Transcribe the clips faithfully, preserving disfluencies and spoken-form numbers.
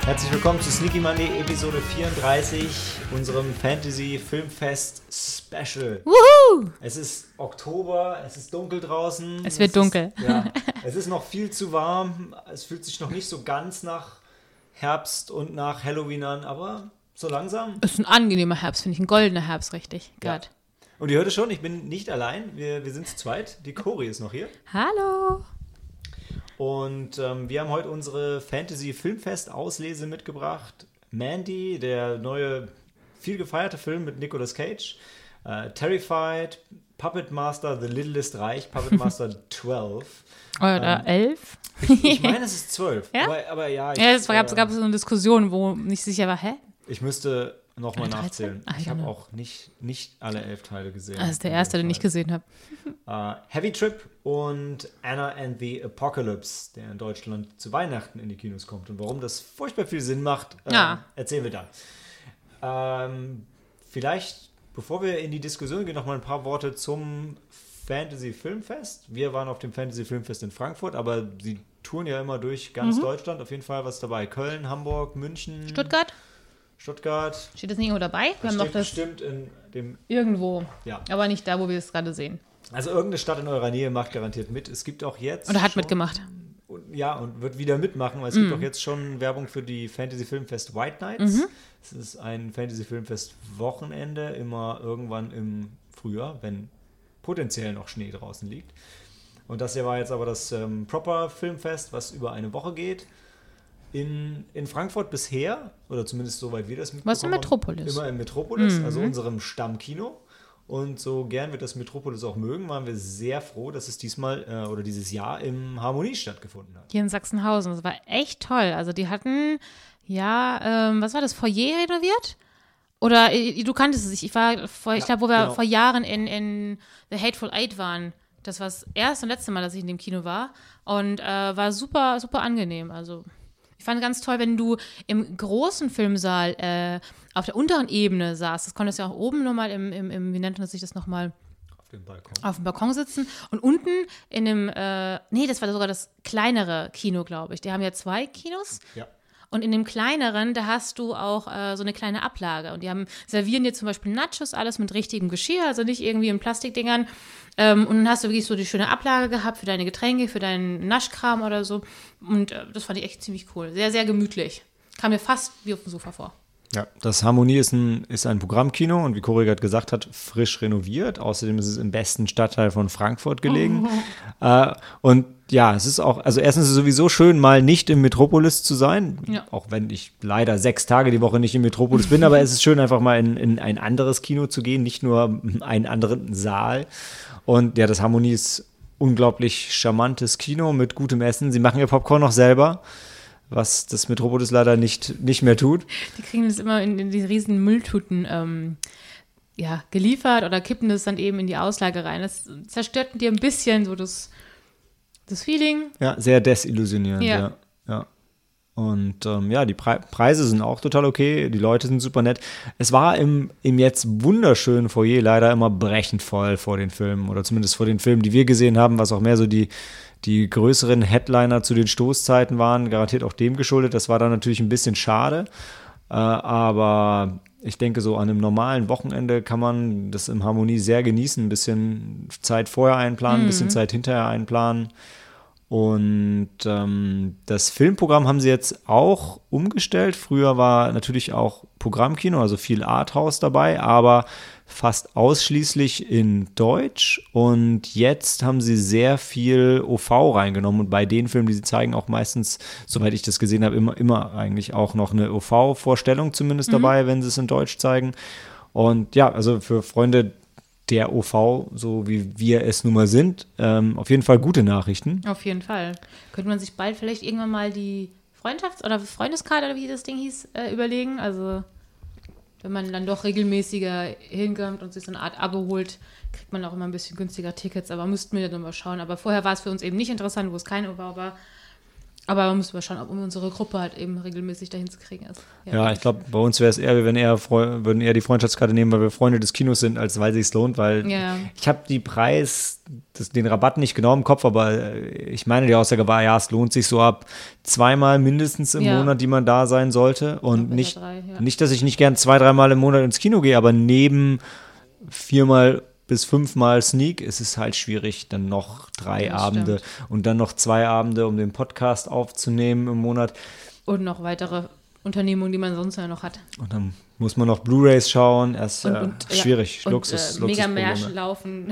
Herzlich willkommen zu Sneaky Monday Episode vierunddreißig, unserem Fantasy Filmfest Special. Wuhu! Es ist Oktober, es ist dunkel draußen. Es wird es dunkel. Ist, ja, es ist noch viel zu warm, es fühlt sich noch nicht so ganz nach Herbst und nach Halloween an, aber so langsam. Es ist ein angenehmer Herbst, finde ich, ein goldener Herbst, richtig. Ja. Und ihr hört es schon, ich bin nicht allein, wir, wir sind zu zweit, die Cori ist noch hier. Hallo! Und ähm, wir haben heute unsere Fantasy-Filmfest-Auslese mitgebracht. Mandy, der neue, viel gefeierte Film mit Nicolas Cage. Äh, Terrified, Puppet Master, The Littlest Reich, Puppet Master zwölf. Oder ähm, elf? Ich, ich meine, es ist zwölf. Ja? Aber, aber ja, ich, ja, es gab, äh, gab so eine Diskussion, wo nicht sicher war, hä? Ich müsste nochmal Oder nachzählen. dreizehn? Ich habe auch nicht, nicht alle elf Teile gesehen. Das ist der erste, den ich gesehen habe. Uh, Heavy Trip und Anna and the Apocalypse, der in Deutschland zu Weihnachten in die Kinos kommt. Und warum das furchtbar viel Sinn macht, äh, ja. erzählen wir dann. Ähm, vielleicht, bevor wir in die Diskussion gehen, noch mal ein paar Worte zum Fantasy Filmfest. Wir waren auf dem Fantasy Filmfest in Frankfurt, aber sie touren ja immer durch ganz mhm. Deutschland. Auf jeden Fall was dabei. Köln, Hamburg, München. Stuttgart. Stuttgart. Steht das nicht irgendwo dabei? Wir haben steht doch das bestimmt in dem... Irgendwo. Ja. Aber nicht da, wo wir es gerade sehen. Also irgendeine Stadt in eurer Nähe macht garantiert mit. Es gibt auch jetzt Oder hat schon, mitgemacht. Und, ja, und wird wieder mitmachen, weil es mm. gibt auch jetzt schon Werbung für die Fantasy Filmfest White Nights. Mhm. Es ist ein Fantasy Filmfest Wochenende, immer irgendwann im Frühjahr, wenn potenziell noch Schnee draußen liegt. Und das hier war jetzt aber das ähm, Proper Filmfest, was über eine Woche geht. In, in Frankfurt bisher, oder zumindest soweit wir das mitbekommen Was im Metropolis. Immer im Metropolis, mhm. also unserem Stammkino. Und so gern wir das Metropolis auch mögen, waren wir sehr froh, dass es diesmal äh, oder dieses Jahr im Harmonie stattgefunden hat. Hier in Sachsenhausen. Das war echt toll. Also die hatten, ja, ähm, was war das, Foyer renoviert? Oder äh, du kanntest es. Ich war, vor, ich ja, glaube, wo wir genau. vor Jahren in, in The Hateful Eight waren. Das war das erste und letzte Mal, dass ich in dem Kino war. Und äh, war super, super angenehm. Also ich fand ganz toll, wenn du im großen Filmsaal äh, auf der unteren Ebene saßt. Das konntest du ja auch oben nochmal im, im, im, wie nennt man sich das nochmal? Auf dem Balkon. Auf dem Balkon sitzen. Und unten in dem, äh, nee, das war sogar das kleinere Kino, glaube ich. Die haben ja zwei Kinos. Ja. Und in dem kleineren, da hast du auch äh, so eine kleine Ablage. Und die haben, servieren dir zum Beispiel Nachos, alles mit richtigem Geschirr, also nicht irgendwie in Plastikdingern. Ähm, und dann hast du wirklich so die schöne Ablage gehabt für deine Getränke, für deinen Naschkram oder so. Und äh, das fand ich echt ziemlich cool. Sehr, sehr gemütlich. Kam mir fast wie auf dem Sofa vor. Ja, das Harmonie ist ein, ist ein Programmkino und wie Cori gerade gesagt hat, frisch renoviert. Außerdem ist es im besten Stadtteil von Frankfurt gelegen. Oh. Äh, und ja, es ist auch, also erstens ist es sowieso schön, mal nicht im Metropolis zu sein, ja. Auch wenn ich leider sechs Tage die Woche nicht im Metropolis bin, aber es ist schön, einfach mal in, in ein anderes Kino zu gehen, nicht nur einen anderen Saal. Und ja, das Harmonie ist unglaublich charmantes Kino mit gutem Essen. Sie machen ihr Popcorn noch selber, was das Metropolis leider nicht, nicht mehr tut. Die kriegen das immer in, in die riesen Mülltüten ähm, ja, geliefert oder kippen das dann eben in die Auslage rein. Das zerstört dir ein bisschen so das, das Feeling. Ja, sehr desillusionierend. Ja. ja, ja. Und ähm, ja, die Pre- Preise sind auch total okay, die Leute sind super nett. Es war im, im jetzt wunderschönen Foyer leider immer brechend voll vor den Filmen oder zumindest vor den Filmen, die wir gesehen haben, was auch mehr so die die größeren Headliner zu den Stoßzeiten waren, garantiert auch dem geschuldet. Das war dann natürlich ein bisschen schade, äh, aber ich denke, so an einem normalen Wochenende kann man das im Harmonie sehr genießen, ein bisschen Zeit vorher einplanen, ein bisschen Zeit hinterher einplanen. Und ähm, das Filmprogramm haben sie jetzt auch umgestellt. Früher war natürlich auch Programmkino, also viel Arthouse dabei, aber fast ausschließlich in Deutsch. Und jetzt haben sie sehr viel O V reingenommen. Und bei den Filmen, die sie zeigen, auch meistens, soweit ich das gesehen habe, immer, immer eigentlich auch noch eine O V-Vorstellung zumindest mhm. dabei, wenn sie es in Deutsch zeigen. Und ja, also für Freunde der O V, so wie wir es nun mal sind, ähm, auf jeden Fall gute Nachrichten. Auf jeden Fall. Könnte man sich bald vielleicht irgendwann mal die Freundschafts- oder Freundeskarte oder wie das Ding hieß, äh, überlegen. Also wenn man dann doch regelmäßiger hinkommt und sich so eine Art Abo holt, kriegt man auch immer ein bisschen günstiger Tickets. Aber müssten wir dann mal schauen. Aber vorher war es für uns eben nicht interessant, wo es kein O V war. Aber man muss mal schauen, ob unsere Gruppe halt eben regelmäßig dahin zu kriegen ist. Ja, ja ich glaube, bei uns wäre es eher, wir eher Freu- würden eher die Freundschaftskarte nehmen, weil wir Freunde des Kinos sind, als weil es sich lohnt, weil ja. ich habe die Preis, das, den Rabatt nicht genau im Kopf, aber ich meine, die Aussage war, ja, es lohnt sich so ab zweimal mindestens im ja. Monat, die man da sein sollte. Und nicht, drei, ja. nicht, dass ich nicht gern zwei, dreimal im Monat ins Kino gehe, aber neben viermal bis fünfmal Sneak ist es halt schwierig, dann noch drei ja, Abende stimmt. und dann noch zwei Abende, um den Podcast aufzunehmen im Monat. Und noch weitere Unternehmungen, die man sonst ja noch hat. Und dann muss man noch Blu-Rays schauen. Erst und, äh, und, schwierig. Ja, Luxus, und, äh, mega Märsch laufen.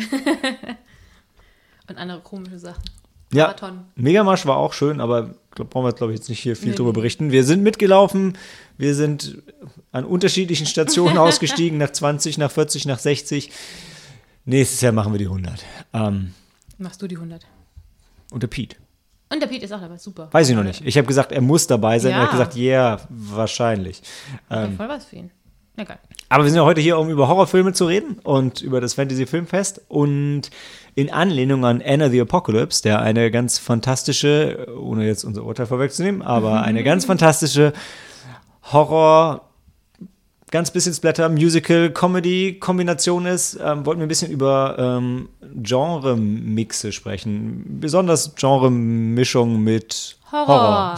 Und andere komische Sachen. Ja, Marathon. Megamarsch war auch schön, aber glaub, brauchen wir jetzt, glaube ich, jetzt nicht hier viel nee, drüber nee. berichten. Wir sind mitgelaufen, wir sind an unterschiedlichen Stationen ausgestiegen, nach zwanzig, nach vierzig, nach sechzig. Nächstes Jahr machen wir die hundert. Ähm, Machst du die hundert? Und der Pete. Und der Pete ist auch dabei, super. Weiß ich noch nicht. Ich habe gesagt, er muss dabei sein. Ja. Er hat gesagt, ja, yeah, wahrscheinlich. Ähm, ja, voll was für ihn. Na geil. Aber wir sind ja heute hier, um über Horrorfilme zu reden und über das Fantasy-Filmfest. Und in Anlehnung an Anna the Apocalypse, der eine ganz fantastische, ohne jetzt unser Urteil vorwegzunehmen, aber eine ganz fantastische Horror- ganz bisschen Splatter, Musical, Comedy-Kombination ist, ähm, wollten wir ein bisschen über ähm, Genre-Mixe sprechen. Besonders Genre-Mischung mit Horror. Horror.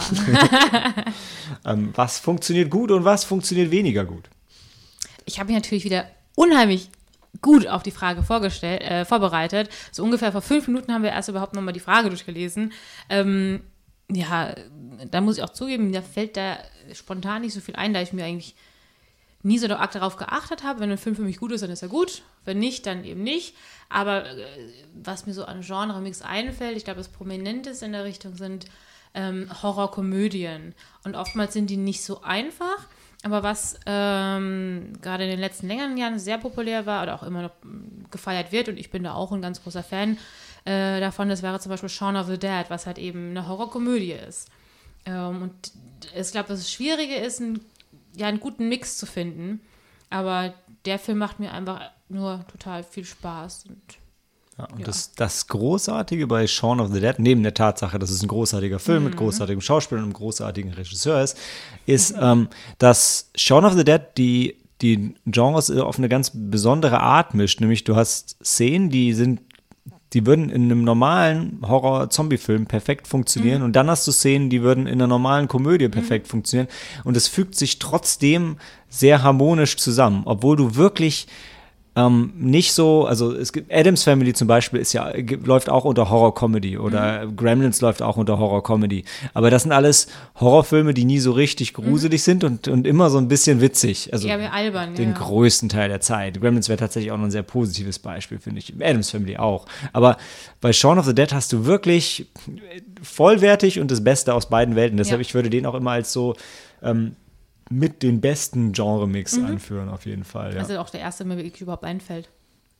ähm, was funktioniert gut und was funktioniert weniger gut? Ich habe mich natürlich wieder unheimlich gut auf die Frage vorgestellt, äh, vorbereitet. So ungefähr vor fünf Minuten haben wir erst überhaupt nochmal die Frage durchgelesen. Ähm, ja, da muss ich auch zugeben, da fällt da spontan nicht so viel ein, da ich mir eigentlich nie so arg darauf geachtet habe. Wenn ein Film für mich gut ist, dann ist er gut. Wenn nicht, dann eben nicht. Aber äh, was mir so an Genre-Mix einfällt, ich glaube, das Prominenteste in der Richtung sind ähm, Horrorkomödien. Und oftmals sind die nicht so einfach. Aber was ähm, gerade in den letzten längeren Jahren sehr populär war oder auch immer noch gefeiert wird, und ich bin da auch ein ganz großer Fan äh, davon, das wäre zum Beispiel Shaun of the Dead, was halt eben eine Horrorkomödie ist. Ähm, und ich glaube, das Schwierige ist, ein ja, einen guten Mix zu finden. Aber der Film macht mir einfach nur total viel Spaß. Und, ja, und ja. Das, das Großartige bei Shaun of the Dead, neben der Tatsache, dass es ein großartiger Film mhm. mit großartigem Schauspiel und einem großartigen Regisseur ist, ist, mhm. ähm, dass Shaun of the Dead die, die Genres auf eine ganz besondere Art mischt. Nämlich du hast Szenen, die sind Die würden in einem normalen Horror-Zombie-Film perfekt funktionieren. Mhm. Und dann hast du Szenen, die würden in einer normalen Komödie perfekt mhm. funktionieren. Und es fügt sich trotzdem sehr harmonisch zusammen. Obwohl du wirklich ähm, nicht so, also es gibt Addams Family zum Beispiel ist ja, läuft auch unter Horror-Comedy oder mhm. Gremlins läuft auch unter Horror-Comedy. Aber das sind alles Horrorfilme, die nie so richtig gruselig mhm. sind und, und immer so ein bisschen witzig. Also ja, albern, den ja. größten Teil der Zeit. Gremlins wäre tatsächlich auch noch ein sehr positives Beispiel, finde ich. Addams Family auch. Aber bei Shaun of the Dead hast du wirklich vollwertig und das Beste aus beiden Welten. Deshalb, ja. ich würde den auch immer als so ähm, mit den besten Genre-Mix mhm. anführen, auf jeden Fall. Ja. Also auch der erste, der mir wirklich überhaupt einfällt.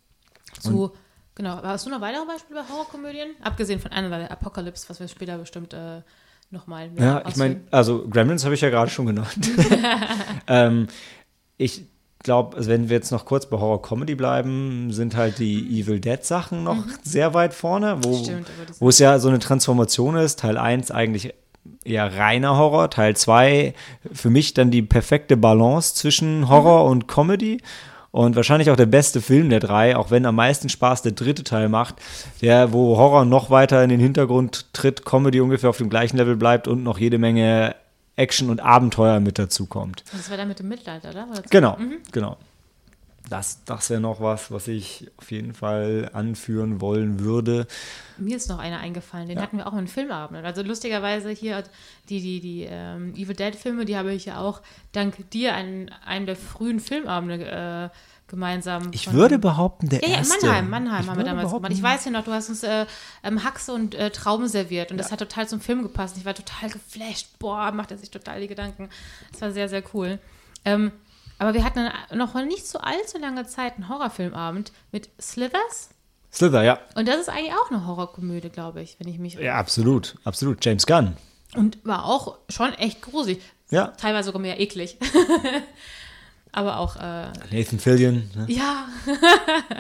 Zu, und? Genau. Hast du noch weitere Beispiele bei Horrorkomödien? Abgesehen von einer, der Apocalypse, was wir später bestimmt äh, nochmal Ja, ich meine, also Gremlins habe ich ja gerade schon genannt. ähm, ich glaube, also wenn wir jetzt noch kurz bei Horror-Comedy bleiben, sind halt die Evil Dead-Sachen noch mhm. sehr weit vorne, wo, Stimmt, wo es ja so eine Transformation ist. Teil eins eigentlich eher reiner Horror, Teil zwei für mich dann die perfekte Balance zwischen Horror mhm. und Comedy und wahrscheinlich auch der beste Film der drei, auch wenn am meisten Spaß der dritte Teil macht, der, wo Horror noch weiter in den Hintergrund tritt, Comedy ungefähr auf dem gleichen Level bleibt und noch jede Menge Action und Abenteuer mit dazu kommt. Das war dann mit dem Mittelalter, oder? oder genau, mhm. genau. Das, das wäre noch was, was ich auf jeden Fall anführen wollen würde. Mir ist noch einer eingefallen, den ja. hatten wir auch in Filmabend. Also lustigerweise hier die, die, die ähm, Evil Dead-Filme, die habe ich ja auch dank dir an einem der frühen Filmabende äh, gemeinsam. Ich würde behaupten, der ja, erste. Ja, Mannheim, Mannheim ich haben wir damals gemacht. Ich weiß ja noch, du hast uns äh, ähm, Haxe und äh, Trauben serviert und ja. das hat total zum Film gepasst. Ich war total geflasht. Boah, macht er sich total die Gedanken. Das war sehr, sehr cool. Ähm, aber wir hatten noch nicht so allzu lange Zeit einen Horrorfilmabend mit Slithers. Slither, ja. Und das ist eigentlich auch eine Horrorkomödie, glaube ich, wenn ich mich... Ja, absolut, absolut. James Gunn. Und war auch schon echt gruselig. Ja. Teilweise sogar mehr eklig. Aber auch... Äh, Nathan Fillion. Ne? Ja.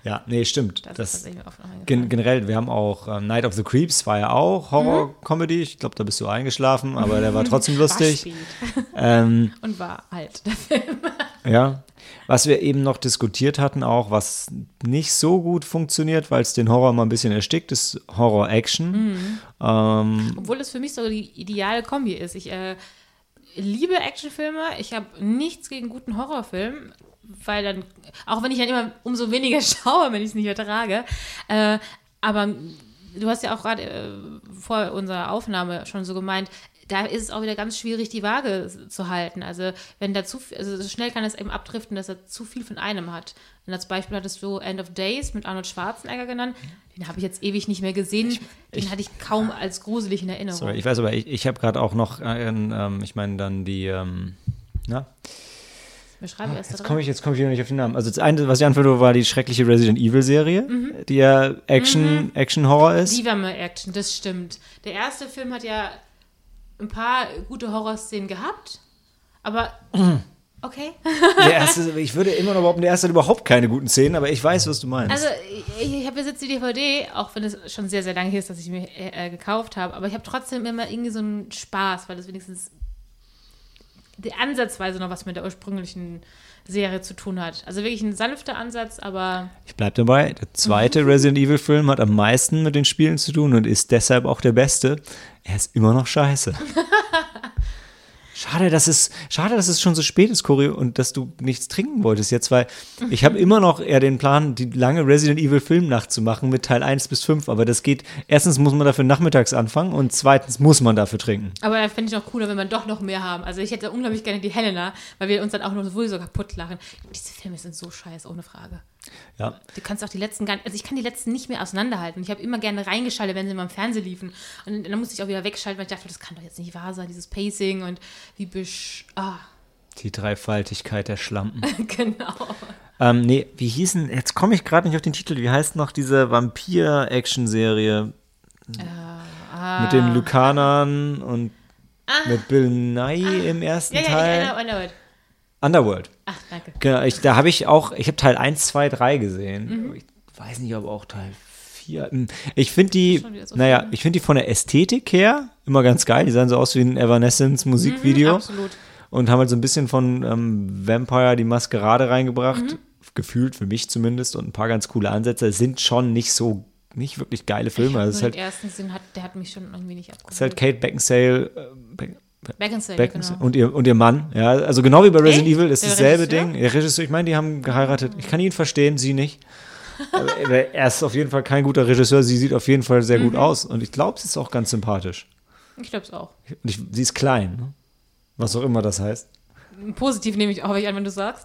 Ja, nee, stimmt. Das, das ist tatsächlich oft noch gen- generell, wir haben auch ähm, Night of the Creeps, war ja auch Horror-Comedy. Ich glaube, da bist du eingeschlafen, aber der war trotzdem lustig. War spät. Ähm, Und war alt, der Film. ja, was wir eben noch diskutiert hatten, auch was nicht so gut funktioniert, weil es den Horror mal ein bisschen erstickt, ist Horror-Action. Mhm. Ähm, Obwohl es für mich so die ideale Kombi ist. Ich äh, liebe Actionfilme. Ich habe nichts gegen guten Horrorfilm, weil dann, auch wenn ich dann immer umso weniger schaue, wenn ich es nicht ertrage. Äh, aber du hast ja auch gerade äh, vor unserer Aufnahme schon so gemeint, da ist es auch wieder ganz schwierig, die Waage zu halten. Also wenn da zu viel, also so schnell kann es eben abdriften, dass er zu viel von einem hat. Und als Beispiel hattest du End of Days mit Arnold Schwarzenegger genannt. Den habe ich jetzt ewig nicht mehr gesehen. Ich, Den ich, hatte ich kaum als gruselig in Erinnerung. Sorry, ich weiß aber, ich, ich habe gerade auch noch, äh, ähm, ich meine dann die, ähm, na? Beschreibe erst Jetzt komme ich, jetzt komm ich wieder nicht auf den Namen. Also das eine, was ich anführe, war die schreckliche Resident Evil Serie, Mhm. die ja Action, mhm. Action-Horror ist. Die war mal Action, das stimmt. Der erste Film hat ja ein paar gute Horrorszenen gehabt, aber okay. Der erste, ich würde immer noch behaupten, der erste hat überhaupt keine guten Szenen, aber ich weiß, was du meinst. Also ich, ich habe jetzt die D V D, auch wenn es schon sehr, sehr lange her ist, dass ich mir äh, gekauft habe, aber ich habe trotzdem immer irgendwie so einen Spaß, weil das wenigstens die ansatzweise noch was mit der ursprünglichen Serie zu tun hat. Also wirklich ein sanfter Ansatz, aber... Ich bleib dabei, der zweite Resident Evil Film hat am meisten mit den Spielen zu tun und ist deshalb auch der beste. Er ist immer noch scheiße. Schade, dass es, schade, dass es schon so spät ist, Cory, und dass du nichts trinken wolltest jetzt, weil ich habe immer noch eher den Plan, die lange Resident Evil Filmnacht zu machen mit Teil eins bis fünf, aber das geht, erstens muss man dafür nachmittags anfangen und zweitens muss man dafür trinken. Aber da fände ich noch cooler, wenn wir doch noch mehr haben. Also ich hätte unglaublich gerne die Helena, weil wir uns dann auch noch sowieso kaputt lachen. Diese Filme sind so scheiße, ohne Frage. Ja. Du kannst auch die letzten gar nicht, also ich kann die letzten nicht mehr auseinanderhalten. Ich habe immer gerne reingeschaltet, wenn sie mal im Fernsehen liefen. Und dann musste ich auch wieder wegschalten, weil ich dachte, das kann doch jetzt nicht wahr sein, dieses Pacing und wie besch... Ah. Die Dreifaltigkeit der Schlampen. Genau. Ähm, nee, wie hießen, jetzt komme ich gerade nicht auf den Titel, wie heißt noch diese Vampir-Action-Serie? Äh, ah. Mit den Lukanern und ah. mit Bill Nye ah. im ersten ja, ja, Teil. Ja, Underworld. Underworld. Ach, danke. Genau, ich, da habe ich auch, ich habe Teil eins, zwei, drei gesehen. Mhm. Ich weiß nicht, ob auch Teil vier. Ich finde die, so naja, ich finde die von der Ästhetik her immer ganz geil. Die sahen so aus wie ein Evanescence-Musikvideo. Mhm, absolut. Und haben halt so ein bisschen von ähm, Vampire die Maskerade reingebracht. Mhm. Gefühlt, für mich zumindest. Und ein paar ganz coole Ansätze. Es sind schon nicht so, nicht wirklich geile Filme. Ich also nur halt, den ersten Sinn, hat, der hat mich schon irgendwie nicht abgeholt. es ist halt Kate Beckinsale, äh, Beck, Beckinsale, Beckinsale genau. und, ihr, und ihr Mann. Ja, also genau wie bei Resident Echt? Evil ist Der dasselbe Regisseur? Ding. Der Regisseur, ich meine, die haben geheiratet. Ich kann ihn verstehen, sie nicht. Aber er ist auf jeden Fall kein guter Regisseur. Sie sieht auf jeden Fall sehr gut Mhm. aus. Und ich glaube, sie ist auch ganz sympathisch. Ich glaube es auch. Und ich, sie ist klein. Ne? Was auch immer das heißt. Positiv nehme ich auch an, wenn du sagst.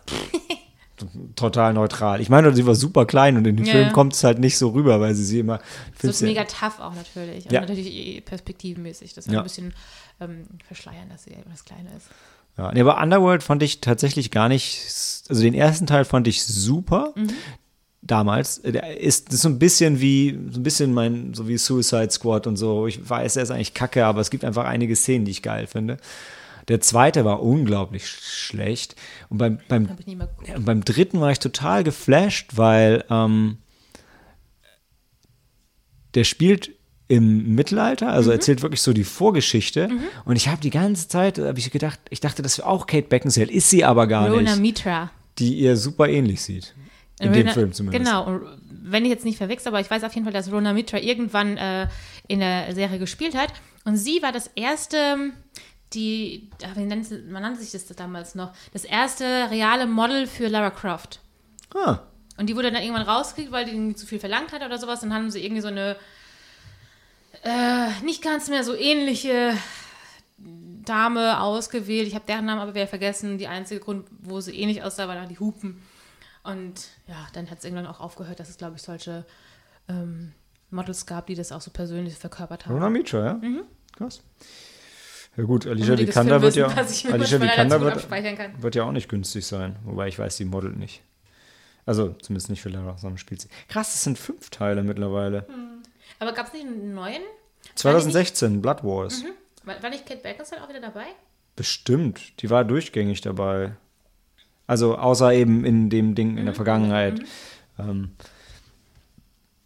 Total neutral. Ich meine, sie war super klein und in den Ja, Film ja. kommt es halt nicht so rüber, weil sie sie immer. So ist ja, mega tough auch natürlich. Und Ja. natürlich eh perspektivenmäßig. Das ist Ja. ein bisschen ähm, verschleiern, dass sie etwas kleiner ist. Ja, nee, aber Underworld fand ich tatsächlich gar nicht. Also den ersten Teil fand ich super. Mhm. Damals. Der ist, das ist so ein bisschen wie, so ein bisschen mein, so wie Suicide Squad und so. Ich weiß, er ist eigentlich kacke, aber es gibt einfach einige Szenen, die ich geil finde. Der zweite war unglaublich schlecht. Und beim, beim, Hab ich nie mal geguckt. ja, und beim dritten war ich total geflasht, weil ähm, der spielt im Mittelalter, also Mhm. erzählt wirklich so die Vorgeschichte. Mhm. Und ich habe die ganze Zeit, habe ich gedacht, ich dachte, das wäre auch Kate Beckinsale, ist sie aber gar Rona nicht. Mitra. Die ihr super ähnlich sieht. In dem Rona- Film zumindest. Genau. Und wenn ich jetzt nicht verwechsel, aber ich weiß auf jeden Fall, dass Rona Mitra irgendwann äh, in der Serie gespielt hat. Und sie war das erste, die, ach, wie nennt, man nannte sich das damals noch, das erste reale Model für Lara Croft. Ah, Und die wurde dann irgendwann rausgekriegt, weil die irgendwie zu viel verlangt hat oder sowas. Dann haben sie irgendwie so eine äh, nicht ganz mehr so ähnliche Dame ausgewählt. Ich habe deren Namen aber wieder vergessen. Die einzige Grund, wo sie ähnlich aussah, waren die Hupen. Und ja, dann hat es irgendwann auch aufgehört, dass es, glaube ich, solche ähm, Models gab, die das auch so persönlich verkörpert haben. Rona Mitra, ja? Mhm. Krass. Ja gut, Alicia Unnötiges Vikander wird ja, Filmwissen, was ich mir Alicia manchmal Vikander dazu gut wird, abspeichern kann. wird ja auch nicht günstig sein. Wobei ich weiß, sie modelt nicht. Also zumindest nicht für Lara, sondern spielt sie. Krass, das sind fünf Teile mittlerweile. Aber gab es nicht einen neuen? zwanzig sechzehn, Blood Wars. Mhm. War, war nicht Kate Beckinsale auch wieder dabei? Bestimmt, die war durchgängig dabei. Also außer eben in dem Ding in der Vergangenheit. Ähm,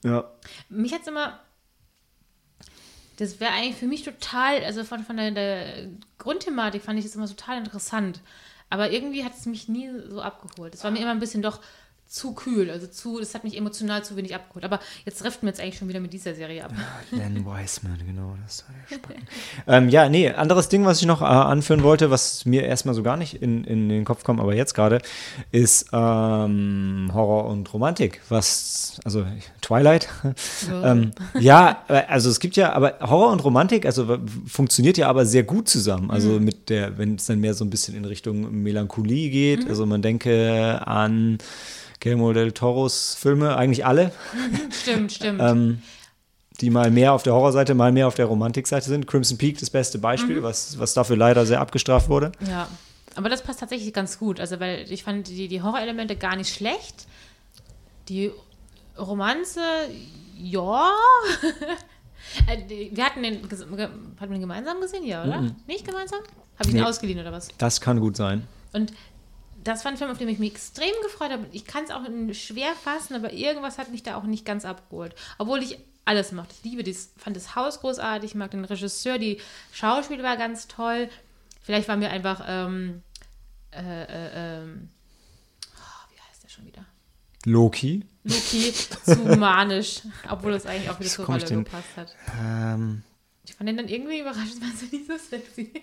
Ja. Mich hat es immer, das wäre eigentlich für mich total, also von, von der, der Grundthematik fand ich das immer total interessant. Aber irgendwie hat es mich nie so abgeholt. Es war mir immer ein bisschen doch zu kühl, also zu, das hat mich emotional zu wenig abgeholt. Aber jetzt trifft mir jetzt eigentlich schon wieder mit dieser Serie ab. Ja, Len Wiseman, genau, das war der Spannend. ähm, ja, nee, anderes Ding, was ich noch äh, anführen wollte, was mir erstmal so gar nicht in, in den Kopf kommt, aber jetzt gerade, ist ähm, Horror und Romantik, was, also Twilight. Ja. ähm, ja, also es gibt ja, aber Horror und Romantik, also funktioniert ja aber sehr gut zusammen. Also Mhm. mit der, wenn es dann mehr so ein bisschen in Richtung Melancholie geht, mhm. also man denke an Guillermo del Toros Filme, eigentlich alle. Stimmt, stimmt. ähm, die mal mehr auf der Horrorseite, mal mehr auf der Romantikseite sind. Crimson Peak, das beste Beispiel, mhm. was, was dafür leider sehr abgestraft wurde. Ja, aber das passt tatsächlich ganz gut. Also, weil ich fand die, die Horrorelemente gar nicht schlecht. Die Romanze, ja. Wir hatten den, hatten wir den gemeinsam gesehen, ja, oder? Mhm. Nicht gemeinsam? Habe ich ihn nee. ausgeliehen oder was? Das kann gut sein. Und das war ein Film, auf den ich mich extrem gefreut habe. Ich kann es auch schwer fassen, aber irgendwas hat mich da auch nicht ganz abgeholt. Obwohl ich alles mochte. Ich liebe das, fand das Haus großartig, ich mag den Regisseur, die Schauspieler war ganz toll. Vielleicht war mir einfach, ähm, äh, äh, ähm, oh, wie heißt der schon wieder? Loki. Loki, zu manisch, obwohl es eigentlich auch wieder zur Rolle gepasst hat. Ähm, ich fand den dann irgendwie überrascht, war so nicht so sexy.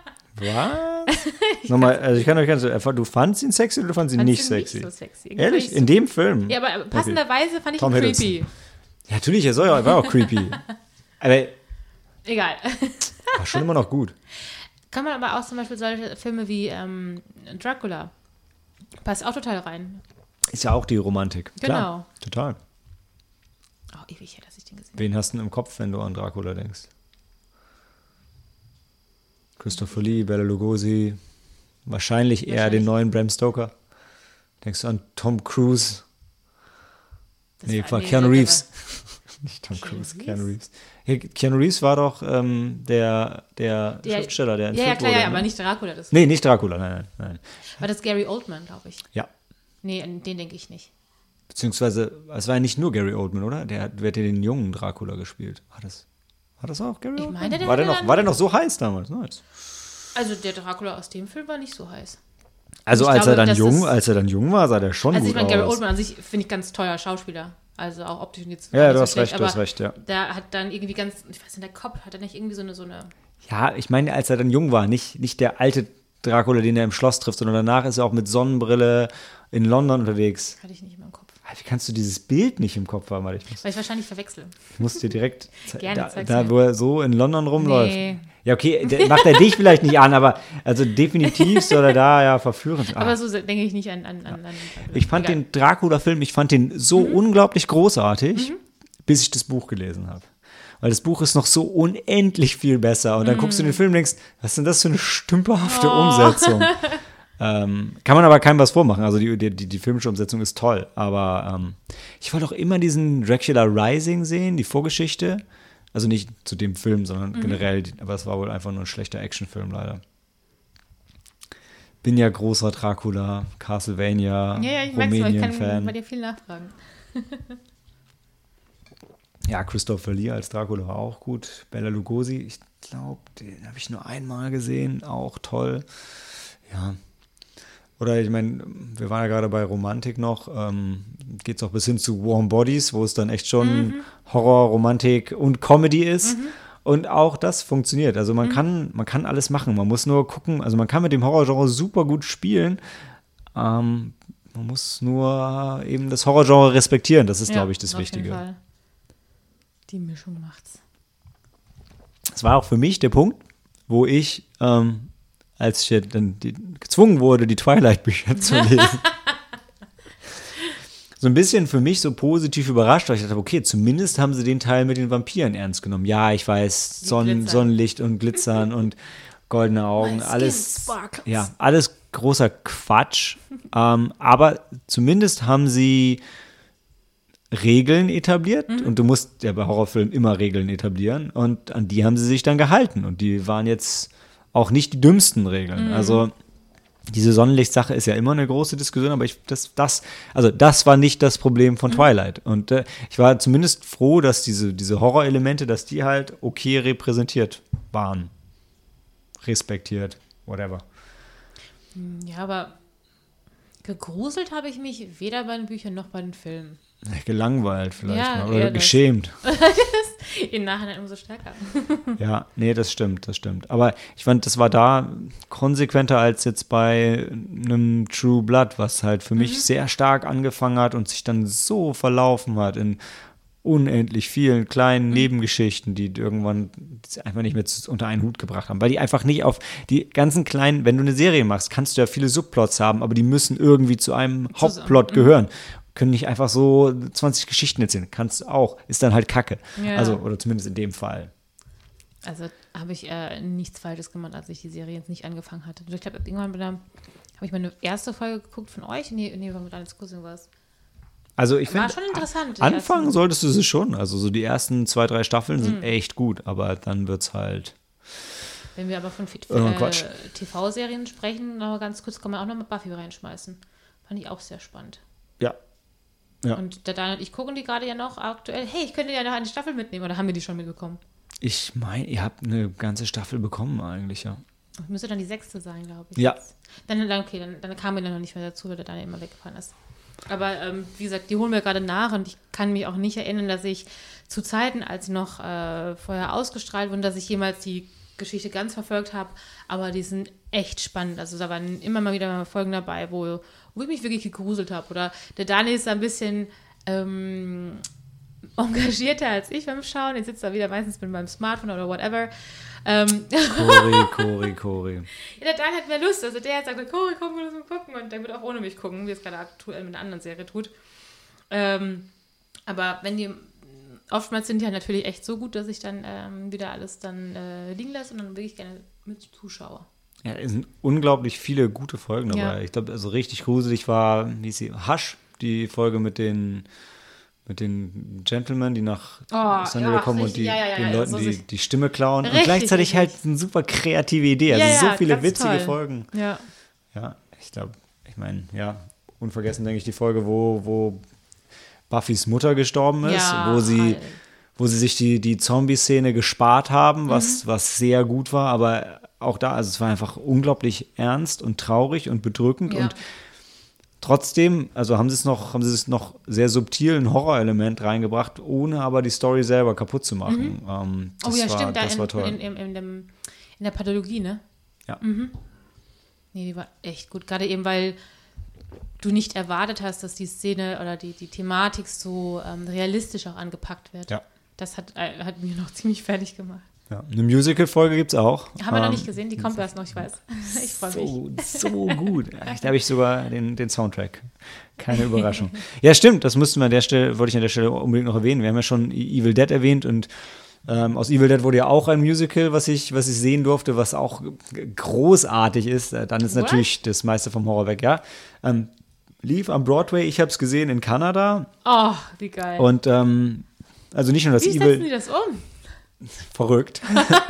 Was? Nochmal, also ich kann euch ganz so, du fandst ihn sexy oder du fandst ihn nicht sexy? Nicht so sexy. Ehrlich? So In dem Film? Ja, aber passenderweise okay. fand ich Tom ihn creepy. Hiddleston. Ja, natürlich, er soll ja, war auch creepy. Aber egal. War schon immer noch gut. Kann man aber auch zum Beispiel solche Filme wie ähm, Dracula. Passt auch total rein. Ist ja auch die Romantik. Genau. Klar, total. Oh, ewig her, dass ich den gesehen habe. Wen hast du denn im Kopf, wenn du an Dracula denkst? Christopher Lee, Bela Lugosi, wahrscheinlich eher wahrscheinlich. Den neuen Bram Stoker. Denkst du an Tom Cruise? Das nee, war, war nee, Keanu Reeves. Nicht Tom Keanu Cruise, Reeves? Keanu Reeves. Hey, Keanu Reeves war doch ähm, der, der, der Schriftsteller, der entführt ja, ja, klar, wurde. Ja, ne? aber nicht Dracula. Das nee, nicht Dracula, nein, nein, nein. War das Gary Oldman, glaube ich? Ja. Nee, an den denke ich nicht. Beziehungsweise, es war ja nicht nur Gary Oldman, oder? Der hat, der hat ja den jungen Dracula gespielt. War das... War das auch Gary Oldman? Ich meine, der war, der noch, war der noch so heiß damals? Nice. Also der Dracula aus dem Film war nicht so heiß. Also als, glaube, er dann jung, als er dann jung war, sah der schon also gut aus. Also ich meine, Gary Oldman an sich finde ich ganz teuer Schauspieler. Also auch optisch jetzt. Ja, du so hast schlecht, recht, du hast recht, ja. Der hat dann irgendwie ganz, ich weiß nicht, der Kopf hat er nicht irgendwie so eine, so eine... Ja, ich meine, als er dann jung war, nicht, nicht der alte Dracula, den er im Schloss trifft, sondern danach ist er auch mit Sonnenbrille in London unterwegs. Hatte ich nicht mehr im Kopf. Wie kannst du dieses Bild nicht im Kopf haben? Weil ich, muss, Weil ich wahrscheinlich verwechsel. Ich muss dir direkt Gerne, da, da wo er so in London rumläuft. Nee. Ja, okay, der, macht er dich vielleicht nicht an, aber also definitiv soll er da ja verführen. Ah. Aber so denke ich nicht an. an, an, an ich fand egal. Den Dracula-Film, ich fand den so mhm. unglaublich großartig, mhm. bis ich das Buch gelesen habe. Weil das Buch ist noch so unendlich viel besser. Und dann mhm. guckst du den Film und denkst, was ist denn das für eine stümperhafte oh. Umsetzung? Ähm, kann man aber keinem was vormachen. Also die, die, die filmische Umsetzung ist toll. Aber ähm, ich wollte auch immer diesen Dracula Rising sehen, die Vorgeschichte. Also nicht zu dem Film, sondern mhm. generell. Aber es war wohl einfach nur ein schlechter Actionfilm leider. Bin ja großer Dracula, Castlevania, ja, ja, ich Rumänien-Fan. Ich kann bei dir viel nachfragen. Ja, Christopher Lee als Dracula war auch gut. Bela Lugosi, ich glaube, den habe ich nur einmal gesehen. Auch toll. Ja. Oder ich meine, wir waren ja gerade bei Romantik noch, ähm, geht es auch bis hin zu Warm Bodies, wo es dann echt schon mhm. Horror, Romantik und Comedy ist. Mhm. Und auch das funktioniert. Also man, mhm. kann, man kann alles machen. Man muss nur gucken, also man kann mit dem Horrorgenre super gut spielen. Ähm, man muss nur eben das Horrorgenre respektieren. Das ist, ja, glaube ich, das auf Wichtige. Jeden Fall. Die Mischung macht's. Das war auch für mich der Punkt, wo ich ähm, als ich dann die, gezwungen wurde, die Twilight-Bücher zu lesen. So ein bisschen für mich so positiv überrascht, weil ich dachte, okay, zumindest haben sie den Teil mit den Vampiren ernst genommen. Ja, ich weiß, Sonnen, Sonnenlicht und Glitzern und goldene Augen, alles, ja, alles großer Quatsch. ähm, aber zumindest haben sie Regeln etabliert mhm. und du musst ja bei Horrorfilmen immer Regeln etablieren und an die haben sie sich dann gehalten und die waren jetzt auch nicht die dümmsten Regeln. Mhm. Also diese Sonnenlichtsache ist ja immer eine große Diskussion, aber ich, das, das, also das war nicht das Problem von Twilight. Und äh, ich war zumindest froh, dass diese, diese Horrorelemente, dass die halt okay repräsentiert waren. Respektiert, whatever. Ja, aber gegruselt habe ich mich weder bei den Büchern noch bei den Filmen. Gelangweilt vielleicht ja, mal. Oder das. geschämt. Im Nachhinein umso stärker. Ja, nee, das stimmt, das stimmt. Aber ich fand, das war da konsequenter als jetzt bei einem True Blood, was halt für mich mhm. sehr stark angefangen hat und sich dann so verlaufen hat in unendlich vielen kleinen mhm. Nebengeschichten, die irgendwann einfach nicht mehr unter einen Hut gebracht haben. Weil die einfach nicht auf die ganzen kleinen, wenn du eine Serie machst, kannst du ja viele Subplots haben, aber die müssen irgendwie zu einem Zusammen. Hauptplot gehören. Mhm. Können nicht einfach so zwanzig Geschichten erzählen. Kannst du auch. Ist dann halt Kacke. Ja. Also, oder zumindest in dem Fall. Also habe ich äh, nichts Falsches gemacht, als ich die Serie jetzt nicht angefangen hatte. Ich glaube, irgendwann habe ich meine erste Folge geguckt von euch. Nee, nee, war mit einer Diskussion was. Also ich finde, war schon interessant. Anfangen ersten. Solltest du sie schon. Also so die ersten zwei, drei Staffeln sind mhm. echt gut. Aber dann wird es halt Wenn wir aber von äh, T V-Serien sprechen, noch ganz kurz, kann man auch noch mal Buffy reinschmeißen. Fand ich auch sehr spannend. Ja. Ja. Und der Daniel und ich gucken die gerade ja noch aktuell. Hey, ich könnte ja noch eine Staffel mitnehmen. Oder haben wir die schon mitbekommen? Ich meine, ihr habt eine ganze Staffel bekommen eigentlich, ja. Das müsste dann die sechste sein, glaube ich. Ja. Dann, dann, okay, dann, dann kam mir dann noch nicht mehr dazu, weil der Daniel immer weggefahren ist. Aber ähm, wie gesagt, die holen wir gerade nach und ich kann mich auch nicht erinnern, dass ich zu Zeiten, als sie noch äh, vorher ausgestrahlt wurden, dass ich jemals die Geschichte ganz verfolgt habe. Aber die sind echt spannend. Also da waren immer mal wieder Folgen dabei, wo, wo ich mich wirklich gegruselt habe. Oder der Daniel ist ein bisschen ähm, engagierter als ich beim Schauen. Ich sitze da wieder meistens mit meinem Smartphone oder whatever. Ähm, Cori, Cori, Cori. Ja, der Daniel hat mehr Lust. Also der hat gesagt, Cori, komm, wir müssen gucken. Und der wird auch ohne mich gucken, wie es gerade aktuell mit einer anderen Serie tut. Ähm, aber wenn die, oftmals sind die halt natürlich echt so gut, dass ich dann ähm, wieder alles dann äh, liegen lasse und dann wirklich gerne mit zuschaue. Ja, es sind unglaublich viele gute Folgen dabei. Ja. Ich glaube, also richtig gruselig war, wie hieß sie, Hush, die Folge mit den mit den Gentlemen, die nach oh, Sunday ja, kommen und die, ja, ja, den ja, Leuten so die, die Stimme klauen. Richtig, und gleichzeitig richtig. halt eine super kreative Idee. Also ja, so ja, viele witzige toll. Folgen. Ja, ja ich glaube, ich meine, ja, unvergessen denke ich die Folge, wo, wo Buffys Mutter gestorben ist, ja, wo sie halt. wo sie sich die, die Zombie-Szene gespart haben, was, mhm. was sehr gut war, aber auch da, also es war einfach unglaublich ernst und traurig und bedrückend ja. und trotzdem, also haben sie es noch, haben sie es noch sehr subtil ein Horrorelement reingebracht, ohne aber die Story selber kaputt zu machen. Mhm. Ähm, das oh ja, war, stimmt, das da war in, toll. in, in, in, dem, in der Pathologie, ne? Ja. Mhm. Nee, die war echt gut. Gerade eben, weil du nicht erwartet hast, dass die Szene oder die, die Thematik so ähm, realistisch auch angepackt wird. Ja. Das hat, äh, hat mir noch ziemlich fertig gemacht. Ja. Eine Musical-Folge gibt es auch. Haben wir ähm, noch nicht gesehen, die kommt erst noch, ich weiß. Ich freue mich. So, so gut. Da habe ich sogar den, den Soundtrack. Keine Überraschung. Ja, stimmt, das mussten wir an der Stelle, wollte ich an der Stelle unbedingt noch erwähnen. Wir haben ja schon Evil Dead erwähnt und ähm, aus Evil Dead wurde ja auch ein Musical, was ich, was ich sehen durfte, was auch großartig ist. Dann ist What? natürlich das meiste vom Horror weg, ja. Ähm, lief am Broadway, ich habe es gesehen in Kanada. Oh, wie geil. Und ähm, also nicht nur das Wie Evil. setzen die das um? Verrückt.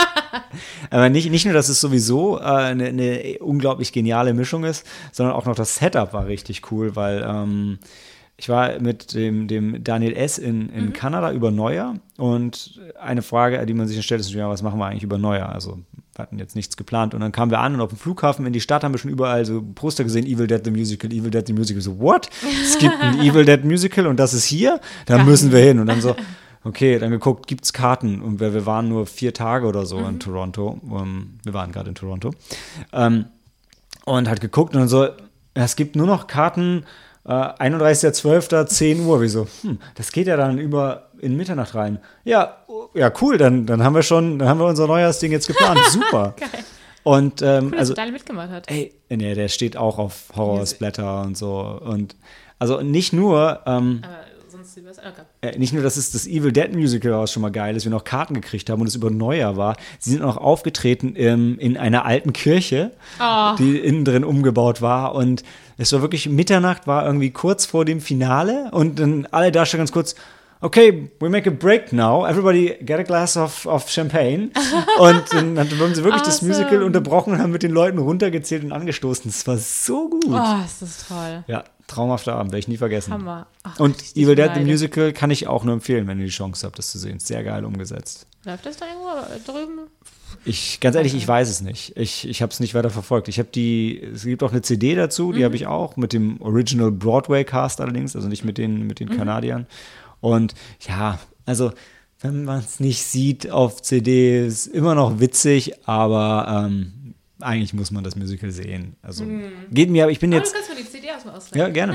Aber nicht, nicht nur, dass es sowieso äh, eine, eine unglaublich geniale Mischung ist, sondern auch noch das Setup war richtig cool, weil ähm, ich war mit dem, dem Daniel S. in, in mhm. Kanada über Neujahr und eine Frage, die man sich stellt, ist, ja, was machen wir eigentlich über Neujahr? Also wir hatten jetzt nichts geplant und dann kamen wir an und auf dem Flughafen in die Stadt haben wir schon überall so Poster gesehen, Evil Dead the Musical, Evil Dead the Musical. So, what? Es gibt ein Evil Dead Musical und das ist hier? Da ja. müssen wir hin. Und dann so, okay, dann geguckt, gibt es Karten? Und wir, wir waren nur vier Tage oder so mhm. in Toronto. Um, wir waren gerade in Toronto. Ähm, und hat geguckt und dann so, es gibt nur noch Karten, äh, einunddreißigster zwölfter zehn Uhr. Wieso? Hm, das geht ja dann über in Mitternacht rein. Ja, ja, cool, dann, dann haben wir schon, dann haben wir unser Neujahrsding jetzt geplant. Super. Geil. Und ähm, cool, dass also, Daniel mitgemacht hat. Ey, nee, der steht auch auf Horror-Splatter und so. Und also nicht nur, ähm, Aber sonst über das okay. äh, nicht nur, dass es das Evil Dead Musical war, was schon mal geil ist, wir noch Karten gekriegt haben und es über Neujahr war. Sie sind auch aufgetreten ähm, in einer alten Kirche, oh. die innen drin umgebaut war. Und es war wirklich Mitternacht, war irgendwie kurz vor dem Finale und dann alle da standen ganz kurz, okay, we make a break now. Everybody get a glass of, of Champagne. Und dann haben sie wirklich awesome. Das Musical unterbrochen und haben mit den Leuten runtergezählt und angestoßen. Das war so gut. Oh, ist das toll. Ja, traumhafter Abend, werde ich nie vergessen. Hammer. Ach, und Evil Dead, the Musical, kann ich auch nur empfehlen, wenn ihr die Chance habt, das zu sehen. Sehr geil umgesetzt. Läuft das da irgendwo drüben? Ich, ganz ehrlich, ich weiß es nicht. Ich, ich habe es nicht weiter verfolgt. Ich habe die, es gibt auch eine C D dazu, die mhm. habe ich auch, mit dem Original Broadway-Cast allerdings, also nicht mit den, mit den mhm. Kanadiern. Und ja, also, wenn man es nicht sieht auf C D, ist immer noch witzig, aber ähm, eigentlich muss man das Musical sehen. Also, mhm. geht mir, aber ich bin aber jetzt. Du kannst mir die C D erstmal ausleihen. Ja, gerne.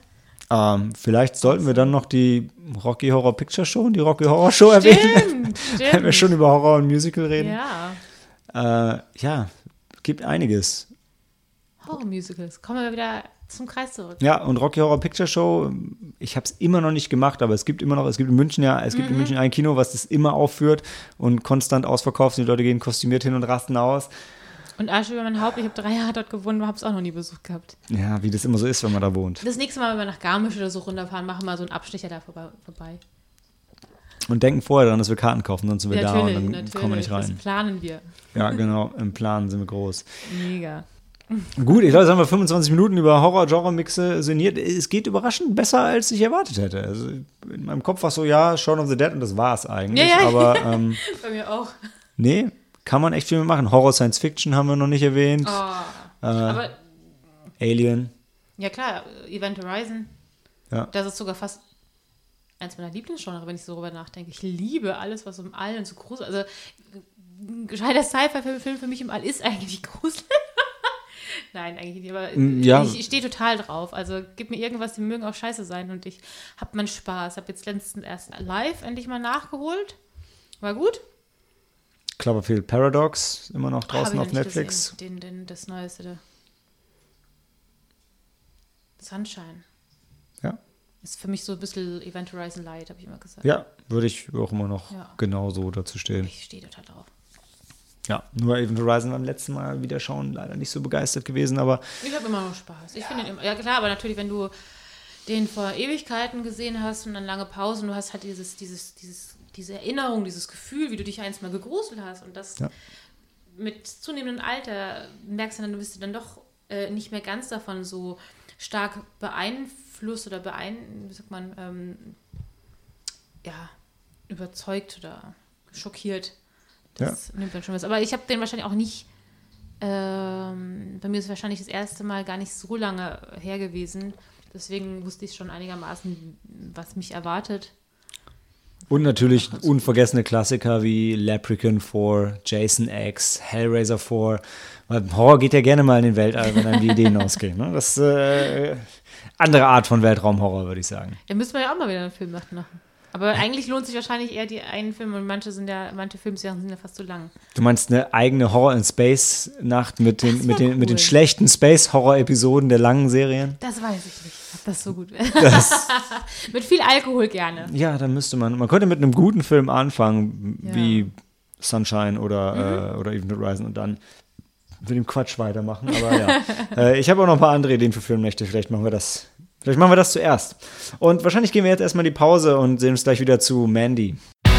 Ähm, vielleicht sollten wir dann noch die Rocky Horror Picture Show und die Rocky Horror Show stimmt, erwähnen, stimmt. wenn wir schon über Horror und Musical reden. Ja. Äh, ja, gibt einiges. Horror-Musicals. Kommen wir wieder zum Kreis zurück. Ja, und Rocky Horror Picture Show, ich habe es immer noch nicht gemacht, aber es gibt immer noch, es gibt in München ja, es gibt mhm. in München ein Kino, was das immer aufführt und konstant ausverkauft. Die Leute gehen kostümiert hin und rasten aus. Und Asche über mein Haupt, ich habe drei Jahre dort gewohnt, habe es auch noch nie besucht gehabt. Ja, wie das immer so ist, wenn man da wohnt. Das nächste Mal, wenn wir nach Garmisch oder so runterfahren, machen wir mal so einen Abstecher da vorbei. vorbei. Und denken vorher daran, dass wir Karten kaufen, sonst sind wir ja, da und dann natürlich. kommen wir nicht rein. Das planen wir. Ja, genau, im Plan sind wir groß. Mega. Gut, ich glaube, jetzt haben wir fünfundzwanzig Minuten über Horror-Genre-Mixe sinniert. Es geht überraschend besser, als ich erwartet hätte. Also in meinem Kopf war es so, ja, Shaun of the Dead und das war es eigentlich. Ja, ja. Aber ähm, bei mir auch. Nee, kann man echt viel machen. Horror Science Fiction haben wir noch nicht erwähnt. Oh, äh, aber Alien. Ja klar, Event Horizon. Ja. Das ist sogar fast eins meiner Lieblingsgenre, wenn ich so darüber nachdenke. Ich liebe alles, was im All und so groß ist. Also ein gescheiter Sci-Fi-Film für mich im All ist eigentlich gruselig. Nein, eigentlich nicht, aber ja. ich, ich stehe total drauf. Also gib mir irgendwas, die mögen auch scheiße sein und ich habe meinen Spaß. Ich habe jetzt letztens erst live endlich mal nachgeholt. War gut. Cloverfield Paradox, immer noch draußen auf Netflix. Den, den, das Neueste. Sunshine. Ja. Ist für mich so ein bisschen Event Horizon Light, habe ich immer gesagt. Ja, würde ich auch immer noch ja. genauso dazu stehen. Ich stehe total drauf. Ja, nur Event Horizon beim letzten Mal wieder schauen, leider nicht so begeistert gewesen, aber ich habe immer noch Spaß. Ich ja. finde immer, ja klar, aber natürlich, wenn du den vor Ewigkeiten gesehen hast und dann lange Pausen, du hast halt dieses, dieses, dieses, diese Erinnerung, dieses Gefühl, wie du dich einst mal gegruselt hast und das ja. mit zunehmendem Alter merkst du dann, du bist dann doch äh, nicht mehr ganz davon so stark beeinflusst oder beein, wie sagt man, ähm, ja, überzeugt oder schockiert. Das ja. nimmt dann schon was. Aber ich habe den wahrscheinlich auch nicht, ähm, bei mir ist es wahrscheinlich das erste Mal gar nicht so lange her gewesen. Deswegen wusste ich schon einigermaßen, was mich erwartet. Und natürlich unvergessene Klassiker wie Leprechaun vier, Jason X, Hellraiser vier. Weil Horror geht ja gerne mal in den Weltall, wenn einem die Ideen ausgehen. Ne? Das ist äh, andere Art von Weltraumhorror, würde ich sagen. Da müssen wir ja auch mal wieder einen Film machen. Aber eigentlich lohnt sich wahrscheinlich eher die einen Filme und manche sind ja, manche Filmserien sind ja fast so lang. Du meinst eine eigene Horror-in-Space-Nacht mit den, mit, den, cool. mit den schlechten Space-Horror-Episoden der langen Serien? Das weiß ich nicht, ob das so gut wäre. Mit viel Alkohol gerne. Ja, dann müsste man, man könnte mit einem guten Film anfangen, ja. wie Sunshine oder, mhm. äh, oder Event Horizon und dann mit dem Quatsch weitermachen. Aber ja, äh, ich habe auch noch ein paar andere Ideen für Filmnächte, vielleicht machen wir das Vielleicht machen wir das zuerst. Und wahrscheinlich gehen wir jetzt erstmal in die Pause und sehen uns gleich wieder zu Mandy.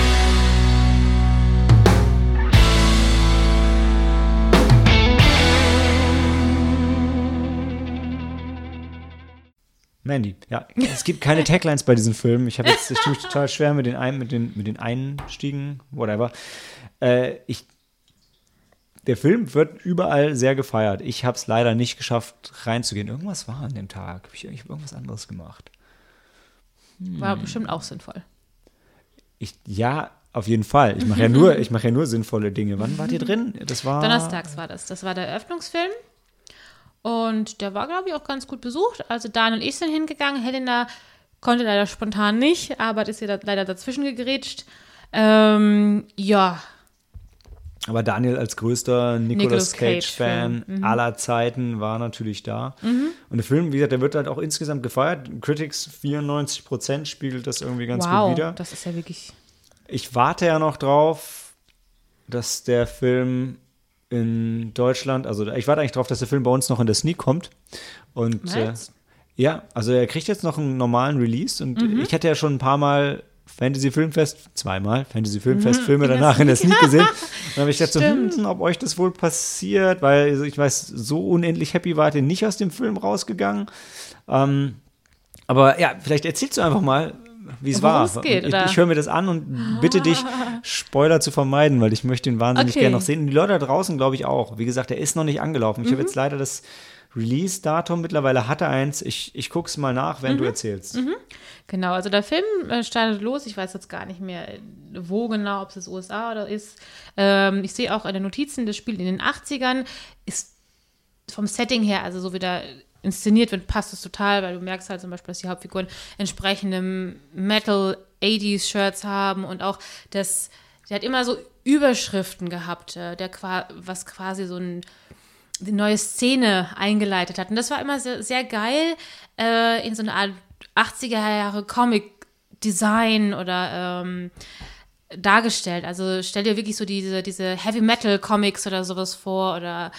Mandy, ja. Es gibt keine Taglines bei diesem Film. Ich habe jetzt, ich tue mich total schwer mit den, Ein, mit den, mit den Einstiegen, whatever. Äh, ich Der Film wird überall sehr gefeiert. Ich habe es leider nicht geschafft, reinzugehen. Irgendwas war an dem Tag. Ich habe irgendwas anderes gemacht. Hm. War bestimmt auch sinnvoll. Ich, ja, auf jeden Fall. Ich mache ja nur, ich mache ja nur sinnvolle Dinge. Wann wart ihr drin? Das war Donnerstags war das. Das war der Eröffnungsfilm. Und der war, glaube ich, auch ganz gut besucht. Also Dan und ich sind hingegangen. Helena konnte leider spontan nicht, aber ist ihr da leider dazwischen gegrätscht. Ähm, ja, Aber Daniel als größter Nicolas Cage-Fan Cage mhm. aller Zeiten war natürlich da. Mhm. Und der Film, wie gesagt, der wird halt auch insgesamt gefeiert. Critics vierundneunzig Prozent spiegelt das irgendwie ganz wow, gut wider. Das ist ja wirklich... Ich warte ja noch drauf, dass der Film in Deutschland, also ich warte eigentlich drauf, dass der Film bei uns noch in der Sneak kommt. Und äh, ja, also er kriegt jetzt noch einen normalen Release. Und mhm. ich hätte ja schon ein paar Mal Fantasy-Filmfest, zweimal Fantasy-Filmfest-Filme mhm, danach in der Sneak gesehen. Dann habe ich gedacht, so, hm, ob euch das wohl passiert, weil ich weiß, so unendlich happy wart ihr nicht aus dem Film rausgegangen. Ähm, aber ja, vielleicht erzählst du einfach mal, wie es war. Geht, ich ich höre mir das an und bitte dich, Spoiler zu vermeiden, weil ich möchte ihn wahnsinnig okay. gerne noch sehen. Und die Leute da draußen, glaube ich, auch. Wie gesagt, der ist noch nicht angelaufen. Ich mhm. habe jetzt leider das Release-Datum, mittlerweile hat er eins. Ich, ich gucke es mal nach, wenn mhm. du erzählst. Mhm. Genau, also der Film äh, startet los. Ich weiß jetzt gar nicht mehr, wo genau, ob es das U S A oder ist. Ähm, ich sehe auch in den Notizen, das spielt in den achtzigern. Ist vom Setting her, also so wieder inszeniert wird, passt es total, weil du merkst halt zum Beispiel, dass die Hauptfiguren entsprechende Metal-achtziger-Shirts haben und auch das, der hat immer so Überschriften gehabt, der, was quasi so ein, eine neue Szene eingeleitet hat. Und das war immer sehr, sehr geil, äh, in so einer Art achtziger-Jahre Comic-Design oder ähm, dargestellt. Also stell dir wirklich so diese, diese Heavy-Metal-Comics oder sowas vor oder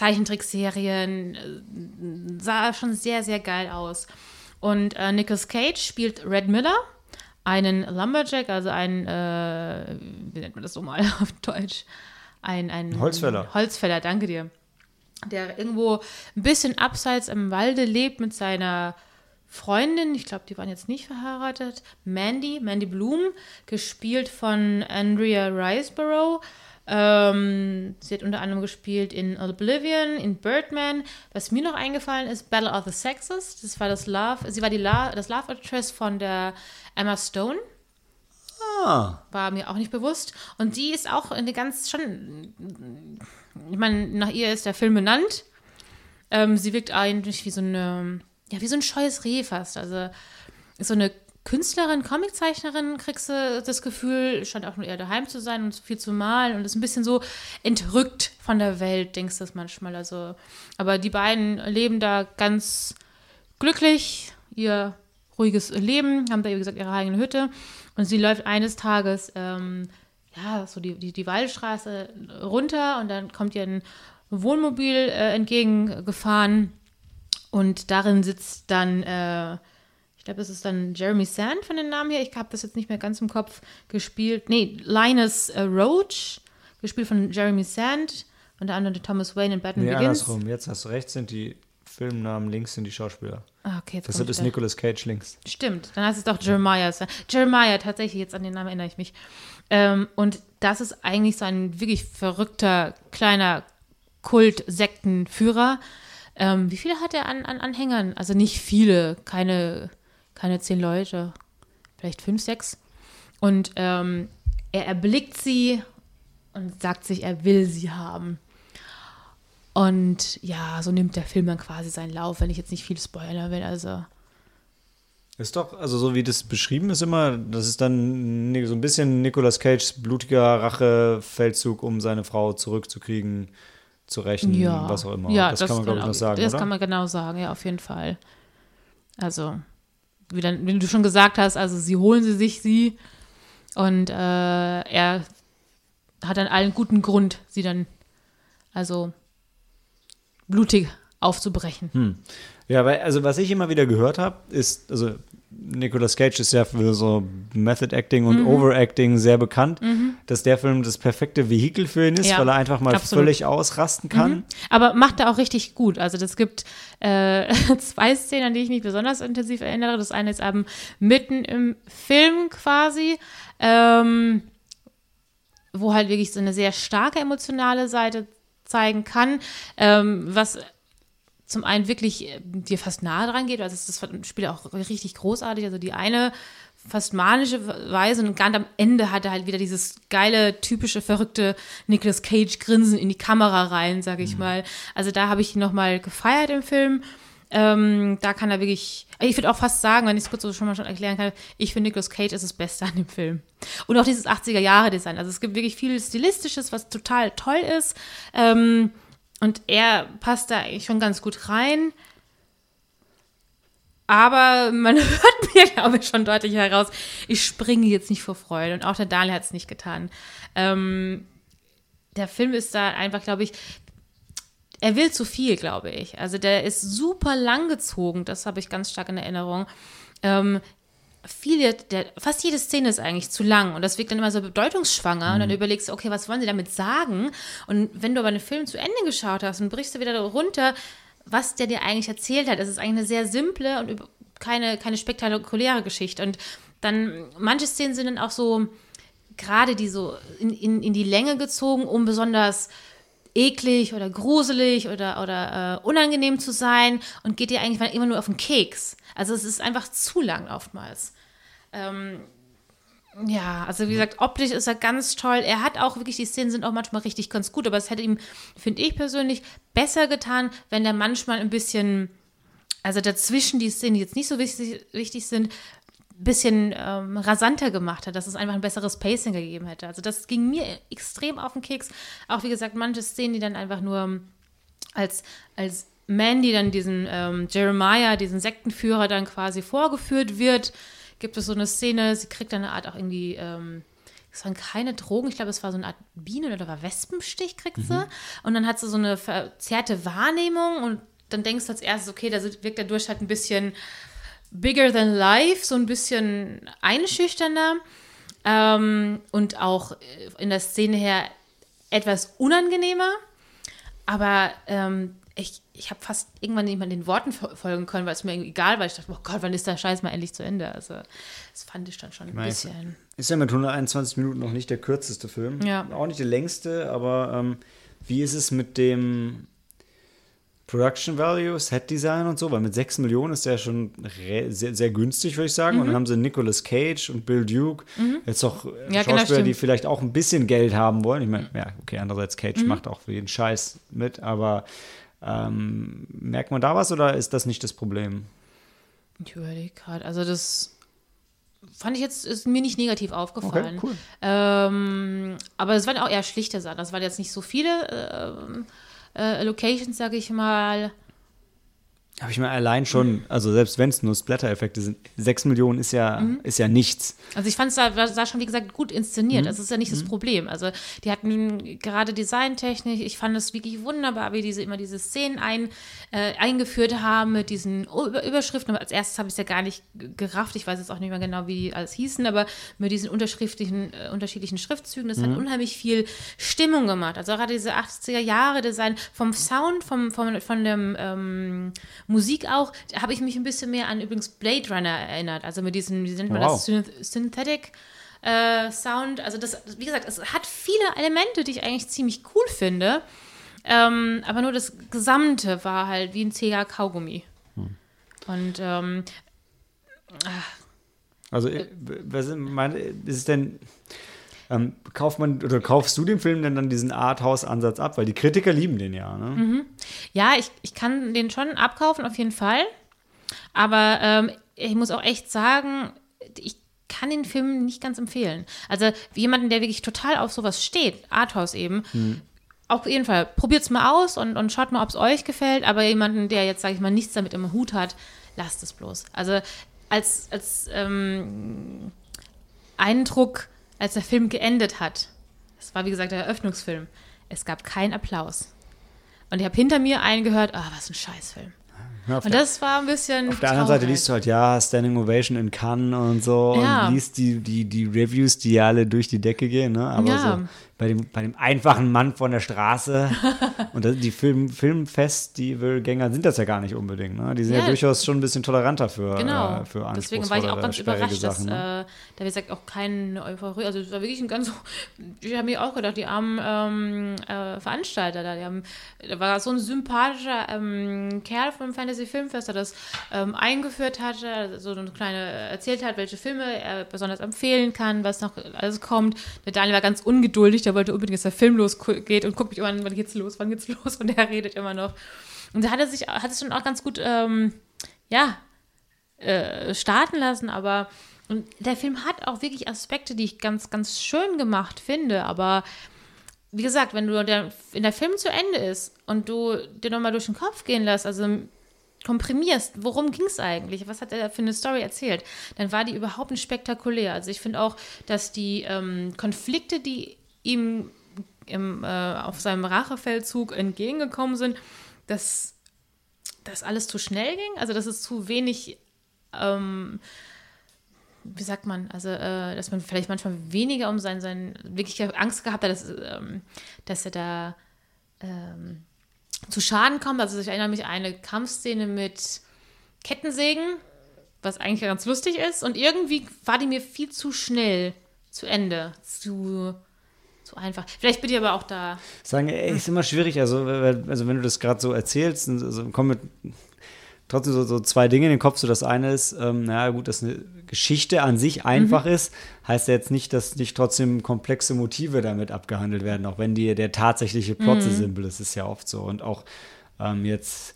Zeichentrickserien, sah schon sehr, sehr geil aus. Und äh, Nicolas Cage spielt Red Miller, einen Lumberjack, also ein, äh, wie nennt man das so mal auf Deutsch? Ein, ein Holzfäller. Holzfäller, danke dir. Der irgendwo ein bisschen abseits im Walde lebt mit seiner Freundin, ich glaube, die waren jetzt nicht verheiratet, Mandy, Mandy Bloom, gespielt von Andrea Riseborough. Ähm, sie hat unter anderem gespielt in Oblivion, in Birdman. Was mir noch eingefallen ist, Battle of the Sexes. Das war das Love, sie war die La- das Love Interest von der Emma Stone. Ah. War mir auch nicht bewusst. Und die ist auch eine ganz schon, ich meine, nach ihr ist der Film benannt. Ähm, sie wirkt eigentlich wie so eine, ja, wie so ein scheues Reh fast. Also ist so eine Künstlerin, Comiczeichnerin, kriegst du das Gefühl, scheint auch nur eher daheim zu sein und viel zu malen und ist ein bisschen so entrückt von der Welt, denkst du das manchmal. Also, aber die beiden leben da ganz glücklich, ihr ruhiges Leben, haben da, wie gesagt, ihre eigene Hütte und sie läuft eines Tages, ähm, ja, so die, die, die Waldstraße runter und dann kommt ihr ein Wohnmobil äh, entgegengefahren und darin sitzt dann äh, ich glaube, es ist dann Jeremy Sand von den Namen her. Ich habe das jetzt nicht mehr ganz im Kopf gespielt. Nee, Linus äh, Roach, gespielt von Jeremy Sand. Unter anderem Thomas Wayne in Batman nee, Begins. Andersrum. Jetzt hast du recht, sind die Filmnamen links, sind die Schauspieler. Ah, okay, jetzt das ist Nicolas Cage links. Stimmt, dann heißt es doch Jeremiah. Jeremiah, tatsächlich, jetzt an den Namen erinnere ich mich. Ähm, und das ist eigentlich so ein wirklich verrückter, kleiner Kult-Sektenführer. Ähm, wie viele hat er an, an Anhängern? Also nicht viele, keine... keine zehn Leute, vielleicht fünf, sechs. Und ähm, er erblickt sie und sagt sich, er will sie haben. Und ja, so nimmt der Film dann quasi seinen Lauf, wenn ich jetzt nicht viel spoilern will. Also ist doch, also so wie das beschrieben ist immer, das ist dann so ein bisschen Nicolas Cages blutiger Rachefeldzug, um seine Frau zurückzukriegen, zu rächen, ja. was auch immer. Ja, das, das kann man, glaube ich, genau, noch sagen, Das oder? kann man genau sagen, ja, auf jeden Fall. Also Wie, dann, wie du schon gesagt hast, also sie holen sie sich sie und äh, er hat dann allen guten Grund, sie dann also blutig aufzubrechen. Hm. Ja, weil, also was ich immer wieder gehört habe, ist, also Nicolas Cage ist ja für so Method Acting und mhm. Overacting sehr bekannt, mhm. dass der Film das perfekte Vehikel für ihn ist, ja, weil er einfach mal absolut. völlig ausrasten kann. Mhm. Aber macht er auch richtig gut. Also das gibt äh, zwei Szenen, an die ich mich besonders intensiv erinnere. Das eine ist eben mitten im Film quasi, ähm, wo halt wirklich so eine sehr starke emotionale Seite zeigen kann, ähm, was zum einen wirklich dir fast nahe dran geht, also das Spiel auch richtig großartig, also die eine fast manische Weise und ganz am Ende hat er halt wieder dieses geile, typische, verrückte Nicolas Cage-Grinsen in die Kamera rein, sag ich mhm. mal. Also da habe ich ihn nochmal gefeiert im Film. Ähm, da kann er wirklich, ich würde auch fast sagen, wenn ich es kurz so schon mal schon erklären kann, ich finde Nicolas Cage ist das Beste an dem Film. Und auch dieses achtziger-Jahre-Design. Also es gibt wirklich viel Stilistisches, was total toll ist. Ähm, Und er passt da eigentlich schon ganz gut rein. Aber man hört mir, glaube ich, schon deutlich heraus, ich springe jetzt nicht vor Freude. Und auch der Daniel hat es nicht getan. Ähm, der Film ist da einfach, glaube ich, er will zu viel, glaube ich. Also der ist super langgezogen. Das habe ich ganz stark in Erinnerung. Ähm, viele, der, fast jede Szene ist eigentlich zu lang und das wirkt dann immer so bedeutungsschwanger mhm. und dann überlegst du, okay, was wollen sie damit sagen? Und wenn du aber einen Film zu Ende geschaut hast und brichst du wieder runter, was der dir eigentlich erzählt hat. Das ist eigentlich eine sehr simple und keine, keine spektakuläre Geschichte. Und dann, manche Szenen sind dann auch so, gerade die so in, in, in die Länge gezogen, um besonders eklig oder gruselig oder, oder äh, unangenehm zu sein und geht dir eigentlich immer nur auf den Keks. Also es ist einfach zu lang oftmals. Ähm, ja, also wie gesagt, optisch ist er ganz toll. Er hat auch wirklich, die Szenen sind auch manchmal richtig ganz gut, aber es hätte ihm, finde ich persönlich, besser getan, wenn der manchmal ein bisschen, also dazwischen die Szenen, die jetzt nicht so wichtig, wichtig sind, ein bisschen ähm, rasanter gemacht hat, dass es einfach ein besseres Pacing gegeben hätte. Also das ging mir extrem auf den Keks. Auch wie gesagt, manche Szenen, die dann einfach nur als, als Mandy dann diesen ähm, Jeremiah, diesen Sektenführer dann quasi vorgeführt wird, gibt es so eine Szene, sie kriegt dann eine Art auch irgendwie, ähm, es waren keine Drogen, ich glaube, es war so eine Art Bienen- oder war Wespenstich, kriegt sie. Mhm. Und dann hat sie so eine verzerrte Wahrnehmung und dann denkst du als erstes, okay, da wirkt der Durchschnitt halt ein bisschen bigger than life, so ein bisschen einschüchternder ähm, und auch in der Szene her etwas unangenehmer. Aber ähm, ich, ich habe fast irgendwann nicht mal den Worten folgen können, weil es mir irgendwie egal war. Ich dachte, oh Gott, wann ist der Scheiß mal endlich zu Ende? Also das fand ich dann schon ein ich bisschen. Ist ja mit hunderteinundzwanzig Minuten noch nicht der kürzeste Film. Ja. Auch nicht der längste, aber ähm, wie ist es mit dem Production Value, Set Design und so? Weil mit sechs Millionen ist der schon re- sehr, sehr günstig, würde ich sagen. Mhm. Und dann haben sie Nicolas Cage und Bill Duke. Mhm. Jetzt auch ja, Schauspieler, genau, die vielleicht auch ein bisschen Geld haben wollen. Ich meine, ja, okay, andererseits Cage mhm. macht auch für jeden Scheiß mit, aber Ähm, merkt man da was oder ist das nicht das Problem? Ich überlege gerade, also das fand ich jetzt, ist mir nicht negativ aufgefallen. Okay, cool. Ähm, aber es waren auch eher schlichte Sachen. Das waren jetzt nicht so viele äh, äh, Locations, sage ich mal. Habe ich mir allein schon, also selbst wenn es nur Splatter-Effekte sind, sechs Millionen ist ja, mhm. ist ja nichts. Also ich fand es da, da schon, wie gesagt, gut inszeniert. Mhm. Das ist ja nicht mhm. das Problem. Also die hatten gerade designtechnisch, ich fand es wirklich wunderbar, wie diese immer diese Szenen ein, äh, eingeführt haben mit diesen Über- Überschriften. Aber als erstes habe ich es ja gar nicht gerafft. Ich weiß jetzt auch nicht mehr genau, wie die alles hießen, aber mit diesen unterschiedlichen, äh, unterschiedlichen Schriftzügen, das mhm. hat unheimlich viel Stimmung gemacht. Also gerade diese achtziger-Jahre-Design vom Sound, vom, vom, von dem ähm, Musik auch, da habe ich mich ein bisschen mehr an übrigens Blade Runner erinnert, also mit diesem, wie nennt man wow. das, Synth- Synthetic äh, Sound, also das, wie gesagt, es hat viele Elemente, die ich eigentlich ziemlich cool finde, ähm, aber nur das Gesamte war halt wie ein zäher Kaugummi. Hm. Und ähm, also, was mein, ist es denn Ähm, kauft man oder kaufst du dem Film denn dann diesen Arthouse-Ansatz ab? Weil die Kritiker lieben den ja, ne? Mhm. Ja, ich, ich kann den schon abkaufen, auf jeden Fall. Aber ähm, ich muss auch echt sagen, ich kann den Film nicht ganz empfehlen. Also jemanden, der wirklich total auf sowas steht, Arthouse eben, mhm. auf jeden Fall, probiert es mal aus und, und schaut mal, ob es euch gefällt. Aber jemanden, der jetzt, sage ich mal, nichts damit im Hut hat, lasst es bloß. Also als, als ähm, Eindruck, als der Film geendet hat, das war wie gesagt der Eröffnungsfilm, es gab keinen Applaus. Und ich habe hinter mir einen gehört, ah, oh, was ein Scheißfilm. Ja, und das war ein bisschen Auf der anderen Seite liest du halt, ja, Standing Ovation in Cannes und so ja. und liest die, die, die Reviews, die ja alle durch die Decke gehen, ne? Aber ja. so bei dem, bei dem einfachen Mann von der Straße und das, die Film, Filmfestivals-Gänger sind das ja gar nicht unbedingt, ne? Die sind ja, ja durchaus schon ein bisschen toleranter für, genau. äh, für anspruchsvollere, deswegen war ich auch ganz überrascht, Sachen, dass ne? äh, da wie gesagt auch keine Euphorie, also es war wirklich ein ganz, ich habe mir auch gedacht, die armen ähm, äh, Veranstalter da, die haben, da war so ein sympathischer ähm, Kerl vom Fantasy Filmfest, der das ähm, eingeführt hatte, so eine kleine, erzählt hat, welche Filme er besonders empfehlen kann, was noch alles kommt. Der Daniel war ganz ungeduldig, der wollte unbedingt, dass der Film losgeht und guckt mich immer an, wann geht's los, wann geht's los und der redet immer noch. Und da hat er sich, hat es schon auch ganz gut, ähm, ja, äh, starten lassen, aber und der Film hat auch wirklich Aspekte, die ich ganz, ganz schön gemacht finde, aber wie gesagt, wenn du der, wenn der Film zu Ende ist und du dir nochmal durch den Kopf gehen lässt, also komprimierst, worum ging es eigentlich, was hat er für eine Story erzählt, dann war die überhaupt nicht spektakulär. Also ich finde auch, dass die ähm, Konflikte, die ihm im, äh, auf seinem Rachefeldzug entgegengekommen sind, dass das alles zu schnell ging, also dass es zu wenig ähm, wie sagt man, also, äh, dass man vielleicht manchmal weniger um sein, sein wirklich Angst gehabt hat, dass, ähm, dass er da ähm, zu Schaden kommt. Also ich erinnere mich an eine Kampfszene mit Kettensägen, was eigentlich ganz lustig ist. Und irgendwie war die mir viel zu schnell zu Ende, zu, zu einfach. Vielleicht bin ich aber auch da. Sagen, ey, ist immer schwierig. Also, also wenn du das gerade so erzählst, also kommen mit trotzdem so, so zwei Dinge in den Kopf. So das eine ist, ähm, naja gut, dass eine Geschichte an sich einfach mhm. ist, heißt ja jetzt nicht, dass nicht trotzdem komplexe Motive damit abgehandelt werden, auch wenn die, der tatsächliche Plot so mhm. simpel ist, ist ja oft so. Und auch ähm, jetzt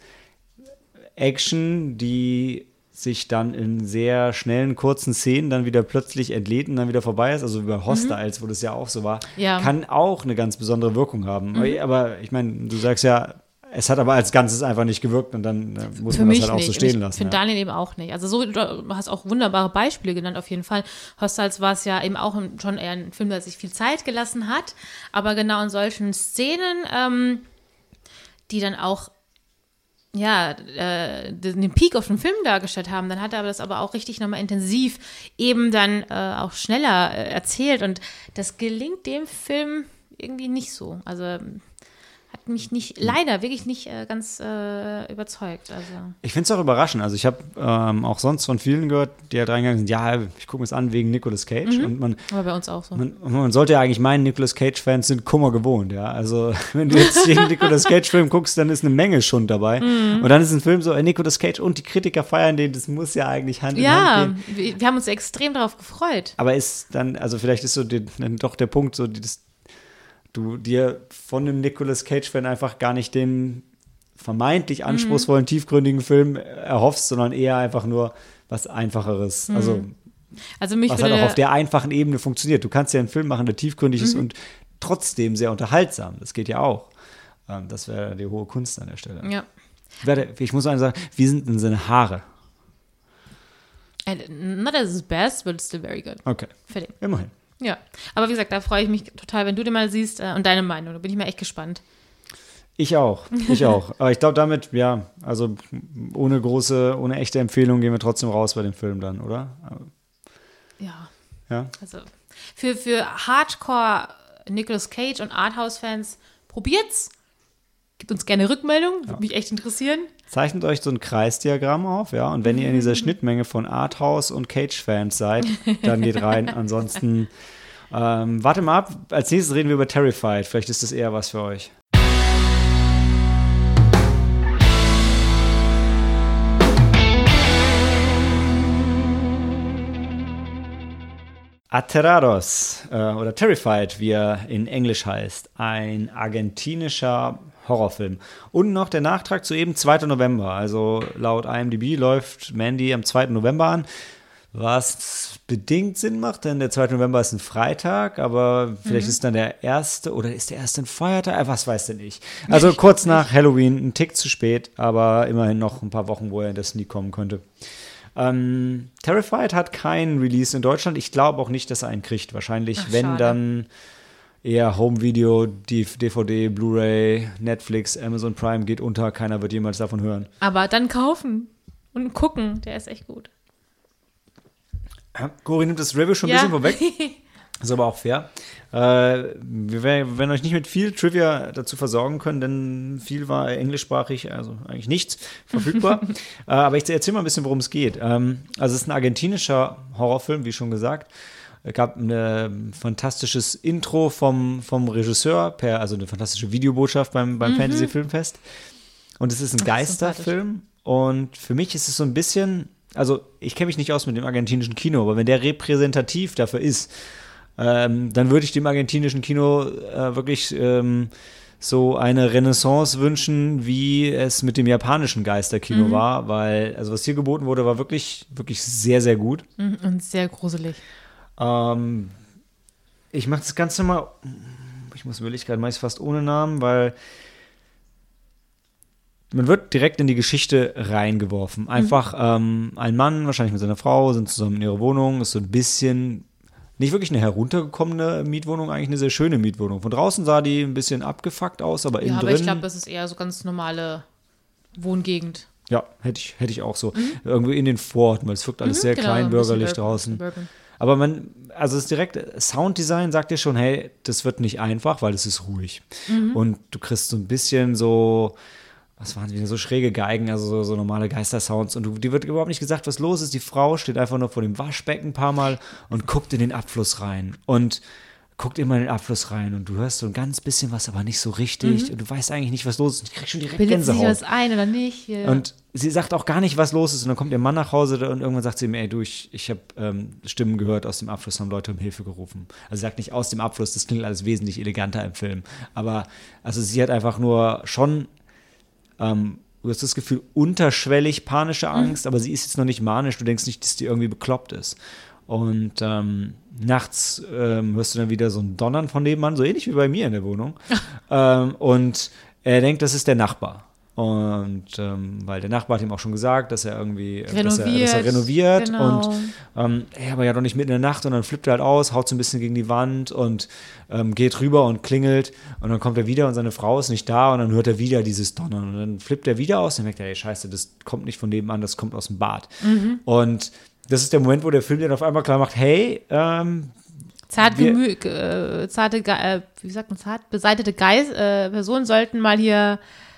Action, die sich dann in sehr schnellen, kurzen Szenen dann wieder plötzlich entlädt und dann wieder vorbei ist, also über Hostiles, mhm. wo das ja auch so war, ja. kann auch eine ganz besondere Wirkung haben. Mhm. Aber ich meine, du sagst ja, es hat aber als Ganzes einfach nicht gewirkt und dann äh, muss Für man das halt auch nicht. so stehen lassen. Ich finde ja. Daniel eben auch nicht. Also so, du hast auch wunderbare Beispiele genannt auf jeden Fall. Hostiles war es ja eben auch schon eher ein Film, der sich viel Zeit gelassen hat, aber genau in solchen Szenen, ähm, die dann auch ja, äh, den Peak auf dem Film dargestellt haben, dann hat er aber das aber auch richtig nochmal intensiv eben dann äh, auch schneller äh, erzählt und das gelingt dem Film irgendwie nicht so. Also hat mich nicht, leider wirklich nicht äh, ganz äh, überzeugt. Also. Ich finde es auch überraschend. Also ich habe ähm, auch sonst von vielen gehört, die halt reingegangen sind, ja, ich gucke mir es an wegen Nicolas Cage. Mhm. Und man, aber bei uns auch so. Man, man sollte ja eigentlich meinen, Nicolas Cage-Fans sind Kummer gewohnt. Ja? Also wenn du jetzt jeden Nicolas Cage-Film guckst, dann ist eine Menge Schund dabei. Mhm. Und dann ist ein Film so, äh, Nicolas Cage und die Kritiker feiern den, das muss ja eigentlich Hand in ja, Hand gehen. Ja, wir, wir haben uns extrem darauf gefreut. Aber ist dann, also vielleicht ist so die, dann doch der Punkt, so die, das du dir von einem Nicolas Cage-Fan einfach gar nicht den vermeintlich anspruchsvollen, mhm. tiefgründigen Film erhoffst, sondern eher einfach nur was Einfacheres. Mhm. Also, also mich was halt auch auf der einfachen Ebene funktioniert. Du kannst ja einen Film machen, der tiefgründig mhm. ist und trotzdem sehr unterhaltsam. Das geht ja auch. Das wäre die hohe Kunst an der Stelle. Ja. Ich muss sagen, wie sind denn seine Haare? Not as his best, but still very good. Okay. Fertig. Immerhin. Ja, aber wie gesagt, da freue ich mich total, wenn du den mal siehst äh, und deine Meinung. Da bin ich mal echt gespannt. Ich auch, ich auch. Aber ich glaube damit, ja, also ohne große, ohne echte Empfehlung gehen wir trotzdem raus bei dem Film dann, oder? Ja. Ja? Also für, für Hardcore Nicolas Cage und Arthouse-Fans, probiert's. Gebt uns gerne Rückmeldung, würde ja. mich echt interessieren. Zeichnet euch so ein Kreisdiagramm auf, ja, und wenn ihr in dieser Schnittmenge von Arthouse und Cage-Fans seid, dann geht rein. Ansonsten, ähm, warte mal ab, als nächstes reden wir über Terrified. Vielleicht ist das eher was für euch. Aterrados äh, oder Terrified, wie er in Englisch heißt, ein argentinischer Horrorfilm. Und noch der Nachtrag zu eben zweiten November. Also laut I M D B läuft Mandy am zweiten November an, was bedingt Sinn macht, denn der zweite November ist ein Freitag, aber vielleicht mhm. ist dann der erste oder ist der erste ein Feiertag? Was weiß denn ich. Also ich kurz nach Halloween, ein Tick zu spät, aber immerhin noch ein paar Wochen, wo er das nie kommen könnte. Ähm, Terrified hat keinen Release in Deutschland. Ich glaube auch nicht, dass er einen kriegt. Wahrscheinlich, Ach, wenn schade. dann eher Home-Video, D V D, Blu-ray, Netflix, Amazon Prime geht unter. Keiner wird jemals davon hören. Aber dann kaufen und gucken. Der ist echt gut. Ja, Cori nimmt das Review schon ein ja. bisschen vorweg. Ist aber auch fair. Äh, wir werden euch nicht mit viel Trivia dazu versorgen können, denn viel war englischsprachig, also eigentlich nichts verfügbar. äh, aber ich erzähle mal ein bisschen, worum es geht. Ähm, also es ist ein argentinischer Horrorfilm, wie schon gesagt. Es gab ein fantastisches Intro vom, vom Regisseur, per, also eine fantastische Videobotschaft beim, beim mhm. Fantasy Filmfest. Und es ist ein Ach, Geisterfilm. Und für mich ist es so ein bisschen, also ich kenne mich nicht aus mit dem argentinischen Kino, aber wenn der repräsentativ dafür ist, ähm, dann würde ich dem argentinischen Kino äh, wirklich ähm, so eine Renaissance wünschen, wie es mit dem japanischen Geisterkino mhm. war, weil, also was hier geboten wurde, war wirklich, wirklich sehr, sehr gut. Und sehr gruselig. Ähm, ich mache das Ganze mal, ich muss überlegen, gerade meist fast ohne Namen, weil man wird direkt in die Geschichte reingeworfen. Einfach mhm. ähm, ein Mann, wahrscheinlich mit seiner Frau, sind zusammen in ihrer Wohnung, ist so ein bisschen, nicht wirklich eine heruntergekommene Mietwohnung, eigentlich eine sehr schöne Mietwohnung. Von draußen sah die ein bisschen abgefuckt aus, aber ja, innen aber drin. ich glaube, das ist eher so ganz normale Wohngegend. Ja, hätte ich, hätte ich auch so. Mhm. Irgendwie in den Vororten, weil es wirkt alles mhm, sehr genau, kleinbürgerlich draußen. Urban. Aber man, also das direkte Sounddesign sagt dir schon, hey, das wird nicht einfach, weil es ist ruhig. Mhm. Und du kriegst so ein bisschen so, was waren es, so schräge Geigen, also so, so normale Geistersounds. Und du, dir wird überhaupt nicht gesagt, was los ist. Die Frau steht einfach nur vor dem Waschbecken ein paar Mal und guckt in den Abfluss rein. Und guckt immer in den Abfluss rein und du hörst so ein ganz bisschen was, aber nicht so richtig. Mhm. Und du weißt eigentlich nicht, was los ist. Ich krieg schon direkt Bildet Gänsehaut. Bildet sich was ein oder nicht? Ja. Und sie sagt auch gar nicht, was los ist. Und dann kommt ihr Mann nach Hause und irgendwann sagt sie mir, ey, du, ich, ich habe ähm, Stimmen gehört aus dem Abfluss, haben Leute um Hilfe gerufen. Also sie sagt nicht aus dem Abfluss, das klingt alles wesentlich eleganter im Film. Aber also sie hat einfach nur schon, ähm, du hast das Gefühl, unterschwellig panische Angst, mhm. aber sie ist jetzt noch nicht manisch. Du denkst nicht, dass die irgendwie bekloppt ist. Und ähm, nachts ähm, hörst du dann wieder so ein Donnern von nebenan, so ähnlich wie bei mir in der Wohnung. ähm, und er denkt, das ist der Nachbar. Und ähm, weil der Nachbar hat ihm auch schon gesagt, dass er irgendwie renoviert, dass er, dass er renoviert. Genau. Und ähm, er aber ja doch nicht mitten in der Nacht und dann flippt er halt aus, haut so ein bisschen gegen die Wand und ähm, geht rüber und klingelt. Und dann kommt er wieder und seine Frau ist nicht da und dann hört er wieder dieses Donnern. Und dann flippt er wieder aus und merkt er, ey, scheiße, das kommt nicht von nebenan, das kommt aus dem Bad. Mhm. Und das ist der Moment, wo der Film dann auf einmal klar macht, hey, ähm, Zart gemü- äh, zarte, äh, wie sagt man, zart beseitete Geist, äh, Personen sollten mal hier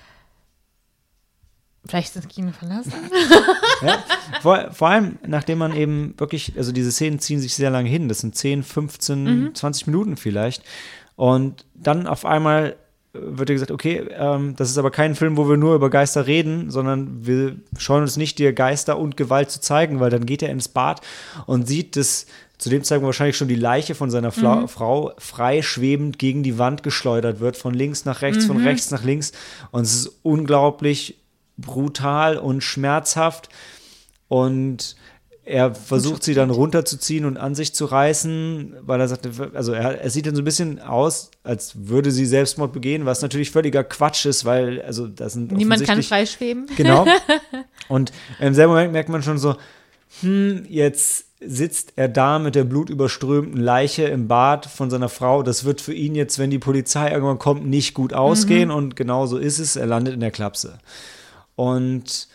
vielleicht das Kino verlassen. ja, vor, vor allem, nachdem man eben wirklich, also diese Szenen ziehen sich sehr lange hin, das sind zehn, fünfzehn, mhm. zwanzig Minuten vielleicht. Und dann auf einmal wird dir gesagt, okay, ähm, das ist aber kein Film, wo wir nur über Geister reden, sondern wir scheuen uns nicht, dir Geister und Gewalt zu zeigen, weil dann geht er ins Bad und sieht, dass zu dem Zeitpunkt wahrscheinlich schon die Leiche von seiner Fla- mhm. Frau frei schwebend gegen die Wand geschleudert wird, von links nach rechts, mhm. von rechts nach links. Und es ist unglaublich brutal und schmerzhaft. Und er versucht, sie dann runterzuziehen und an sich zu reißen, weil er sagt, also er, er sieht dann so ein bisschen aus, als würde sie Selbstmord begehen, was natürlich völliger Quatsch ist, weil, also das sind niemand kann frei schweben. Genau. Und im selben Moment merkt man schon so, hm, jetzt sitzt er da mit der blutüberströmten Leiche im Bad von seiner Frau. Das wird für ihn jetzt, wenn die Polizei irgendwann kommt, nicht gut ausgehen. Mhm. Und genau so ist es. Er landet in der Klapse. Und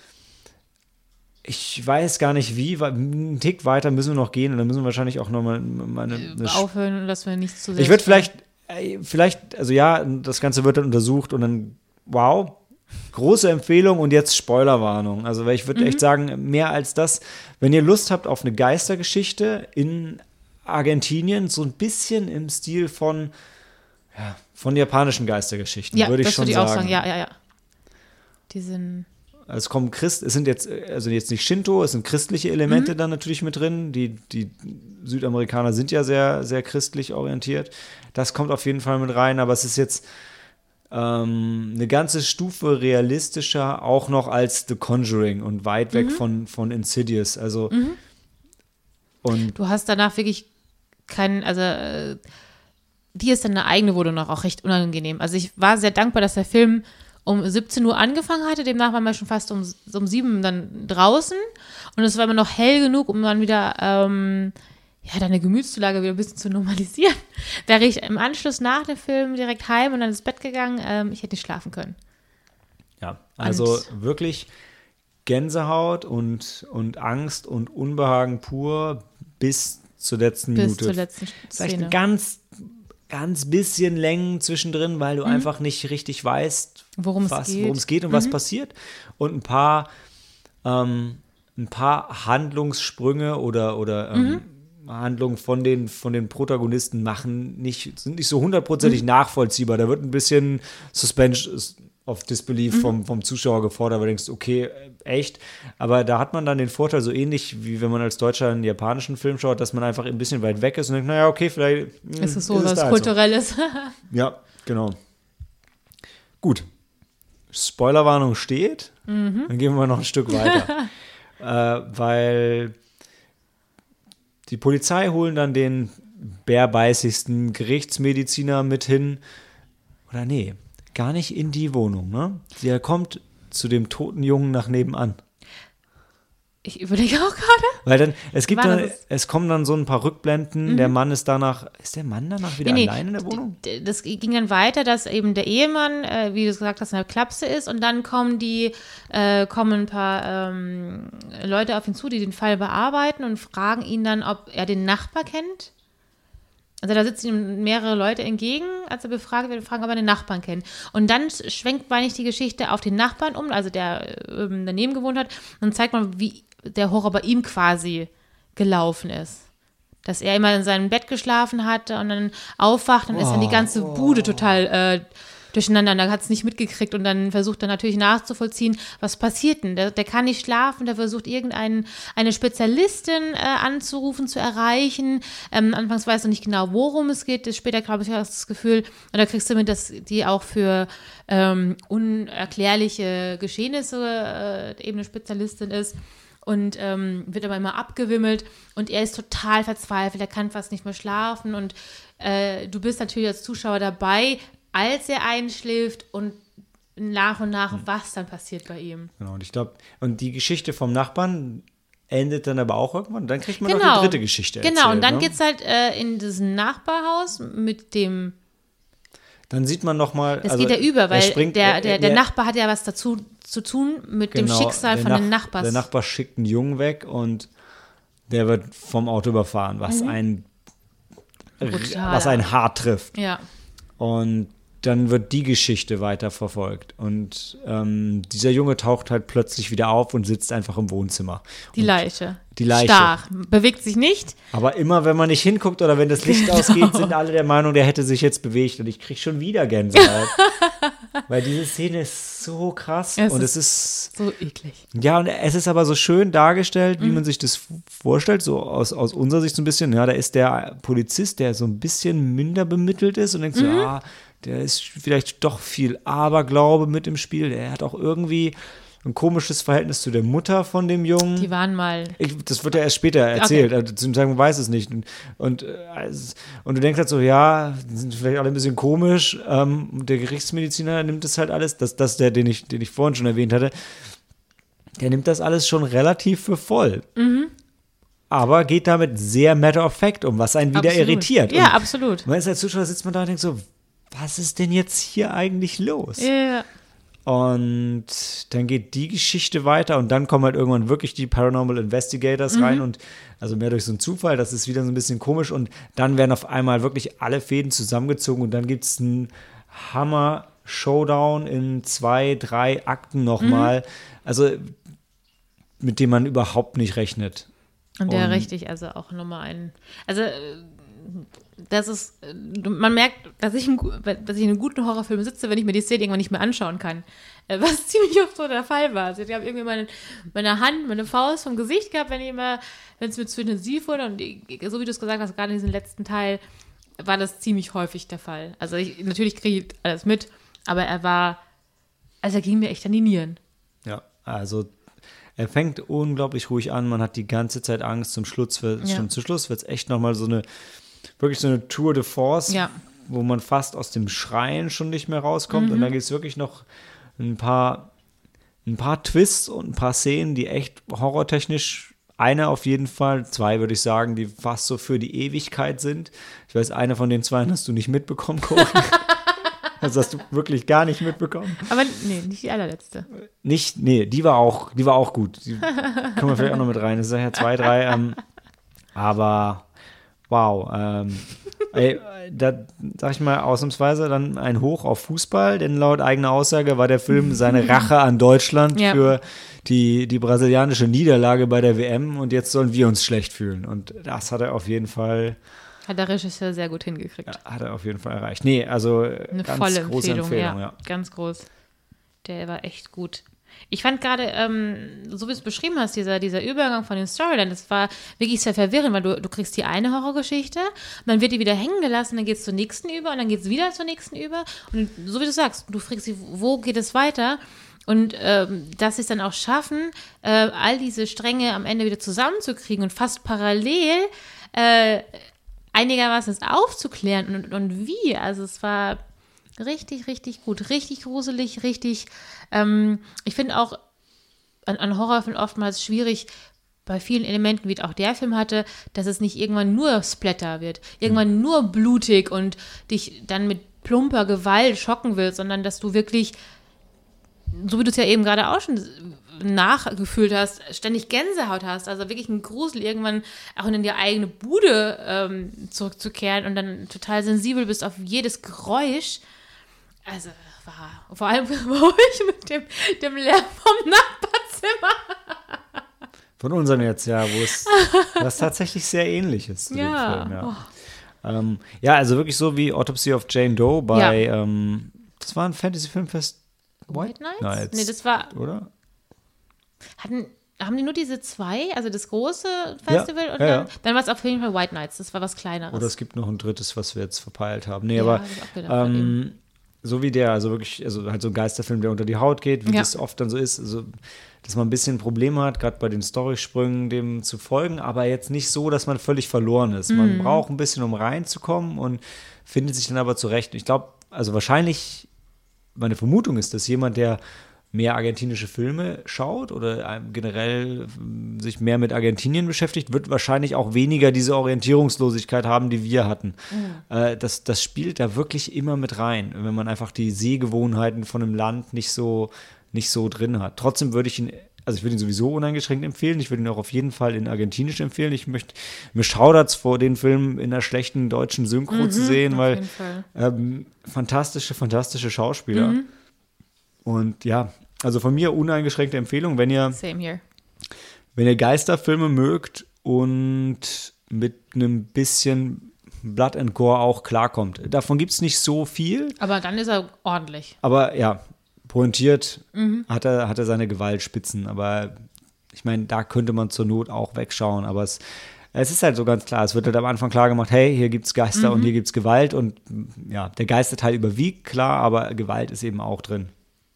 ich weiß gar nicht wie, weil einen Tick weiter müssen wir noch gehen und dann müssen wir wahrscheinlich auch nochmal eine, eine aufhören, dass wir nicht zu sehr. Ich würde vielleicht, vielleicht, also ja, das Ganze wird dann untersucht und dann, wow, große Empfehlung und jetzt Spoilerwarnung. Also ich würde mhm. echt sagen, mehr als das, wenn ihr Lust habt auf eine Geistergeschichte in Argentinien, so ein bisschen im Stil von, ja, von japanischen Geistergeschichten, ja, würde ich schon würde ich sagen. Auch sagen. Ja, ja, ja. Die sind Es kommen Christ, es sind jetzt, also jetzt nicht Shinto, es sind christliche Elemente mhm. dann natürlich mit drin. Die, die Südamerikaner sind ja sehr, sehr christlich orientiert. Das kommt auf jeden Fall mit rein, aber es ist jetzt ähm, eine ganze Stufe realistischer, auch noch als The Conjuring und weit weg mhm. von, von Insidious. Also mhm. und du hast danach wirklich keinen, also äh, dir ist deine eigene Wohnung noch auch recht unangenehm. Also ich war sehr dankbar, dass der Film um siebzehn Uhr angefangen hatte, demnach waren wir schon fast um, um sieben dann draußen und es war immer noch hell genug, um dann wieder ähm, ja, deine Gemütszulage wieder ein bisschen zu normalisieren. Wäre ich im Anschluss nach dem Film direkt heim und dann ins Bett gegangen, ähm, ich hätte nicht schlafen können. Ja, also und wirklich Gänsehaut und, und Angst und Unbehagen pur bis zur letzten bis Minute. Bis zur letzten Szene. Vielleicht ein ganz ganz bisschen Längen zwischendrin, weil du mhm. einfach nicht richtig weißt, worum was, es geht, worum es geht und mhm. was passiert. Und ein paar, ähm, ein paar Handlungssprünge oder, oder ähm, mhm. Handlungen von den, von den Protagonisten machen nicht, sind nicht so hundertprozentig mhm. nachvollziehbar. Da wird ein bisschen Suspension of Disbelief mhm. vom, vom Zuschauer gefordert, weil du denkst, okay, echt. Aber da hat man dann den Vorteil, so ähnlich wie wenn man als Deutscher einen japanischen Film schaut, dass man einfach ein bisschen weit weg ist und denkt, naja, okay, vielleicht mh, ist es so, ist was Kulturelles. So. Ja, genau. Gut. Spoilerwarnung steht. Mhm. Dann gehen wir noch ein Stück weiter. äh, weil die Polizei holen dann den bärbeißigsten Gerichtsmediziner mit hin. Oder nee, gar nicht in die Wohnung, ne? Sie kommt zu dem toten Jungen nach nebenan. Ich überlege auch gerade. Weil dann, es gibt War dann, das- es kommen dann so ein paar Rückblenden, Mhm. der Mann ist danach, ist der Mann danach wieder Nee, nee, allein in der Wohnung? d- Das ging dann weiter, dass eben der Ehemann, äh, wie du gesagt hast, in der Klapse ist und dann kommen die, äh, kommen ein paar ähm, Leute auf ihn zu, die den Fall bearbeiten und fragen ihn dann, ob er den Nachbar kennt. Also da sitzen ihm mehrere Leute entgegen, als er befragt wird, und fragen, ob er den Nachbarn kennt. Und dann schwenkt, meine ich, die Geschichte auf den Nachbarn um, also der ähm, daneben gewohnt hat, und zeigt man, wie der Horror bei ihm quasi gelaufen ist. Dass er immer in seinem Bett geschlafen hatte und dann aufwacht und ist dann die ganze Bude total äh, durcheinander. Und er hat es nicht mitgekriegt und dann versucht er natürlich nachzuvollziehen, was passiert denn. Der, der kann nicht schlafen, der versucht irgendeine eine Spezialistin äh, anzurufen, zu erreichen. Ähm, anfangs weiß er nicht genau, worum es geht. Später, glaube ich, hast du das Gefühl, oder kriegst du mit, dass die auch für ähm, unerklärliche Geschehnisse äh, eben eine Spezialistin ist. Und ähm, wird aber immer abgewimmelt und er ist total verzweifelt, er kann fast nicht mehr schlafen und äh, du bist natürlich als Zuschauer dabei, als er einschläft und nach und nach, was dann passiert bei ihm. Genau, und ich glaube, und die Geschichte vom Nachbarn endet dann aber auch irgendwann, dann kriegt man Genau. noch die dritte Geschichte Genau, erzählt, und dann ne? geht's halt äh, in dieses Nachbarhaus mit dem, Dann sieht man nochmal, das also geht ja über, weil springt, der, er- der, er- der er- Nachbar hat ja was dazu zu tun mit dem genau, Schicksal der von den Nach- Nachbars. Der Nachbar schickt einen Jungen weg und der wird vom Auto überfahren, was ein Brutal. was einen hart trifft. Ja, Und dann wird die Geschichte weiter verfolgt. Und ähm, dieser Junge taucht halt plötzlich wieder auf und sitzt einfach im Wohnzimmer. die und Leiche. Die Leiche. Starr, bewegt sich nicht. Aber immer, wenn man nicht hinguckt oder wenn das Licht Genau. ausgeht, sind alle der Meinung, der hätte sich jetzt bewegt. Und ich kriege schon wieder Gänsehaut. Weil diese Szene ist so krass. Es und ist- es ist, So eklig. ja, und es ist aber so schön dargestellt, wie Mhm. man sich das vorstellt, so aus, aus unserer Sicht so ein bisschen. Ja, da ist der Polizist, der so ein bisschen minder bemittelt ist und denkt so, Mhm. ah, der ist vielleicht doch viel Aberglaube mit im Spiel. Der hat auch irgendwie ein komisches Verhältnis zu der Mutter von dem Jungen. Die waren mal. Ich, das wird ja erst später erzählt. Also, zum Zeitpunkt weiß es nicht. Und, und, äh, es- und du denkst halt so, ja, die sind vielleicht alle ein bisschen komisch. Ähm, der Gerichtsmediziner nimmt das halt alles, das, das der, den ich, den ich vorhin schon erwähnt hatte, der nimmt das alles schon relativ für voll. Mhm. Aber geht damit sehr matter of fact um, was einen wieder Absolut. irritiert. Ja, und absolut. man ist als Zuschauer, sitzt man da und denkt so, was ist denn jetzt hier eigentlich los? Ja. Und dann geht die Geschichte weiter und dann kommen halt irgendwann wirklich die Paranormal Investigators Mhm. rein und also mehr durch so einen Zufall, das ist wieder so ein bisschen komisch und dann werden auf einmal wirklich alle Fäden zusammengezogen und dann gibt es einen Hammer-Showdown in zwei, drei Akten nochmal, Mhm. also mit dem man überhaupt nicht rechnet. Und der Und- richtig, also auch nochmal ein. Also, äh, das ist, äh, man merkt, dass ich, in, gu- dass ich in einem guten Horrorfilm sitze, wenn ich mir die Szene irgendwann nicht mehr anschauen kann. Äh, Was ziemlich oft so der Fall war. Also ich habe irgendwie meine, meine Hand, meine Faust vom Gesicht gehabt, wenn ich immer, wenn es mir zu intensiv wurde. Und ich, so wie du es gesagt hast, gerade in diesem letzten Teil war das ziemlich häufig der Fall. Also ich, natürlich kriege ich alles mit, aber er war, also er ging mir echt an die Nieren. Ja, also er fängt unglaublich ruhig an, man hat die ganze Zeit Angst, zum Schluss wird Ja. zum Schluss wird es echt nochmal so eine, wirklich so eine Tour de Force, Ja. wo man fast aus dem Schreien schon nicht mehr rauskommt Mhm. und dann gibt es wirklich noch ein paar, ein paar Twists und ein paar Szenen, die echt horrortechnisch, eine auf jeden Fall, zwei würde ich sagen, die fast so für die Ewigkeit sind. Ich weiß, eine von den zwei hast du nicht mitbekommen, Cory. Das hast du wirklich gar nicht mitbekommen. Aber nee, nicht die allerletzte. Nicht, nee, die war auch, die war auch gut. Die können wir vielleicht auch noch mit rein. Das sind ja zwei, drei. Ähm, aber wow. Ähm, ey, da sag ich mal ausnahmsweise dann ein Hoch auf Fußball, denn laut eigener Aussage war der Film seine Rache an Deutschland Ja. für die, die brasilianische Niederlage bei der W M und jetzt sollen wir uns schlecht fühlen. Und das hat er auf jeden Fall, Hat der Regisseur sehr gut hingekriegt. hat er auf jeden Fall erreicht. Nee, also Eine ganz volle große Empfehlung, Empfehlung, ja, ja. ganz groß. Der war echt gut. Ich fand gerade, ähm, so wie du es beschrieben hast, dieser, dieser Übergang von den Storyline, das war wirklich sehr verwirrend, weil du, du kriegst die eine Horrorgeschichte, und dann wird die wieder hängen gelassen, dann geht es zur nächsten über und dann geht es wieder zur nächsten über. Und so wie du sagst, du fragst dich, wo geht es weiter? Und ähm, dass sie es dann auch schaffen, äh, all diese Stränge am Ende wieder zusammenzukriegen und fast parallel äh, einigermaßen es aufzuklären und, und wie. Also es war richtig, richtig gut, richtig gruselig, richtig, ähm, ich finde auch an, an Horrorfilmen oftmals schwierig, bei vielen Elementen, wie auch der Film hatte, dass es nicht irgendwann nur Splatter wird, irgendwann mhm. nur blutig und dich dann mit plumper Gewalt schocken will, sondern dass du wirklich, so wie du es ja eben gerade auch schon nachgefühlt hast, ständig Gänsehaut hast, also wirklich ein Grusel, irgendwann auch in die eigene Bude ähm, zurückzukehren und dann total sensibel bist auf jedes Geräusch. Also war vor allem, wo ich mit dem, dem Lärm vom Nachbarzimmer. Von unseren jetzt, ja, wo es was tatsächlich sehr ähnlich ist zu ja. dem Film, ja. Oh. Ähm, ja, also wirklich so wie Autopsy of Jane Doe bei, ja. ähm, das war ein Fantasy-Filmfest. White Nights? Nights? Nee, das war, oder? Hatten, haben die nur diese zwei, also das große Festival? Ja, und ja, dann, ja. dann war es auf jeden Fall White Nights, das war was Kleineres. Oder es gibt noch ein drittes, was wir jetzt verpeilt haben. Nee, ja, aber hab ich auch gedacht, ähm, so wie der, also wirklich, also halt so ein Geisterfilm, der unter die Haut geht, wie ja. das oft dann so ist, also, dass man ein bisschen Probleme hat, gerade bei den Storysprüngen dem zu folgen, aber jetzt nicht so, dass man völlig verloren ist. Mhm. Man braucht ein bisschen, um reinzukommen und findet sich dann aber zurecht. Ich glaube, also wahrscheinlich, meine Vermutung ist, dass jemand, der mehr argentinische Filme schaut oder generell sich mehr mit Argentinien beschäftigt, wird wahrscheinlich auch weniger diese Orientierungslosigkeit haben, die wir hatten. Mhm. Äh, das, das spielt da wirklich immer mit rein, wenn man einfach die Sehgewohnheiten von einem Land nicht so, nicht so drin hat. Trotzdem würde ich ihn, also ich würde ihn sowieso uneingeschränkt empfehlen, ich würde ihn auch auf jeden Fall in Argentinisch empfehlen. Ich möchte, mir schaudert's vor, den Film in einer schlechten deutschen Synchro mhm, zu sehen, weil ähm, fantastische, fantastische Schauspieler. Mhm. Und ja, also von mir uneingeschränkte Empfehlung, wenn ihr, Same here. wenn ihr Geisterfilme mögt und mit einem bisschen Blood and Gore auch klarkommt. Davon gibt es nicht so viel. Aber dann ist er ordentlich. Aber ja, pointiert mhm. hat, er, hat er seine Gewaltspitzen. Aber ich meine, da könnte man zur Not auch wegschauen. Aber es, es ist halt so ganz klar, es wird halt am Anfang klar gemacht, hey, hier gibt es Geister mhm. und hier gibt es Gewalt. Und ja, der Geisterteil überwiegt, klar, aber Gewalt ist eben auch drin.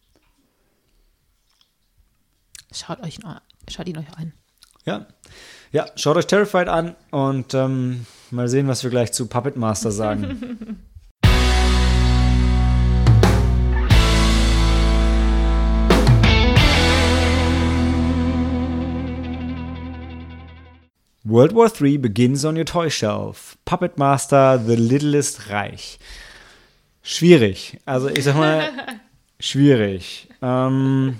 Schaut, euch, schaut ihn euch an. Ja. ja, schaut euch Terrified an und ähm, mal sehen, was wir gleich zu Puppet Master sagen. World War Three begins on your toy shelf. Puppet Master, The Littlest Reich. Schwierig. Also ich sag mal, schwierig. Ähm...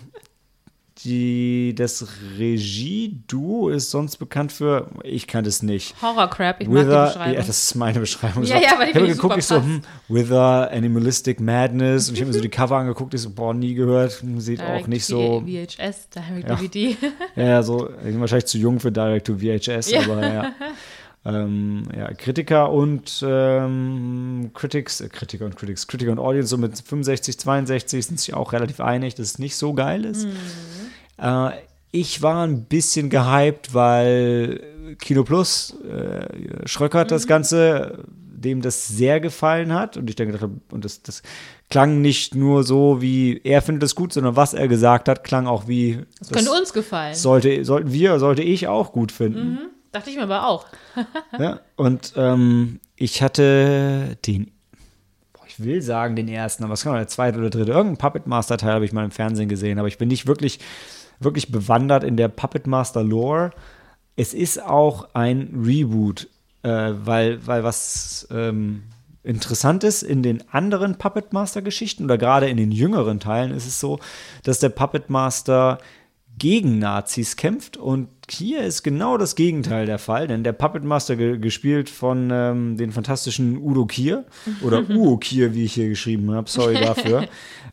Die, das Regie-Duo ist sonst bekannt für, ich kann das nicht. Horror-Crap, ich Wither, mag die Beschreibung. Ja, das ist meine Beschreibung. Ja, ja, aber die ich habe geguckt, ich so, hm, Wither, Animalistic Madness, und ich habe mir so die Cover angeguckt, ich so, boah, nie gehört, sieht Direct auch nicht so. V H S, Direct-D V D. Ja, ja, so, ich bin wahrscheinlich zu jung für Direct-to-V H S, ja. aber ja. Ähm, ja, Kritiker und ähm, Critics, äh, Kritiker und Critics, Kritiker und Audience, so mit fünfundsechzig, zweiundsechzig sind sich auch relativ einig, dass es nicht so geil ist. Mhm. Äh, ich war ein bisschen gehypt, weil Kino Plus, äh, Schröckert mhm. das Ganze, dem das sehr gefallen hat und ich denke, und das, das klang nicht nur so, wie er findet es gut, sondern was er gesagt hat, klang auch wie das, das könnte uns gefallen. Sollte, sollten wir, sollte ich auch gut finden. Mhm. Dachte ich mir aber auch. Ja, und ähm, ich hatte den, boah, ich will sagen den ersten, aber es kann auch der zweite oder dritte, irgendein Puppet Master Teil habe ich mal im Fernsehen gesehen, aber ich bin nicht wirklich, wirklich bewandert in der Puppet Master Lore. Es ist auch ein Reboot, äh, weil, weil was ähm, interessant ist, in den anderen Puppet Master Geschichten oder gerade in den jüngeren Teilen ist es so, dass der Puppet Master gegen Nazis kämpft und hier ist genau das Gegenteil der Fall, denn der Puppet Master, ge- gespielt von ähm, den fantastischen Udo Kier oder Uo Kier, wie ich hier geschrieben habe, sorry dafür,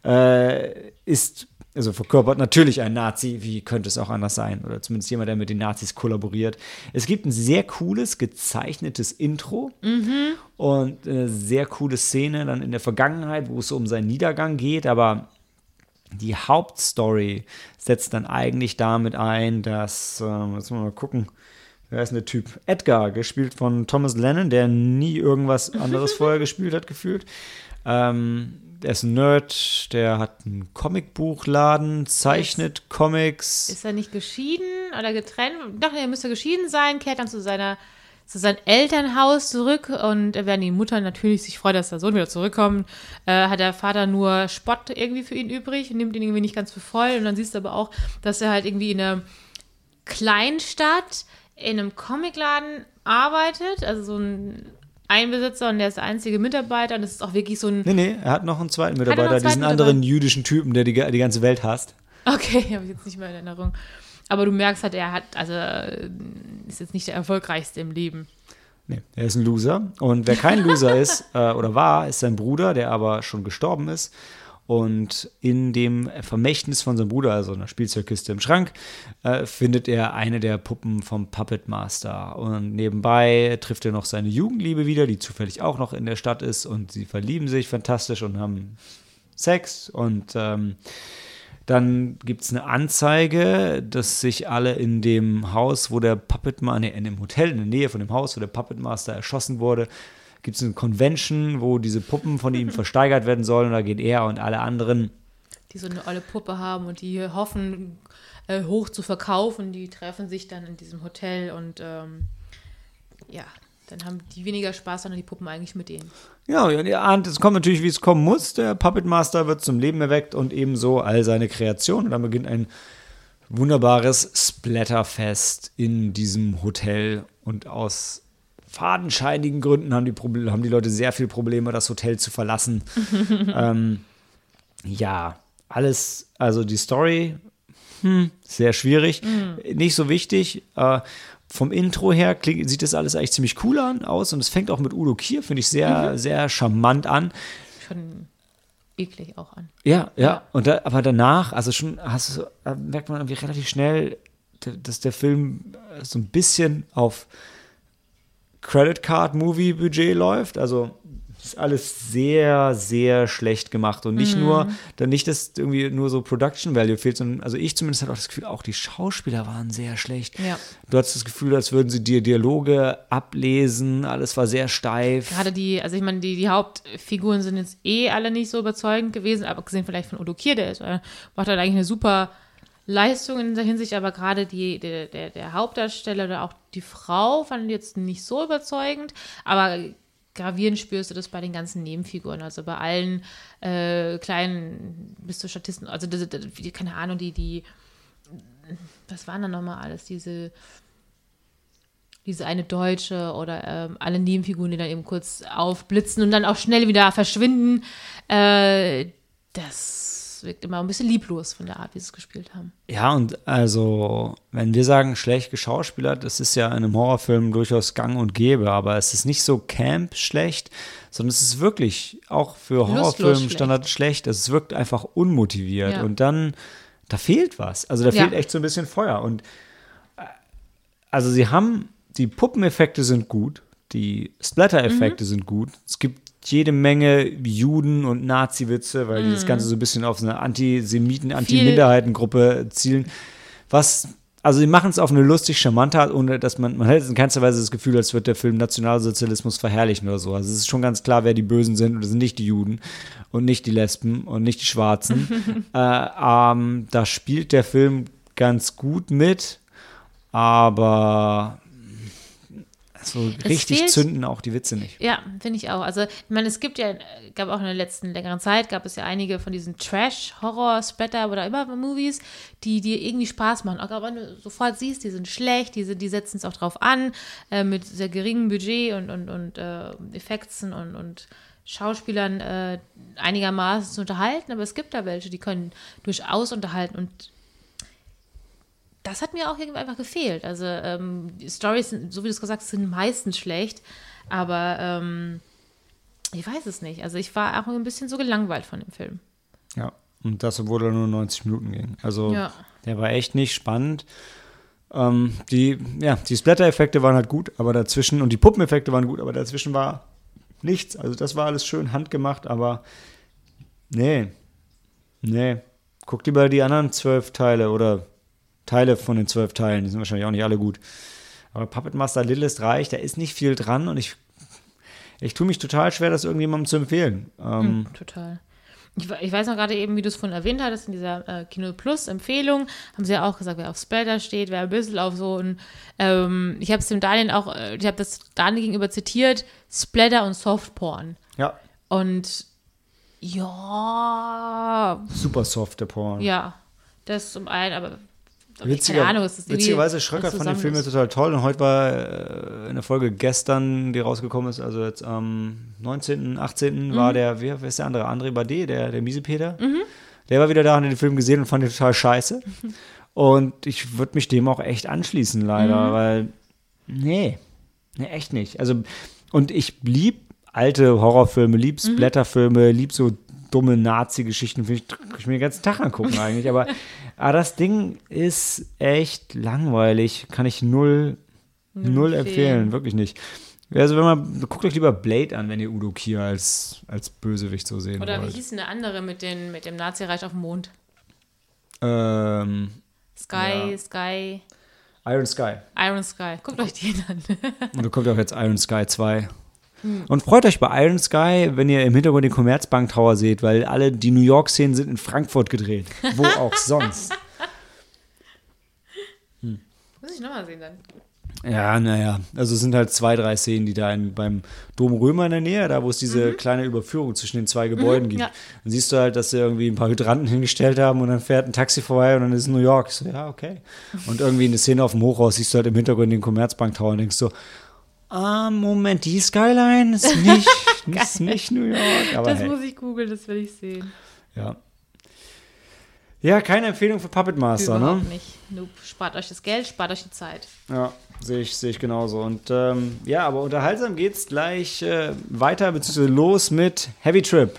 äh, ist, also verkörpert natürlich ein Nazi, wie könnte es auch anders sein, oder zumindest jemand, der mit den Nazis kollaboriert. Es gibt ein sehr cooles, gezeichnetes Intro mhm. und eine sehr coole Szene dann in der Vergangenheit, wo es so um seinen Niedergang geht, aber die Hauptstory setzt dann eigentlich damit ein, dass, äh, jetzt mal gucken, wer ist denn der Typ? Edgar, gespielt von Thomas Lennon, der nie irgendwas anderes vorher gespielt hat, gefühlt. Ähm, der ist ein Nerd, der hat einen Comicbuchladen, zeichnet ist, Comics. Ist er nicht geschieden oder getrennt? Doch, er müsste geschieden sein, kehrt dann zu seiner zu seinem Elternhaus zurück und während die Mutter natürlich sich freut, dass der Sohn wieder zurückkommt, äh, hat der Vater nur Spott irgendwie für ihn übrig und nimmt ihn irgendwie nicht ganz für voll und dann siehst du aber auch, dass er halt irgendwie in einer Kleinstadt in einem Comicladen arbeitet, also so ein Einbesitzer und der ist der einzige Mitarbeiter und das ist auch wirklich so ein... Nee, nee, er hat noch einen zweiten Mitarbeiter, einen zweiten diesen Mitarbeiter? anderen jüdischen Typen, der die, die ganze Welt hasst. Okay, habe ich jetzt nicht mehr in Erinnerung. Aber du merkst halt, er hat, also ist jetzt nicht der erfolgreichste im Leben. Nee, er ist ein Loser. Und wer kein Loser ist, äh, oder war, ist sein Bruder, der aber schon gestorben ist. Und in dem Vermächtnis von seinem Bruder, also einer Spielzeugkiste im Schrank, äh, findet er eine der Puppen vom Puppet Master. Und nebenbei trifft er noch seine Jugendliebe wieder, die zufällig auch noch in der Stadt ist. Und sie verlieben sich fantastisch und haben Sex. Und ähm, dann gibt es eine Anzeige, dass sich alle in dem Haus, wo der Puppet Master, nee, in dem Hotel in der Nähe von dem Haus, wo der Puppet Master erschossen wurde, gibt es eine Convention, wo diese Puppen von ihm versteigert werden sollen. Und da geht er und alle anderen. Die so eine olle Puppe haben und die hoffen, äh, hoch zu verkaufen. Die treffen sich dann in diesem Hotel und ähm, ja, dann haben die weniger Spaß, sondern die Puppen eigentlich mit denen. Ja, und ihr ahnt, es kommt natürlich, wie es kommen muss. Der Puppet Master wird zum Leben erweckt und ebenso all seine Kreationen. Und dann beginnt ein wunderbares Splatterfest in diesem Hotel. Und aus fadenscheinigen Gründen haben die, Proble- haben die Leute sehr viel Probleme, das Hotel zu verlassen. ähm, ja, alles, also die Story, hm, sehr schwierig. Mhm. Nicht so wichtig. Äh, vom Intro her klingt, sieht das alles eigentlich ziemlich cool an, aus und es fängt auch mit Udo Kier, finde ich, sehr, mhm. sehr charmant an. Schon eklig auch an. Ja, ja, ja. Und da, aber danach, also schon hast du, merkt man irgendwie relativ schnell, dass der Film so ein bisschen auf Credit Card Movie Budget läuft, also ist alles sehr, sehr schlecht gemacht und nicht mhm. nur, dann nicht, dass irgendwie nur so Production Value fehlt, sondern, also ich zumindest hatte auch das Gefühl, auch die Schauspieler waren sehr schlecht. Ja. Du hattest das Gefühl, als würden sie dir Dialoge ablesen, alles war sehr steif. Gerade die, also ich meine, die, die Hauptfiguren sind jetzt eh alle nicht so überzeugend gewesen, abgesehen vielleicht von Udo Kier, der ist, äh, macht halt eigentlich eine super Leistung in der Hinsicht, aber gerade die, der, der, der Hauptdarsteller oder auch die Frau fanden jetzt nicht so überzeugend, aber gravierend spürst du das bei den ganzen Nebenfiguren, also bei allen äh, kleinen, bis zu Statisten, also das, das, keine Ahnung, die, die, was waren da nochmal alles, diese, diese eine Deutsche oder ähm, alle Nebenfiguren, die dann eben kurz aufblitzen und dann auch schnell wieder verschwinden, äh, das wirkt immer ein bisschen lieblos von der Art, wie sie es gespielt haben. Ja, und also, wenn wir sagen, schlecht geschauspielert, das ist ja in einem Horrorfilm durchaus gang und gäbe, aber es ist nicht so camp schlecht, sondern es ist wirklich auch für Horrorfilmstandard schlecht. Es wirkt einfach unmotiviert ja. Und dann, da fehlt was. Also da ja. fehlt echt so ein bisschen Feuer. Und also sie haben, die Puppeneffekte sind gut, die Splatter-Effekte mhm. sind gut. Es gibt jede Menge Juden- und Nazi-Witze, weil mm. die das Ganze so ein bisschen auf eine Antisemiten-, Anti-Minderheitengruppe zielen. Was, also sie machen es auf eine lustig charmante Art, ohne dass man, man hat in keinster Weise das Gefühl, als würde der Film Nationalsozialismus verherrlichen oder so. Also es ist schon ganz klar, wer die Bösen sind, und das sind nicht die Juden und nicht die Lesben und nicht die Schwarzen. äh, ähm, da spielt der Film ganz gut mit, aber so richtig fehlt, zünden auch die Witze nicht. Ja, finde ich auch. Also, ich meine, es gibt ja, gab auch in der letzten längeren Zeit, gab es ja einige von diesen Trash-Horror, Splatter oder immer Movies, die dir irgendwie Spaß machen. Auch wenn du sofort siehst, die sind schlecht, die, die setzen es auch drauf an, äh, mit sehr geringem Budget und, und, und äh, Effekten und, und Schauspielern äh, einigermaßen zu unterhalten. Aber es gibt da welche, die können durchaus unterhalten, und das hat mir auch irgendwie einfach gefehlt. Also ähm, die Storys, sind, so wie du es gesagt hast, sind meistens schlecht, aber ähm, ich weiß es nicht. Also ich war auch ein bisschen so gelangweilt von dem Film. Ja, und das, obwohl er nur neunzig Minuten ging. Also ja. Der war echt nicht spannend. Ähm, die, ja, die Splatter-Effekte waren halt gut, aber dazwischen, und die Puppeneffekte waren gut, aber dazwischen war nichts. Also das war alles schön handgemacht, aber nee, nee. Guck dir mal die anderen zwölf Teile oder Teile von den zwölf Teilen, die sind wahrscheinlich auch nicht alle gut. Aber Puppet Master Littlest Reich, da ist nicht viel dran, und ich, ich tue mich total schwer, das irgendjemandem zu empfehlen. Ähm, mm, total. Ich, ich weiß noch gerade eben, wie du es vorhin erwähnt hattest, in dieser äh, Kino Plus Empfehlung, haben sie ja auch gesagt, wer auf Splatter steht, wer ein bisschen auf so ein, ähm, ich habe es dem Daniel auch, äh, ich habe das Daniel gegenüber zitiert, Splatter und Softporn. Ja. Und ja. Super softe Porn. Ja, das zum einen, aber Witziger, keine Ahnung, ist das witzigerweise, Schröcker fand den Film ja total toll und heute war äh, in der Folge gestern, die rausgekommen ist, also jetzt am neunzehnten, achtzehnten Mhm. war der, wie, wer ist der andere? André Bade, der, der Miesepeter. Mhm. Der war wieder da, hat den Film gesehen und fand den total scheiße. Mhm. Und ich würde mich dem auch echt anschließen, leider, mhm. weil, nee, nee, echt nicht. Also, und ich lieb alte Horrorfilme, lieb Splatterfilme, mhm. lieb so dumme Nazi-Geschichten, finde ich, kann ich mir den ganzen Tag angucken eigentlich, aber, aber das Ding ist echt langweilig, kann ich null, null empfehlen. empfehlen, wirklich nicht. Also wenn man, guckt euch lieber Blade an, wenn ihr Udo Kier als, als Bösewicht so sehen Oder wollt. wie hieß denn der andere mit, den, mit dem Nazireich auf dem Mond? Ähm, Sky, ja. Sky. Iron Sky. Iron Sky, guckt euch den an. Und da kommt auch jetzt Iron Sky zwei. Und freut euch bei Iron Sky, wenn ihr im Hintergrund den Commerzbank Tower seht, weil alle die New York-Szenen sind in Frankfurt gedreht. Wo auch sonst. Hm. Muss ich nochmal sehen dann. Ja, naja. Also es sind halt zwei, drei Szenen, die da in, beim Dom Römer in der Nähe, da wo es diese mhm. kleine Überführung zwischen den zwei Gebäuden mhm, gibt. Ja. Dann siehst du halt, dass sie irgendwie ein paar Hydranten hingestellt haben und dann fährt ein Taxi vorbei und dann ist es New York. Ich so, ja, okay. Und irgendwie eine Szene auf dem Hochhaus siehst du halt im Hintergrund den Commerzbank Tower und denkst so, ah, Moment, die Skyline ist nicht, ist nicht New York. Aber das hey. muss ich googeln, das will ich sehen. Ja. Ja, keine Empfehlung für Puppet Master, Überhaupt ne? nicht. Nope. Spart euch das Geld, spart euch die Zeit. Ja, sehe ich, sehe ich genauso. Und ähm, ja, aber unterhaltsam geht's gleich äh, weiter, beziehungsweise los mit Heavy Trip.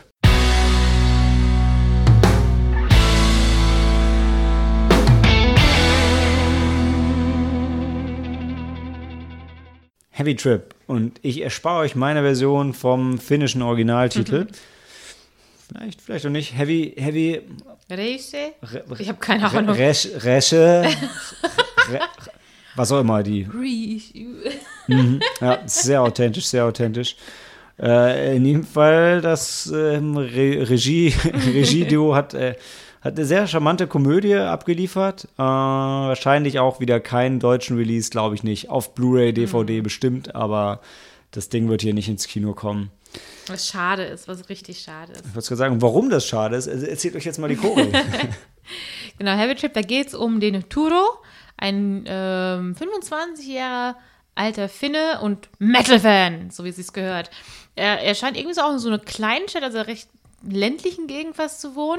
Heavy Trip. Und ich erspare euch meine Version vom finnischen Originaltitel. Mhm. Vielleicht, vielleicht auch nicht. Heavy, Heavy. Reise? Ich habe keine Ahnung. Resche. Resche Re, was auch immer die. mhm, ja, sehr authentisch, sehr authentisch. Äh, in jedem Fall, das ähm, Re, Regie, Regie-Duo hat. Äh, Hat eine sehr charmante Komödie abgeliefert. Äh, wahrscheinlich auch wieder keinen deutschen Release, glaube ich nicht. Auf Blu-ray, D V D mhm. bestimmt, aber das Ding wird hier nicht ins Kino kommen. Was schade ist, was richtig schade ist. Ich wollte gerade sagen, warum das schade ist, also erzählt euch jetzt mal die Choreo. Genau, Heavy Trip, da geht es um den Turo, ein ähm, fünfundzwanzig Jahre alter Finne und Metal-Fan, so wie es sich gehört. Er, er scheint irgendwie so auch in so einer kleinen Stadt, also recht ländlichen Gegend fast zu wohnen.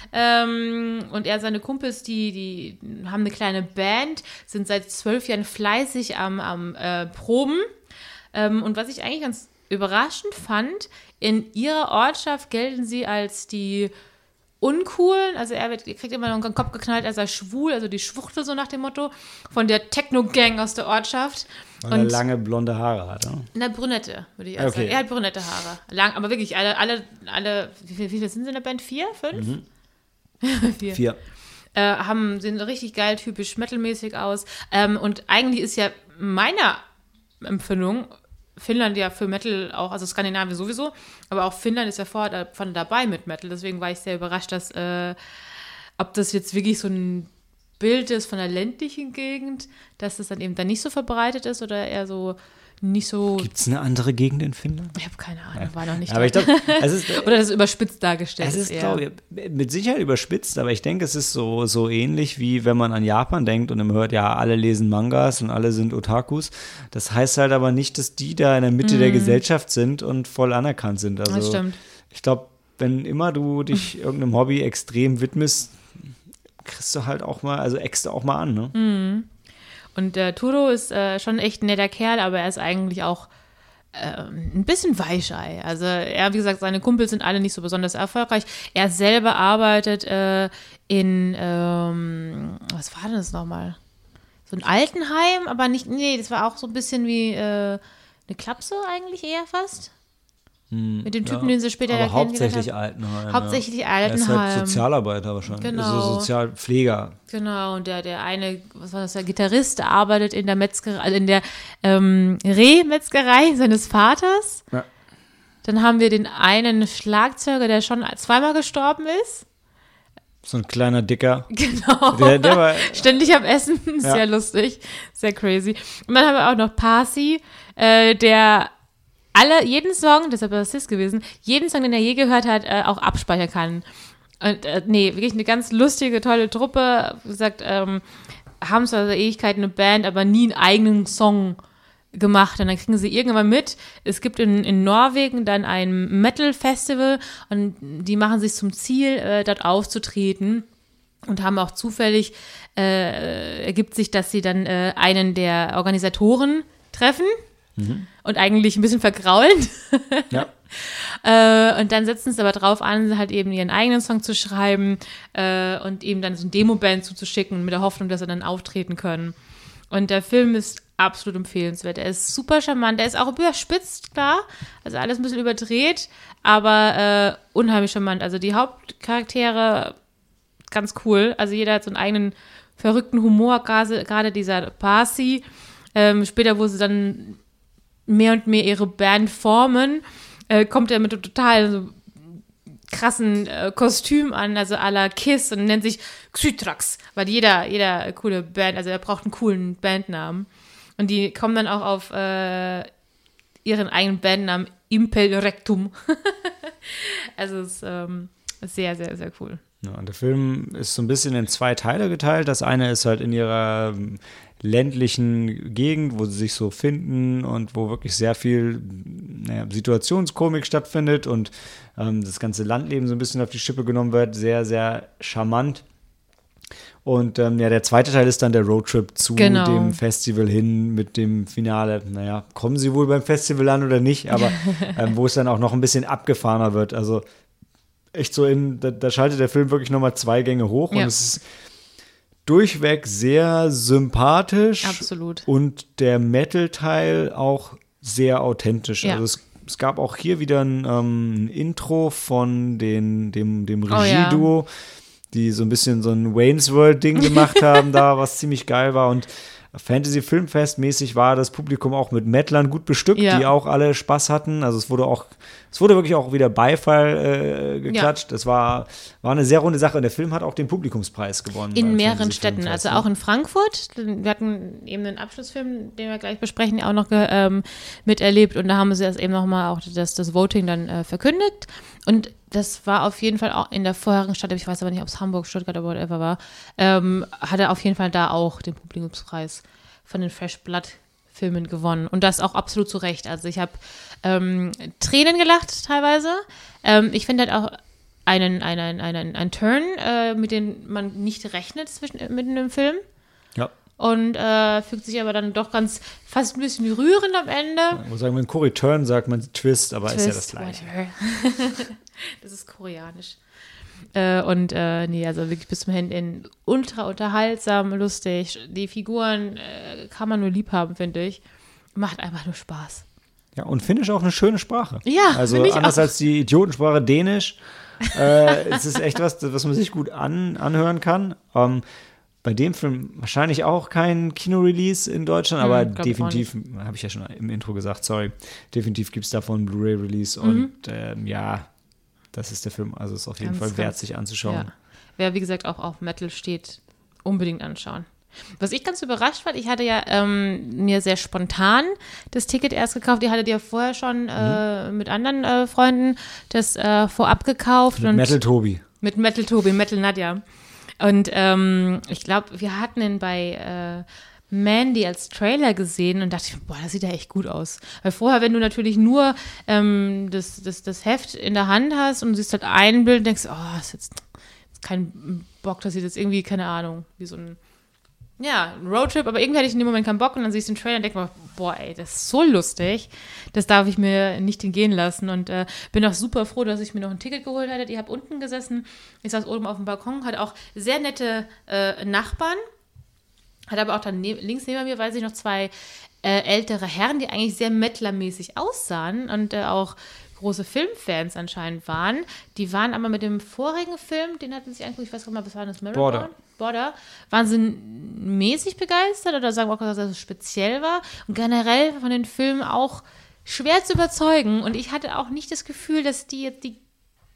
Ähm, und er und seine Kumpels, die, die haben eine kleine Band, sind seit zwölf Jahren fleißig am, am äh, Proben. Ähm, und was ich eigentlich ganz überraschend fand, in ihrer Ortschaft gelten sie als die Uncoolen. Also er, wird, er kriegt immer noch einen Kopf geknallt, als er schwul, also die Schwuchtel so nach dem Motto, von der Techno-Gang aus der Ortschaft. Weil er lange blonde Haare hat, ne? Na, Brünette, würde ich auch okay. sagen. Er hat brünette Haare. Lang, aber wirklich, alle, alle, alle, wie viele, wie viele sind sie in der Band? Vier? Fünf? Mhm. Vier. Vier. Äh, haben, sehen richtig geil, typisch metalmäßig aus. Ähm, und eigentlich ist ja meiner Empfindung Finnland ja für Metal auch, also Skandinavien sowieso, aber auch Finnland ist ja vorne dabei mit Metal. Deswegen war ich sehr überrascht, dass, äh, ob das jetzt wirklich so ein Bild ist von der ländlichen Gegend, dass das dann eben dann nicht so verbreitet ist oder eher so nicht so. Gibt es eine andere Gegend in Finnland? Ich habe keine Ahnung, ja. war noch nicht aber da. Ich glaub, es ist, oder das ist überspitzt dargestellt. Es ist, glaube ich, mit Sicherheit überspitzt, aber ich denke, es ist so, so ähnlich, wie wenn man an Japan denkt und man hört, ja, alle lesen Mangas und alle sind Otakus. Das heißt halt aber nicht, dass die da in der Mitte mm. der Gesellschaft sind und voll anerkannt sind. Also, das stimmt. Ich glaube, wenn immer du dich irgendeinem Hobby extrem widmest, kriegst du halt auch mal, also eckst du auch mal an, ne? Mm. Und der Turo ist äh, schon echt ein netter Kerl, aber er ist eigentlich auch äh, ein bisschen Weichei. Also er, wie gesagt, seine Kumpels sind alle nicht so besonders erfolgreich. Er selber arbeitet äh, in, ähm, was war denn das nochmal? So ein Altenheim, aber nicht, nee, das war auch so ein bisschen wie äh, eine Klapse eigentlich eher fast. Mit dem Typen, ja, den sie später aber hauptsächlich Altenheim. Hauptsächlich ja. Altenheim. Er ist halt Sozialarbeiter wahrscheinlich. Genau. Also Sozialpfleger. Genau, und der, der eine, was war das, der Gitarrist, der arbeitet in der Metzgerei, also in der ähm, Rehmetzgerei seines Vaters. Ja. Dann haben wir den einen Schlagzeuger, der schon zweimal gestorben ist. So ein kleiner Dicker. Genau. Der, der war, ständig am Essen. Sehr ja. lustig. Sehr crazy. Und dann haben wir auch noch Parsi, äh, der alle, jeden Song, deshalb ist das gewesen, jeden Song, den er je gehört hat, äh, auch abspeichern kann. Und äh, nee, wirklich eine ganz lustige, tolle Truppe. Wie gesagt, ähm, haben zwar seit Ewigkeiten eine Band, aber nie einen eigenen Song gemacht. Und dann kriegen sie irgendwann mit, es gibt in, in Norwegen dann ein Metal-Festival und die machen sich zum Ziel, äh, dort aufzutreten und haben auch zufällig, äh, ergibt sich, dass sie dann äh, einen der Organisatoren treffen mhm. und eigentlich ein bisschen vergraulen. Ja. äh, und dann setzen sie aber drauf an, halt eben ihren eigenen Song zu schreiben äh, und eben dann so eine Demo-Band zuzuschicken mit der Hoffnung, dass sie dann auftreten können. Und der Film ist absolut empfehlenswert. Er ist super charmant. Er ist auch überspitzt, klar. Also alles ein bisschen überdreht, aber äh, unheimlich charmant. Also die Hauptcharaktere, ganz cool. Also jeder hat so einen eigenen verrückten Humor, gerade dieser Pasi. Ähm, später, wo sie dann mehr und mehr ihre Band formen, äh, kommt er mit einem total so krassen äh, Kostüm an, also à la Kiss und nennt sich Xytrax, weil jeder, jeder coole Band, also er braucht einen coolen Bandnamen. Und die kommen dann auch auf äh, ihren eigenen Bandnamen Impel Rectum. Also es ist ähm, sehr, sehr, sehr cool. Ja, und der Film ist so ein bisschen in zwei Teile geteilt. Das eine ist halt in ihrer ländlichen Gegend, wo sie sich so finden und wo wirklich sehr viel naja, Situationskomik stattfindet und ähm, das ganze Landleben so ein bisschen auf die Schippe genommen wird. Sehr, sehr charmant. Und ähm, ja, der zweite Teil ist dann der Roadtrip zu genau. dem Festival hin mit dem Finale. Naja, kommen sie wohl beim Festival an oder nicht, aber ähm, wo es dann auch noch ein bisschen abgefahrener wird. Also echt so in, da, da schaltet der Film wirklich nochmal zwei Gänge hoch ja. und es ist durchweg sehr sympathisch. Absolut. Und der Metal-Teil auch sehr authentisch. Ja. Also es, es gab auch hier wieder ein, ähm, ein Intro von den, dem, dem Regieduo, oh, ja. die so ein bisschen so ein Wayne's World-Ding gemacht haben da, was ziemlich geil war. Und Fantasy-Filmfest-mäßig war das Publikum auch mit Metlern gut bestückt, ja. die auch alle Spaß hatten. Also es wurde auch, es wurde wirklich auch wieder Beifall äh, geklatscht. Ja. Es war, war eine sehr runde Sache und der Film hat auch den Publikumspreis gewonnen. In mehreren Städten, also auch in Frankfurt. Wir hatten eben einen Abschlussfilm, den wir gleich besprechen, auch noch ähm, miterlebt und da haben sie das eben nochmal auch das, das Voting dann äh, verkündigt. Und das war auf jeden Fall auch in der vorherigen Stadt, ich weiß aber nicht, ob es Hamburg, Stuttgart oder whatever war, ähm, hat er auf jeden Fall da auch den Publikumspreis von den Fresh Blood Filmen gewonnen. Und das auch absolut zu Recht. Also ich habe ähm, Tränen gelacht teilweise. Ähm, ich finde halt auch einen, einen, einen, einen Turn, äh, mit dem man nicht rechnet zwischen, mitten im Film. Ja. Und äh, fügt sich aber dann doch ganz, fast ein bisschen rührend am Ende. Ja, ich muss sagen, wenn Corey Turn sagt man Twist, aber Twist, ist ja das Gleiche. Das ist koreanisch. Äh, und äh, nee, also wirklich bis zum Ende ultra unterhaltsam, lustig. Die Figuren äh, kann man nur lieb haben, finde ich. Macht einfach nur Spaß. Ja, und Finnisch auch eine schöne Sprache. Ja, also anders auch. Als die Idiotensprache Dänisch. äh, es ist echt was, was man sich gut an, anhören kann. Ähm, bei dem Film wahrscheinlich auch kein Kino-Release in Deutschland, hm, aber definitiv, habe ich ja schon im Intro gesagt, sorry, definitiv gibt es davon einen Blu-ray-Release mhm. und ähm, ja, das ist der Film, also ist auf jeden ganz, Fall wert, sich anzuschauen. Ja. Wer, wie gesagt, auch auf Metal steht, unbedingt anschauen. Was ich ganz überrascht war, ich hatte ja ähm, mir sehr spontan das Ticket erst gekauft. Ihr hattet ja vorher schon äh, mhm. mit anderen äh, Freunden das äh, vorab gekauft. Mit und Metal Tobi. Mit Metal Tobi, Metal Nadja. Und ähm, ich glaube, wir hatten ihn bei äh, Mandy als Trailer gesehen und dachte, boah, das sieht ja echt gut aus. Weil vorher, wenn du natürlich nur ähm, das, das, das Heft in der Hand hast und du siehst halt ein Bild und denkst, oh, das ist jetzt, das ist kein Bock, das sieht jetzt irgendwie, keine Ahnung, wie so ein, ja, ein Roadtrip, aber irgendwie hatte ich in dem Moment keinen Bock und dann siehst du den Trailer und denkst mir, boah, ey, das ist so lustig, das darf ich mir nicht entgehen lassen und äh, bin auch super froh, dass ich mir noch ein Ticket geholt hatte. Ich habe unten gesessen, ich saß oben auf dem Balkon, hatte auch sehr nette äh, Nachbarn. Hat aber auch dann ne- links neben mir, weiß ich noch, zwei äh, ältere Herren, die eigentlich sehr Mettler-mäßig aussahen und äh, auch große Filmfans anscheinend waren. Die waren aber mit dem vorigen Film, den hatten sie sich angeguckt, ich weiß gar nicht mal, was war das? Border. Border. Waren sie mäßig begeistert oder sagen auch, dass das speziell war? Und generell von den Filmen auch schwer zu überzeugen. Und ich hatte auch nicht das Gefühl, dass die jetzt die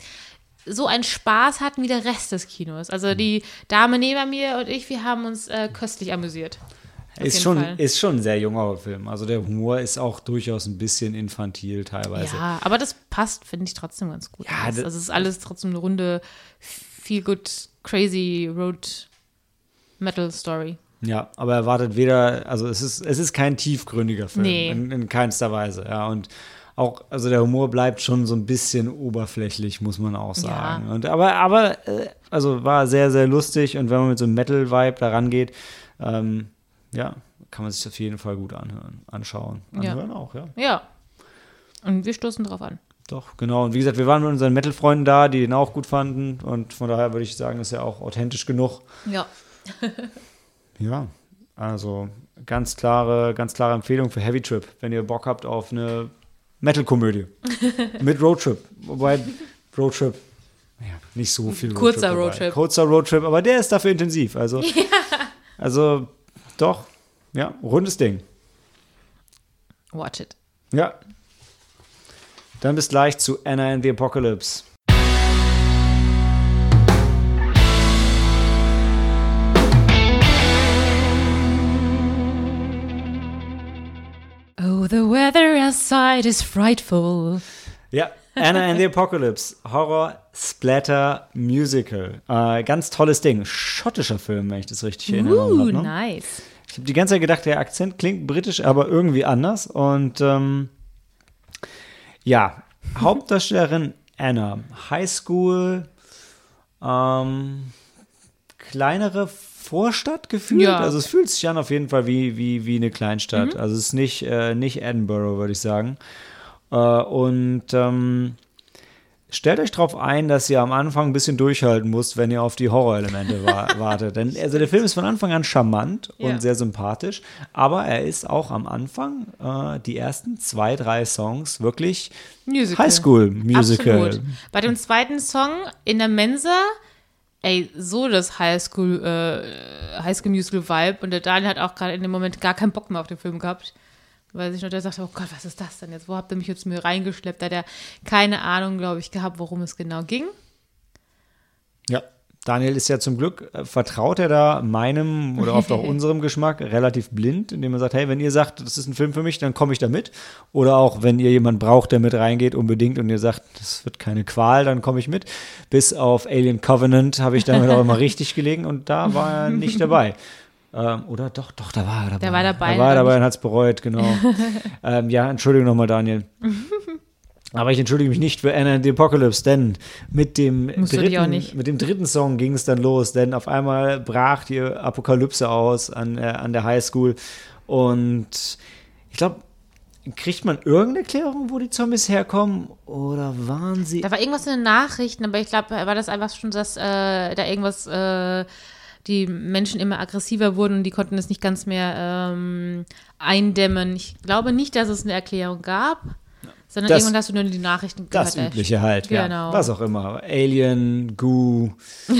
so einen Spaß hatten wie der Rest des Kinos. Also die Dame neben mir und ich, wir haben uns äh, köstlich amüsiert. Ist schon, ist schon ein sehr junger Film. Also der Humor ist auch durchaus ein bisschen infantil teilweise. Ja, aber das passt, finde ich, trotzdem ganz gut. Ja, also es ist alles trotzdem eine runde, feel good, crazy Road Metal Story. Ja, aber er wartet weder, also es ist, es ist kein tiefgründiger Film, Nee. in, in keinster Weise, ja, und auch, also der Humor bleibt schon so ein bisschen oberflächlich, muss man auch sagen. Ja. Und, aber, aber, äh, also war sehr, sehr lustig und wenn man mit so einem Metal-Vibe da rangeht, ähm, ja, kann man sich auf jeden Fall gut anhören, anschauen. Anhören Ja. auch, ja. Ja. Und wir stoßen drauf an. Doch, genau. Und wie gesagt, wir waren mit unseren Metal-Freunden da, die den auch gut fanden und von daher würde ich sagen, ist ja auch authentisch genug. Ja. Ja, also ganz klare, ganz klare Empfehlung für Heavy Trip, wenn ihr Bock habt auf eine Metal-Komödie mit Roadtrip. Wobei Roadtrip, ja, nicht so viel Roadtrip. Kurzer dabei. Roadtrip. Kurzer Roadtrip, aber der ist dafür intensiv. Also, Ja. also doch, ja, rundes Ding. Watch it. Ja. Dann bis gleich zu Anna and the Apocalypse. Oh, the weather outside is frightful. Ja, Anna and the Apocalypse, Horror, Splatter, Musical. Äh, ganz tolles Ding. Schottischer Film, wenn ich das richtig in Erinnerung Uh, habe. Ne? nice. Ich habe die ganze Zeit gedacht, der Akzent klingt britisch, aber irgendwie anders. Und ähm, ja, Hauptdarstellerin Anna, Highschool, ähm, kleinere Vorstadt gefühlt. Ja. Also es fühlt sich an auf jeden Fall wie, wie, wie eine Kleinstadt. Also es ist nicht, äh, nicht Edinburgh, würde ich sagen. Äh, und ähm, stellt euch darauf ein, dass ihr am Anfang ein bisschen durchhalten müsst, wenn ihr auf die Horrorelemente wa- wartet. Denn also der Film ist von Anfang an charmant und Ja. sehr sympathisch, aber er ist auch am Anfang äh, die ersten zwei, drei Songs wirklich Musical. Highschool-Musical. Absolut. Bei dem zweiten Song in der Mensa, ey, so das Highschool, äh, Highschool Musical Vibe. Und der Daniel hat auch gerade in dem Moment gar keinen Bock mehr auf den Film gehabt. Weil sich noch der sagte, oh Gott, was ist das denn jetzt? Wo habt ihr mich jetzt mir reingeschleppt? Da hat er keine Ahnung, glaube ich, gehabt, worum es genau ging. Ja, Daniel ist ja zum Glück, äh, vertraut er da meinem oder oft auch unserem Geschmack relativ blind, indem er sagt, hey, wenn ihr sagt, das ist ein Film für mich, dann komme ich da mit. Oder auch, wenn ihr jemanden braucht, der mit reingeht, unbedingt, und ihr sagt, das wird keine Qual, dann komme ich mit. Bis auf Alien Covenant habe ich damit auch immer richtig gelegen und da war er nicht dabei. Ähm, oder doch, doch, da war er dabei. Der war dabei, Er war aber dabei nicht- und hat es bereut, genau. ähm, ja, Entschuldigung nochmal, Daniel. Aber ich entschuldige mich nicht für Anna and the Apocalypse, denn mit dem, Musst du dich auch dritten, nicht. mit dem dritten Song ging es dann los, denn auf einmal brach die Apokalypse aus an, äh, an der Highschool und ich glaube, kriegt man irgendeine Erklärung, wo die Zombies herkommen oder waren sie... Da war irgendwas in den Nachrichten, aber ich glaube, war das einfach schon, dass äh, da irgendwas, äh, die Menschen immer aggressiver wurden und die konnten es nicht ganz mehr ähm, eindämmen. Ich glaube nicht, dass es eine Erklärung gab, sondern Das- irgendwann hast du nur die Nachrichten gehört. Das Übliche halt, ja. Genau. Was auch immer. Alien, Goo,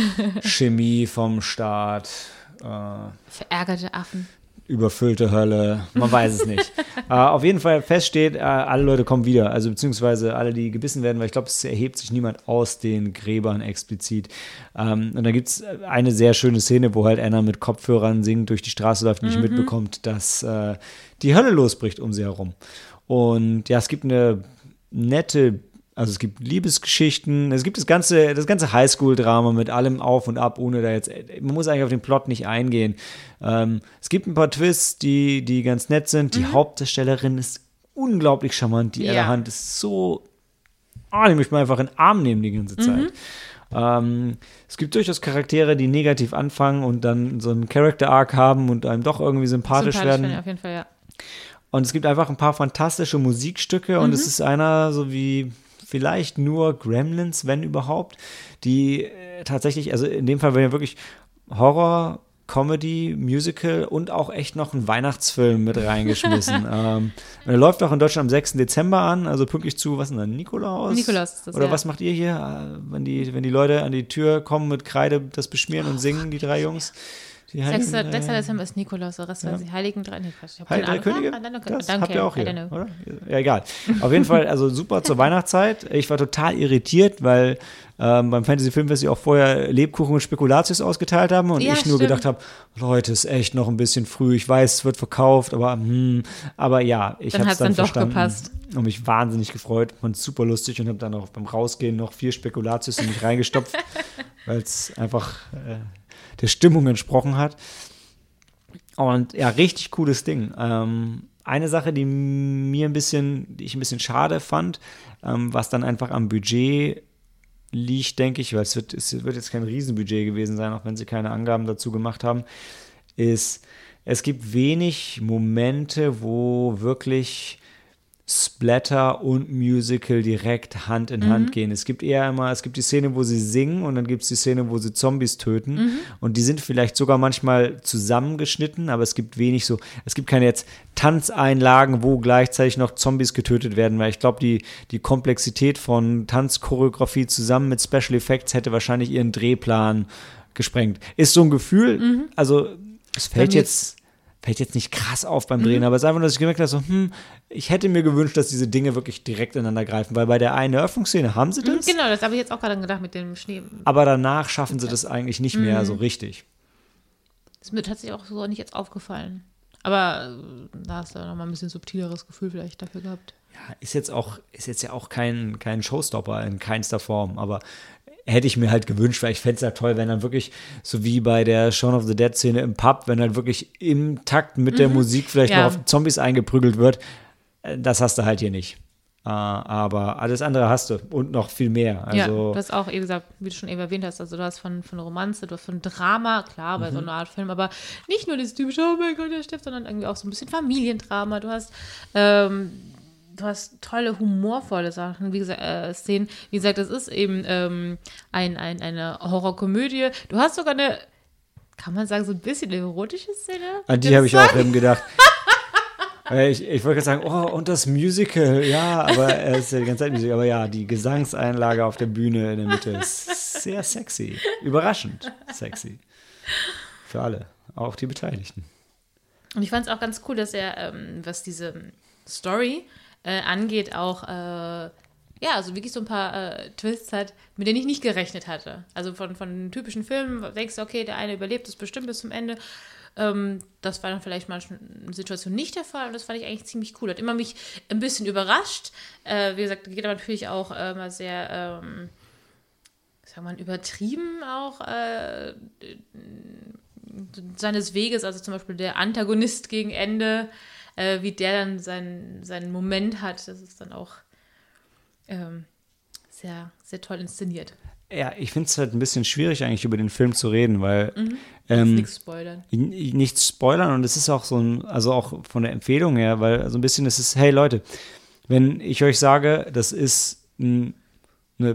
Chemie vom Staat, äh, Verärgerte Affen. überfüllte Hölle, man weiß es nicht. äh, auf jeden Fall feststeht, äh, alle Leute kommen wieder, also beziehungsweise alle, die gebissen werden, weil ich glaube, es erhebt sich niemand aus den Gräbern explizit. Ähm, und da gibt es eine sehr schöne Szene, wo halt Anna mit Kopfhörern singt, durch die Straße läuft und nicht mitbekommt, dass äh, die Hölle losbricht um sie herum. Und ja, es gibt eine nette, also es gibt Liebesgeschichten, es gibt das ganze, das ganze Highschool-Drama mit allem Auf und Ab, ohne da jetzt, man muss eigentlich auf den Plot nicht eingehen. Ähm, es gibt ein paar Twists, die, die ganz nett sind. Die Hauptdarstellerin ist unglaublich charmant. Die Ja. Ella Hunt ist so, ah, die möchte man einfach in den Arm nehmen die ganze Zeit. Ähm, es gibt durchaus Charaktere, die negativ anfangen und dann so einen Character-Arc haben und einem doch irgendwie sympathisch, Sympathisch werden. auf jeden Fall, ja. Und es gibt einfach ein paar fantastische Musikstücke und es ist einer so wie vielleicht nur Gremlins, wenn überhaupt, die äh, tatsächlich, also in dem Fall wäre ja wirklich Horror, Comedy, Musical und auch echt noch ein Weihnachtsfilm mit reingeschmissen. ähm, und er läuft auch in Deutschland am sechsten Dezember an, also pünktlich zu, was ist denn da, Nikolaus? Nikolaus ist das, Oder ja. was macht ihr hier, äh, wenn die, wenn die Leute an die Tür kommen mit Kreide, das beschmieren und singen, die drei Jungs? Die Heiligen sechster drei- Dezember ist Nikolaus, der Rest weiß ich. Heiligen drei, nee, Quatsch. Ich hab Heil, keine drei Ahnung. Könige? Ah, danke, Das danke, habt ihr auch I hier, don't know. oder? Ja, egal. Auf jeden Fall, also super zur Weihnachtszeit. Ich war total irritiert, weil ähm, beim Fantasy Filmfest auch vorher Lebkuchen und Spekulatius ausgeteilt haben und Ja, ich nur stimmt. gedacht habe, Leute, ist echt noch ein bisschen früh. Ich weiß, es wird verkauft, aber hm, aber ja, ich Dann habe es hat's dann dann doch verstanden gepasst. und mich wahnsinnig gefreut. Fand super lustig und habe dann auch beim Rausgehen noch vier Spekulatius in mich reingestopft, weil es einfach äh, der Stimmung entsprochen hat. Und ja, richtig cooles Ding. Ähm, eine Sache, die mir ein bisschen, die ich ein bisschen schade fand, ähm, was dann einfach am Budget liegt, denke ich, weil es wird, es wird jetzt kein Riesenbudget gewesen sein, auch wenn sie keine Angaben dazu gemacht haben, ist, es gibt wenig Momente, wo wirklich Splatter und Musical direkt Hand in mhm. Hand gehen. Es gibt eher immer, es gibt die Szene, wo sie singen und dann gibt es die Szene, wo sie Zombies töten mhm. und die sind vielleicht sogar manchmal zusammengeschnitten, aber es gibt wenig so, es gibt keine jetzt Tanzeinlagen, wo gleichzeitig noch Zombies getötet werden, weil ich glaube, die, die Komplexität von Tanzchoreografie zusammen mit Special Effects hätte wahrscheinlich ihren Drehplan gesprengt. Ist so ein Gefühl, mhm. also es fällt jetzt fällt jetzt nicht krass auf beim Drehen, mhm. aber es ist einfach, dass ich gemerkt habe, so, hm, ich hätte mir gewünscht, dass diese Dinge wirklich direkt ineinander greifen, weil bei der einen Eröffnungsszene haben sie das. Genau, das habe ich jetzt auch gerade gedacht mit dem Schnee. Aber danach schaffen sie das eigentlich nicht mehr mhm. so richtig. Das mir tatsächlich auch so nicht jetzt aufgefallen. Aber äh, da hast du nochmal ein bisschen subtileres Gefühl vielleicht dafür gehabt. Ja, ist jetzt auch, ist jetzt ja auch kein, kein Showstopper in keinster Form, aber hätte ich mir halt gewünscht, weil ich fände es ja toll, wenn dann wirklich, so wie bei der Shaun of the Dead-Szene im Pub, wenn halt wirklich im Takt mit mhm. der Musik vielleicht ja. noch auf Zombies eingeprügelt wird, das hast du halt hier nicht. Uh, aber alles andere hast du und noch viel mehr. Also, ja, du hast auch, wie gesagt, wie du schon eben erwähnt hast, also du hast von, von Romanze, du hast von Drama, klar, bei mhm. so einer Art Film, aber nicht nur dieses typische, oh mein Gott, der stirbt, sondern irgendwie auch so ein bisschen Familiendrama. Du hast ähm, Du hast tolle, humorvolle Sachen, wie gesagt, äh, Szenen. Wie gesagt, das ist eben ähm, ein, ein, eine Horrorkomödie. Du hast sogar eine, kann man sagen, so ein bisschen eine erotische Szene? An die habe ich auch eben gedacht. ich ich wollte gerade sagen, oh, und das Musical, ja, aber es ist ja die ganze Zeit Musik. Aber ja, die Gesangseinlage auf der Bühne in der Mitte ist sehr sexy. Überraschend sexy. Für alle, auch die Beteiligten. Und ich fand es auch ganz cool, dass er, ähm, was diese Story Äh, angeht, auch, äh, ja, also wirklich so ein paar äh, Twists hat, mit denen ich nicht gerechnet hatte. Also von, von typischen Filmen denkst du, okay, der eine überlebt es bestimmt bis zum Ende. Ähm, das war dann vielleicht manchmal in Situationen nicht der Fall und das fand ich eigentlich ziemlich cool. Hat immer mich ein bisschen überrascht. Äh, wie gesagt, geht aber natürlich auch äh, mal sehr, ähm, sagen wir mal, übertrieben auch äh, seines Weges, also zum Beispiel der Antagonist gegen Ende, Äh, wie der dann seinen, seinen Moment hat, das ist dann auch ähm, sehr, sehr toll inszeniert. Ja, ich finde es halt ein bisschen schwierig eigentlich über den Film zu reden, weil mhm. ähm, nichts spoilern. Nichts spoilern und es ist auch so ein, also auch von der Empfehlung her, weil so ein bisschen es ist, hey Leute, wenn ich euch sage, das ist ein, eine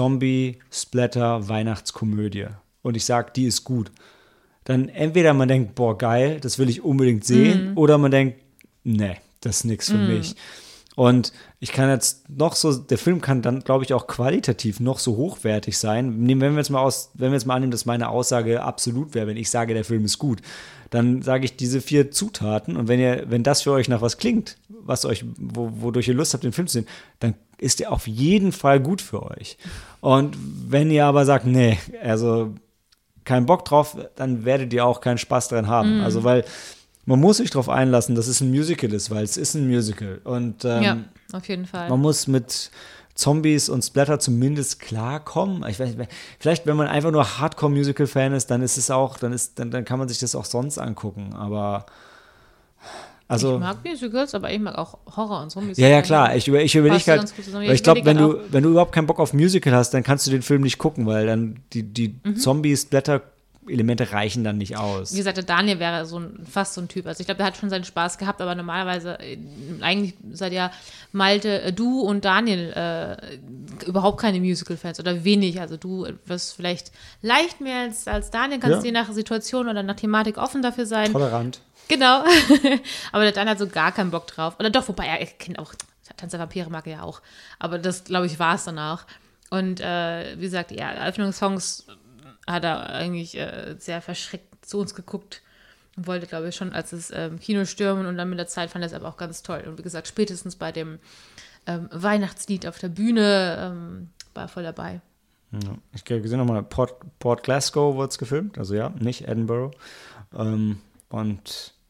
Zombie-Splatter-Weihnachtskomödie und ich sage, die ist gut, dann entweder man denkt, boah, geil, das will ich unbedingt sehen, mhm. oder man denkt, nee, das ist nichts für mm. mich. Und ich kann jetzt noch so, der Film kann dann, glaube ich, auch qualitativ noch so hochwertig sein. Wenn wir jetzt mal aus, wenn wir jetzt mal annehmen, dass meine Aussage absolut wäre, wenn ich sage, der Film ist gut, dann sage ich diese vier Zutaten und wenn ihr, wenn das für euch nach was klingt, was euch, wo, wodurch ihr Lust habt, den Film zu sehen, dann ist der auf jeden Fall gut für euch. Und wenn ihr aber sagt, nee, also keinen Bock drauf, dann werdet ihr auch keinen Spaß dran haben. Mm. Also weil man muss sich darauf einlassen, dass es ein Musical ist, weil es ist ein Musical. Und ähm, ja, auf jeden Fall. Man muss mit Zombies und Splatter zumindest klarkommen. Ich weiß, vielleicht, wenn man einfach nur Hardcore-Musical-Fan ist, dann ist es auch, dann ist, dann, dann kann man sich das auch sonst angucken. Aber also, ich mag Musicals, aber ich mag auch Horror und Zombies. Ja, ja, klar. Ich, ich überlege halt, weil ich glaube, wenn du, wenn du überhaupt keinen Bock auf Musical hast, dann kannst du den Film nicht gucken, weil dann die, die mhm. Zombie-Splatter Elemente reichen dann nicht aus. Wie gesagt, der Daniel wäre so ein, fast so ein Typ. Also ich glaube, der hat schon seinen Spaß gehabt, aber normalerweise, eigentlich seid ja Malte, äh, du und Daniel äh, überhaupt keine Musical-Fans oder wenig. Also du wirst vielleicht leicht mehr als, als Daniel, kannst ja. je nach Situation oder nach Thematik offen dafür sein. Tolerant. Genau. Aber der Daniel hat so gar keinen Bock drauf. Oder doch, wobei er kennt auch, Tanz der Vampire mag er ja auch. Aber das, glaube ich, war es danach. Und äh, wie gesagt, ja, Eröffnungssongs hat er eigentlich äh, sehr verschreckt zu uns geguckt und wollte, glaube ich, schon als es ähm, Kino stürmen und dann mit der Zeit fand er es aber auch ganz toll. Und wie gesagt, spätestens bei dem ähm, Weihnachtslied auf der Bühne ähm, war er voll dabei. Ja, ich habe gesehen nochmal, Port, Port Glasgow wurde es gefilmt, also ja, nicht Edinburgh. Ähm, und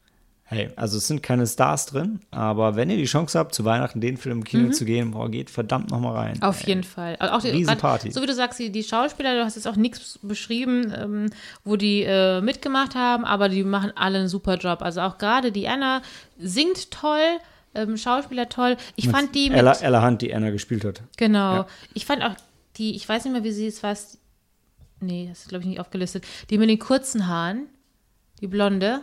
Hey, also es sind keine Stars drin, aber wenn ihr die Chance habt, zu Weihnachten den Film im Kino Mhm. zu gehen, boah, geht verdammt nochmal rein. Auf Ey. jeden Fall. Auch die, Riesenparty. grad, so wie du sagst, die, die Schauspieler, du hast jetzt auch nichts beschrieben, ähm, wo die äh, mitgemacht haben, aber die machen alle einen super Job. Also auch gerade die Anna singt toll, ähm, Schauspieler toll. Ich Mit fand die mit, Ella, Ella Hunt, die Anna gespielt hat. genau. Ja. Ich fand auch die, ich weiß nicht mehr, wie sie es war. Nee, das ist, glaube ich, nicht aufgelistet. Die mit den kurzen Haaren, die Blonde.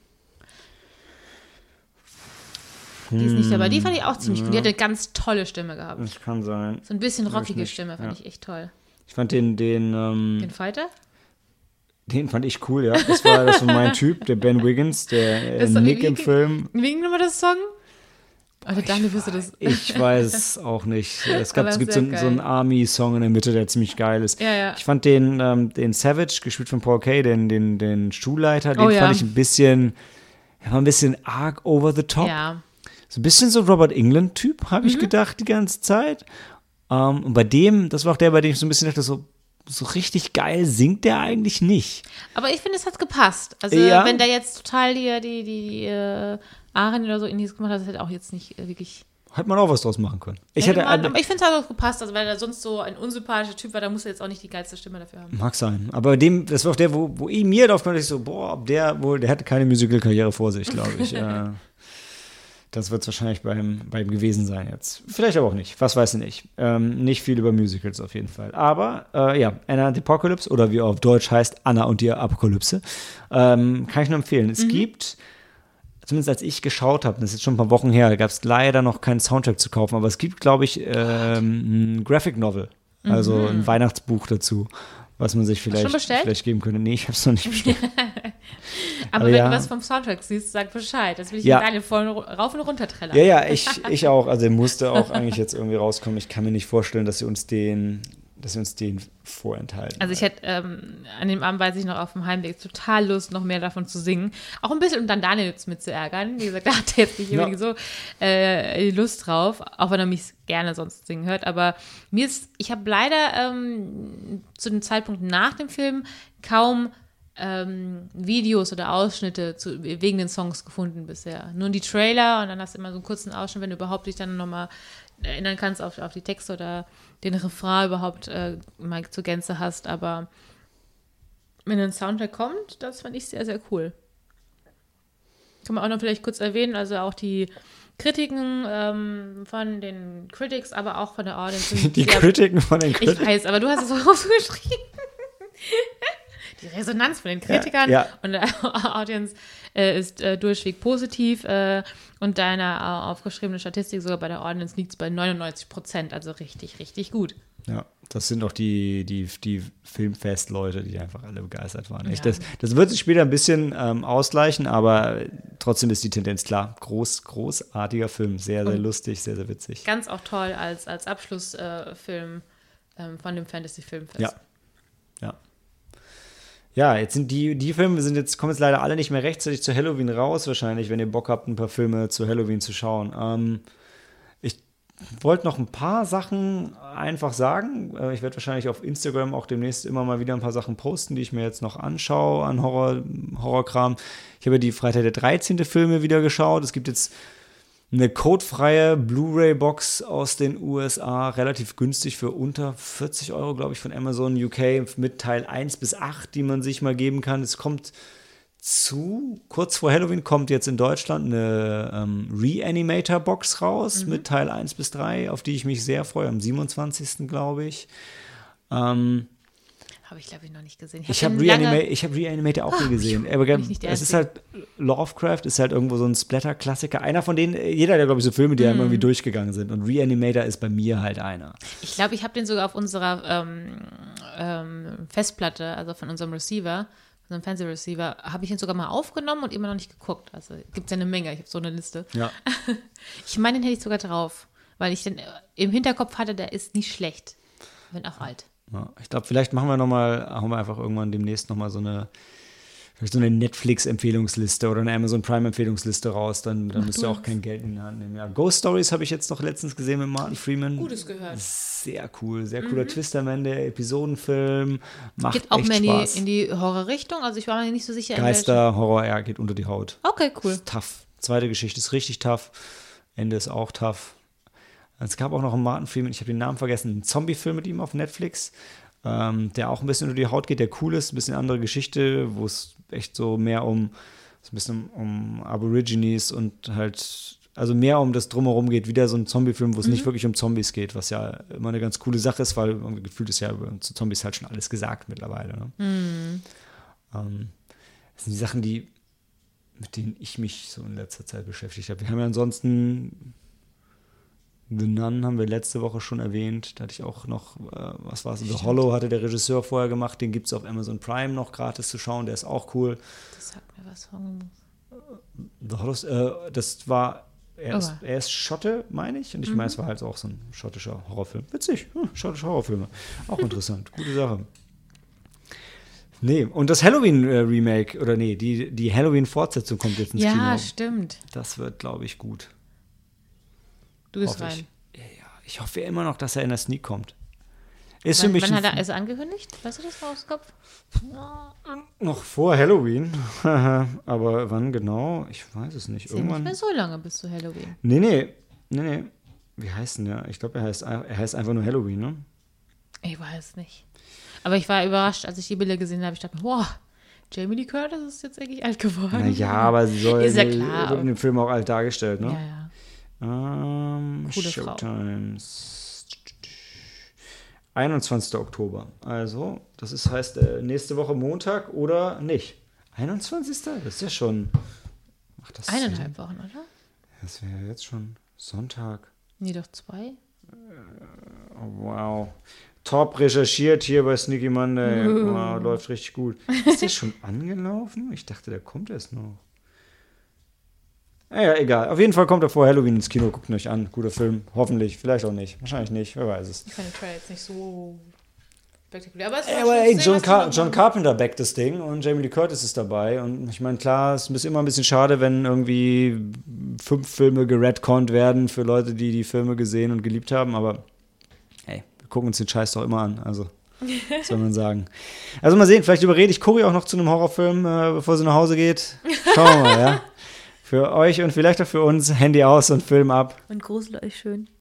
Die ist nicht dabei. Die fand ich auch ziemlich gut. Die hat eine ganz tolle Stimme gehabt. Das kann sein. So ein bisschen Weiß ich rockige nicht. Stimme fand Ja. ich echt toll. Ich fand den, den, ähm, Den Fighter? den fand ich cool, ja. Das war, das war mein Typ, der Ben Wiggins, der äh, Das ist- Nick wie- im Film. Wie ging nochmal das Song? Oder Daniel wüsste das. Ich weiß es auch nicht. Es, gab, Aber es gibt sehr so, einen- so einen geil. Army-Song in der Mitte, der ziemlich geil ist. Ja, ja. Ich fand den, ähm, den Savage, gespielt von Paul Kaye, den, den, den Schulleiter, den Oh, ja. fand ich ein bisschen, er war ein bisschen arg over the top. Ja. So ein bisschen so ein Robert Englund-Typ, habe ich Mhm. gedacht die ganze Zeit. Ähm, und bei dem, das war auch der, bei dem ich so ein bisschen dachte, so, so richtig geil singt der eigentlich nicht. Aber ich finde, es hat gepasst. Also, Ja. wenn der jetzt total die, die, die, die äh, Aaron oder so Indies gemacht hat, das hätte auch jetzt nicht äh, wirklich. Hat man auch was draus machen können. Ich Hätte hätte, man, aber ich finde, es hat auch gepasst. Also, weil er sonst so ein unsympathischer Typ war, da muss er jetzt auch nicht die geilste Stimme dafür haben. Mag sein. Aber dem, das war auch der, wo, wo ich mir drauf kam, ich so, boah, ob der wohl, der hatte keine Musical-Karriere vor sich, glaube ich. äh, das wird es wahrscheinlich beim, beim gewesen sein jetzt. Vielleicht aber auch nicht. Was weiß ich nicht. Ähm, nicht viel über Musicals auf jeden Fall. Aber äh, ja, Anna and the Apocalypse oder wie auf Deutsch heißt, Anna und die Apokalypse, ähm, kann ich nur empfehlen. Es gibt, zumindest als ich geschaut habe, das ist jetzt schon ein paar Wochen her, gab es leider noch keinen Soundtrack zu kaufen, aber es gibt, glaube ich, ähm, ein Graphic Novel, also ein Weihnachtsbuch dazu, was man sich vielleicht, bestellt? vielleicht geben könnte. Nee, ich habe es noch nicht bestellt. Aber Aber wenn ja. du was vom Soundtrack siehst, sag Bescheid. Das will ich Ja. mit Daniel voll rauf und runter trällern. Ja, ja, ich, ich auch. Also der musste auch eigentlich jetzt irgendwie rauskommen. Ich kann mir nicht vorstellen, dass sie uns den, dass sie uns den vorenthalten. Also ich hätte ähm, an dem Abend, weiß ich noch, auf dem Heimweg total Lust, noch mehr davon zu singen. Auch ein bisschen, um dann Daniel jetzt mit zu ärgern. Wie gesagt, da hat er jetzt nicht Ja. unbedingt so äh, Lust drauf, auch wenn er mich gerne sonst singen hört. Aber mir ist, ich habe leider ähm, zu dem Zeitpunkt nach dem Film kaum ähm, Videos oder Ausschnitte zu, wegen den Songs gefunden bisher. Nur die Trailer und dann hast du immer so einen kurzen Ausschnitt, wenn du überhaupt dich dann nochmal erinnern kannst auf, auf die Texte oder den Refrain überhaupt äh, mal zur Gänze hast. Aber wenn ein Soundtrack kommt, das fand ich sehr, sehr cool. Kann man auch noch vielleicht kurz erwähnen, also auch die Kritiken ähm, von den Critics, aber auch von der Audience. sind die sehr- Kritiken von den Ich Kritiken. weiß, aber du hast es auch rausgeschrieben. Die Resonanz von den Kritikern ja. und der Audience äh, ist äh, durchweg positiv äh, und deine äh, aufgeschriebene Statistik sogar bei der Audience liegt es bei neunundneunzig Prozent, also richtig, richtig gut. Ja, das sind auch die, die, die Filmfest-Leute, die einfach alle begeistert waren. Echt, Ja. das, das wird sich später ein bisschen ähm, ausgleichen, aber trotzdem ist die Tendenz klar. Groß, großartiger Film, sehr, sehr Und lustig, sehr, sehr witzig. Ganz auch toll als, als Abschlussfilm äh, Film, ähm, von dem Fantasy-Filmfest. Ja. Ja. Ja, jetzt sind die, die Filme sind jetzt, kommen jetzt leider alle nicht mehr rechtzeitig zu Halloween raus, wahrscheinlich, wenn ihr Bock habt, ein paar Filme zu Halloween zu schauen. Ähm, ich wollte noch ein paar Sachen einfach sagen. Äh, ich werde wahrscheinlich auf Instagram auch demnächst immer mal wieder ein paar Sachen posten, die ich mir jetzt noch anschaue an Horror, Horrorkram. Ich habe ja die Freitag der dreizehnte Filme wieder geschaut. Es gibt jetzt eine codefreie Blu-ray-Box aus den U S A, relativ günstig für unter vierzig Euro, glaube ich, von Amazon U K mit Teil eins bis acht, die man sich mal geben kann. Es kommt zu, kurz vor Halloween kommt jetzt in Deutschland eine ähm, Reanimator-Box raus Mhm. mit Teil eins bis drei, auf die ich mich sehr freue, am siebenundzwanzigsten glaube ich. Ähm, Habe ich, glaube ich, noch nicht gesehen. ich hab habe den lange- Reanima- ich hab Reanimator auch Ah, nie gesehen. pfiuh, Aber bin ich nicht der es ist halt, Lovecraft ist halt irgendwo so ein Splatter-Klassiker. Einer von denen, jeder der, glaube ich, so Filme, die einem irgendwie durchgegangen sind. Und Reanimator ist bei mir halt einer. Ich glaube, ich habe den sogar auf unserer ähm, ähm, Festplatte, also von unserem Receiver, unserem Fernsehreceiver, habe ich ihn sogar mal aufgenommen und immer noch nicht geguckt. Also gibt es ja eine Menge, ich habe so eine Liste. Ja. Ich meine, den hätte ich sogar drauf, weil ich den im Hinterkopf hatte, der ist nicht schlecht, wenn auch alt. Ja, ich glaube, vielleicht machen wir noch mal, haben wir einfach irgendwann demnächst noch mal so eine vielleicht so eine Netflix-Empfehlungsliste oder eine Amazon Prime-Empfehlungsliste raus, dann, dann müsst ihr auch kein Geld in die Hand nehmen. Ja, Ghost Stories habe ich jetzt noch letztens gesehen mit Martin Freeman. Gutes gehört. Sehr cool, sehr cooler mhm. Twist am Ende, Episodenfilm, macht geht auch echt mehr in Spaß. die, in die Horrorrichtung, also ich war mir nicht so sicher. Geister, Horror, ja, geht unter die Haut. Okay, cool. Ist tough. Zweite Geschichte ist richtig tough, Ende ist auch tough. Es gab auch noch einen Martin Freeman, ich habe den Namen vergessen, einen Zombie-Film mit ihm auf Netflix, ähm, der auch ein bisschen unter die Haut geht, der cool ist, ein bisschen andere Geschichte, wo es echt so mehr um, so ein bisschen um Aborigines und halt, also mehr um das Drumherum geht, wieder so ein Zombie-Film, wo es mhm. nicht wirklich um Zombies geht, was ja immer eine ganz coole Sache ist, weil gefühlt ist ja zu Zombies halt schon alles gesagt mittlerweile. Ne? Mhm. Ähm, das sind die Sachen, die, mit denen ich mich so in letzter Zeit beschäftigt habe. Wir haben ja ansonsten The Nun haben wir letzte Woche schon erwähnt. Da hatte ich auch noch, äh, was war es? The Hollow hatte der Regisseur vorher gemacht. Den gibt es auf Amazon Prime noch gratis zu schauen. Der ist auch cool. Das sagt mir was von. The Hollow, äh, das war, er, oh. ist, er ist Schotte, meine ich. Und ich mhm. meine, es war halt auch so ein schottischer Horrorfilm. Witzig, hm, schottische Horrorfilme. Auch interessant, gute Sache. Nee, und das Halloween-Remake, oder nee, die, die Halloween-Fortsetzung kommt jetzt ins ja, Kino. Ja, stimmt. Das wird, glaube ich, gut. Du gehst rein. Ja, ja, ich hoffe ja immer noch, dass er in der Sneak kommt. Ist wann für mich wann hat er es angekündigt? Weißt du das aus dem Kopf? Noch vor Halloween. Aber wann genau? Ich weiß es nicht. Ist irgendwann nicht mehr so lange bis zu Halloween. Nee, nee. Nee, nee. Wie heißt denn der? Ich glaube, er heißt, er heißt einfach nur Halloween, ne? Ich weiß nicht. Aber ich war überrascht, als ich die Bilder gesehen habe. Ich dachte, wow, Jamie Lee Curtis ist jetzt eigentlich alt geworden. Naja, aber sie soll ist ja klar. in dem Film auch alt dargestellt, ne? Ja, ja. Um, Coole Showtimes. einundzwanzigster Oktober. Also, das ist, heißt äh, nächste Woche Montag oder nicht? einundzwanzigster Das ist ja schon. Ach, das Eineinhalb Wochen, oder? Das wäre jetzt schon Sonntag. Nee, doch zwei. Oh, wow. Top recherchiert hier bei Sneaky Monday. Uh. Wow, läuft richtig gut. Ist der schon angelaufen? Ich dachte, der kommt erst noch. Naja, egal. Auf jeden Fall kommt er vor Halloween ins Kino. Guckt ihn euch an. Guter Film. Hoffentlich. Vielleicht auch nicht. Wahrscheinlich nicht. Wer weiß es. Ich fand den Trailer jetzt nicht so spektakulär. Aber, es war aber ey, John, Car- John Carpenter backt das Ding und Jamie Lee Curtis ist dabei. Und ich meine, klar, es ist immer ein bisschen schade, wenn irgendwie fünf Filme geredconnt werden für Leute, die die Filme gesehen und geliebt haben. Aber hey, wir gucken uns den Scheiß doch immer an. Also, was soll man sagen? Also mal sehen, vielleicht überrede ich Cory auch noch zu einem Horrorfilm, äh, bevor sie nach Hause geht. Schauen wir mal, ja. Für euch und vielleicht auch für uns, Handy aus und Film ab. Und grusel euch schön.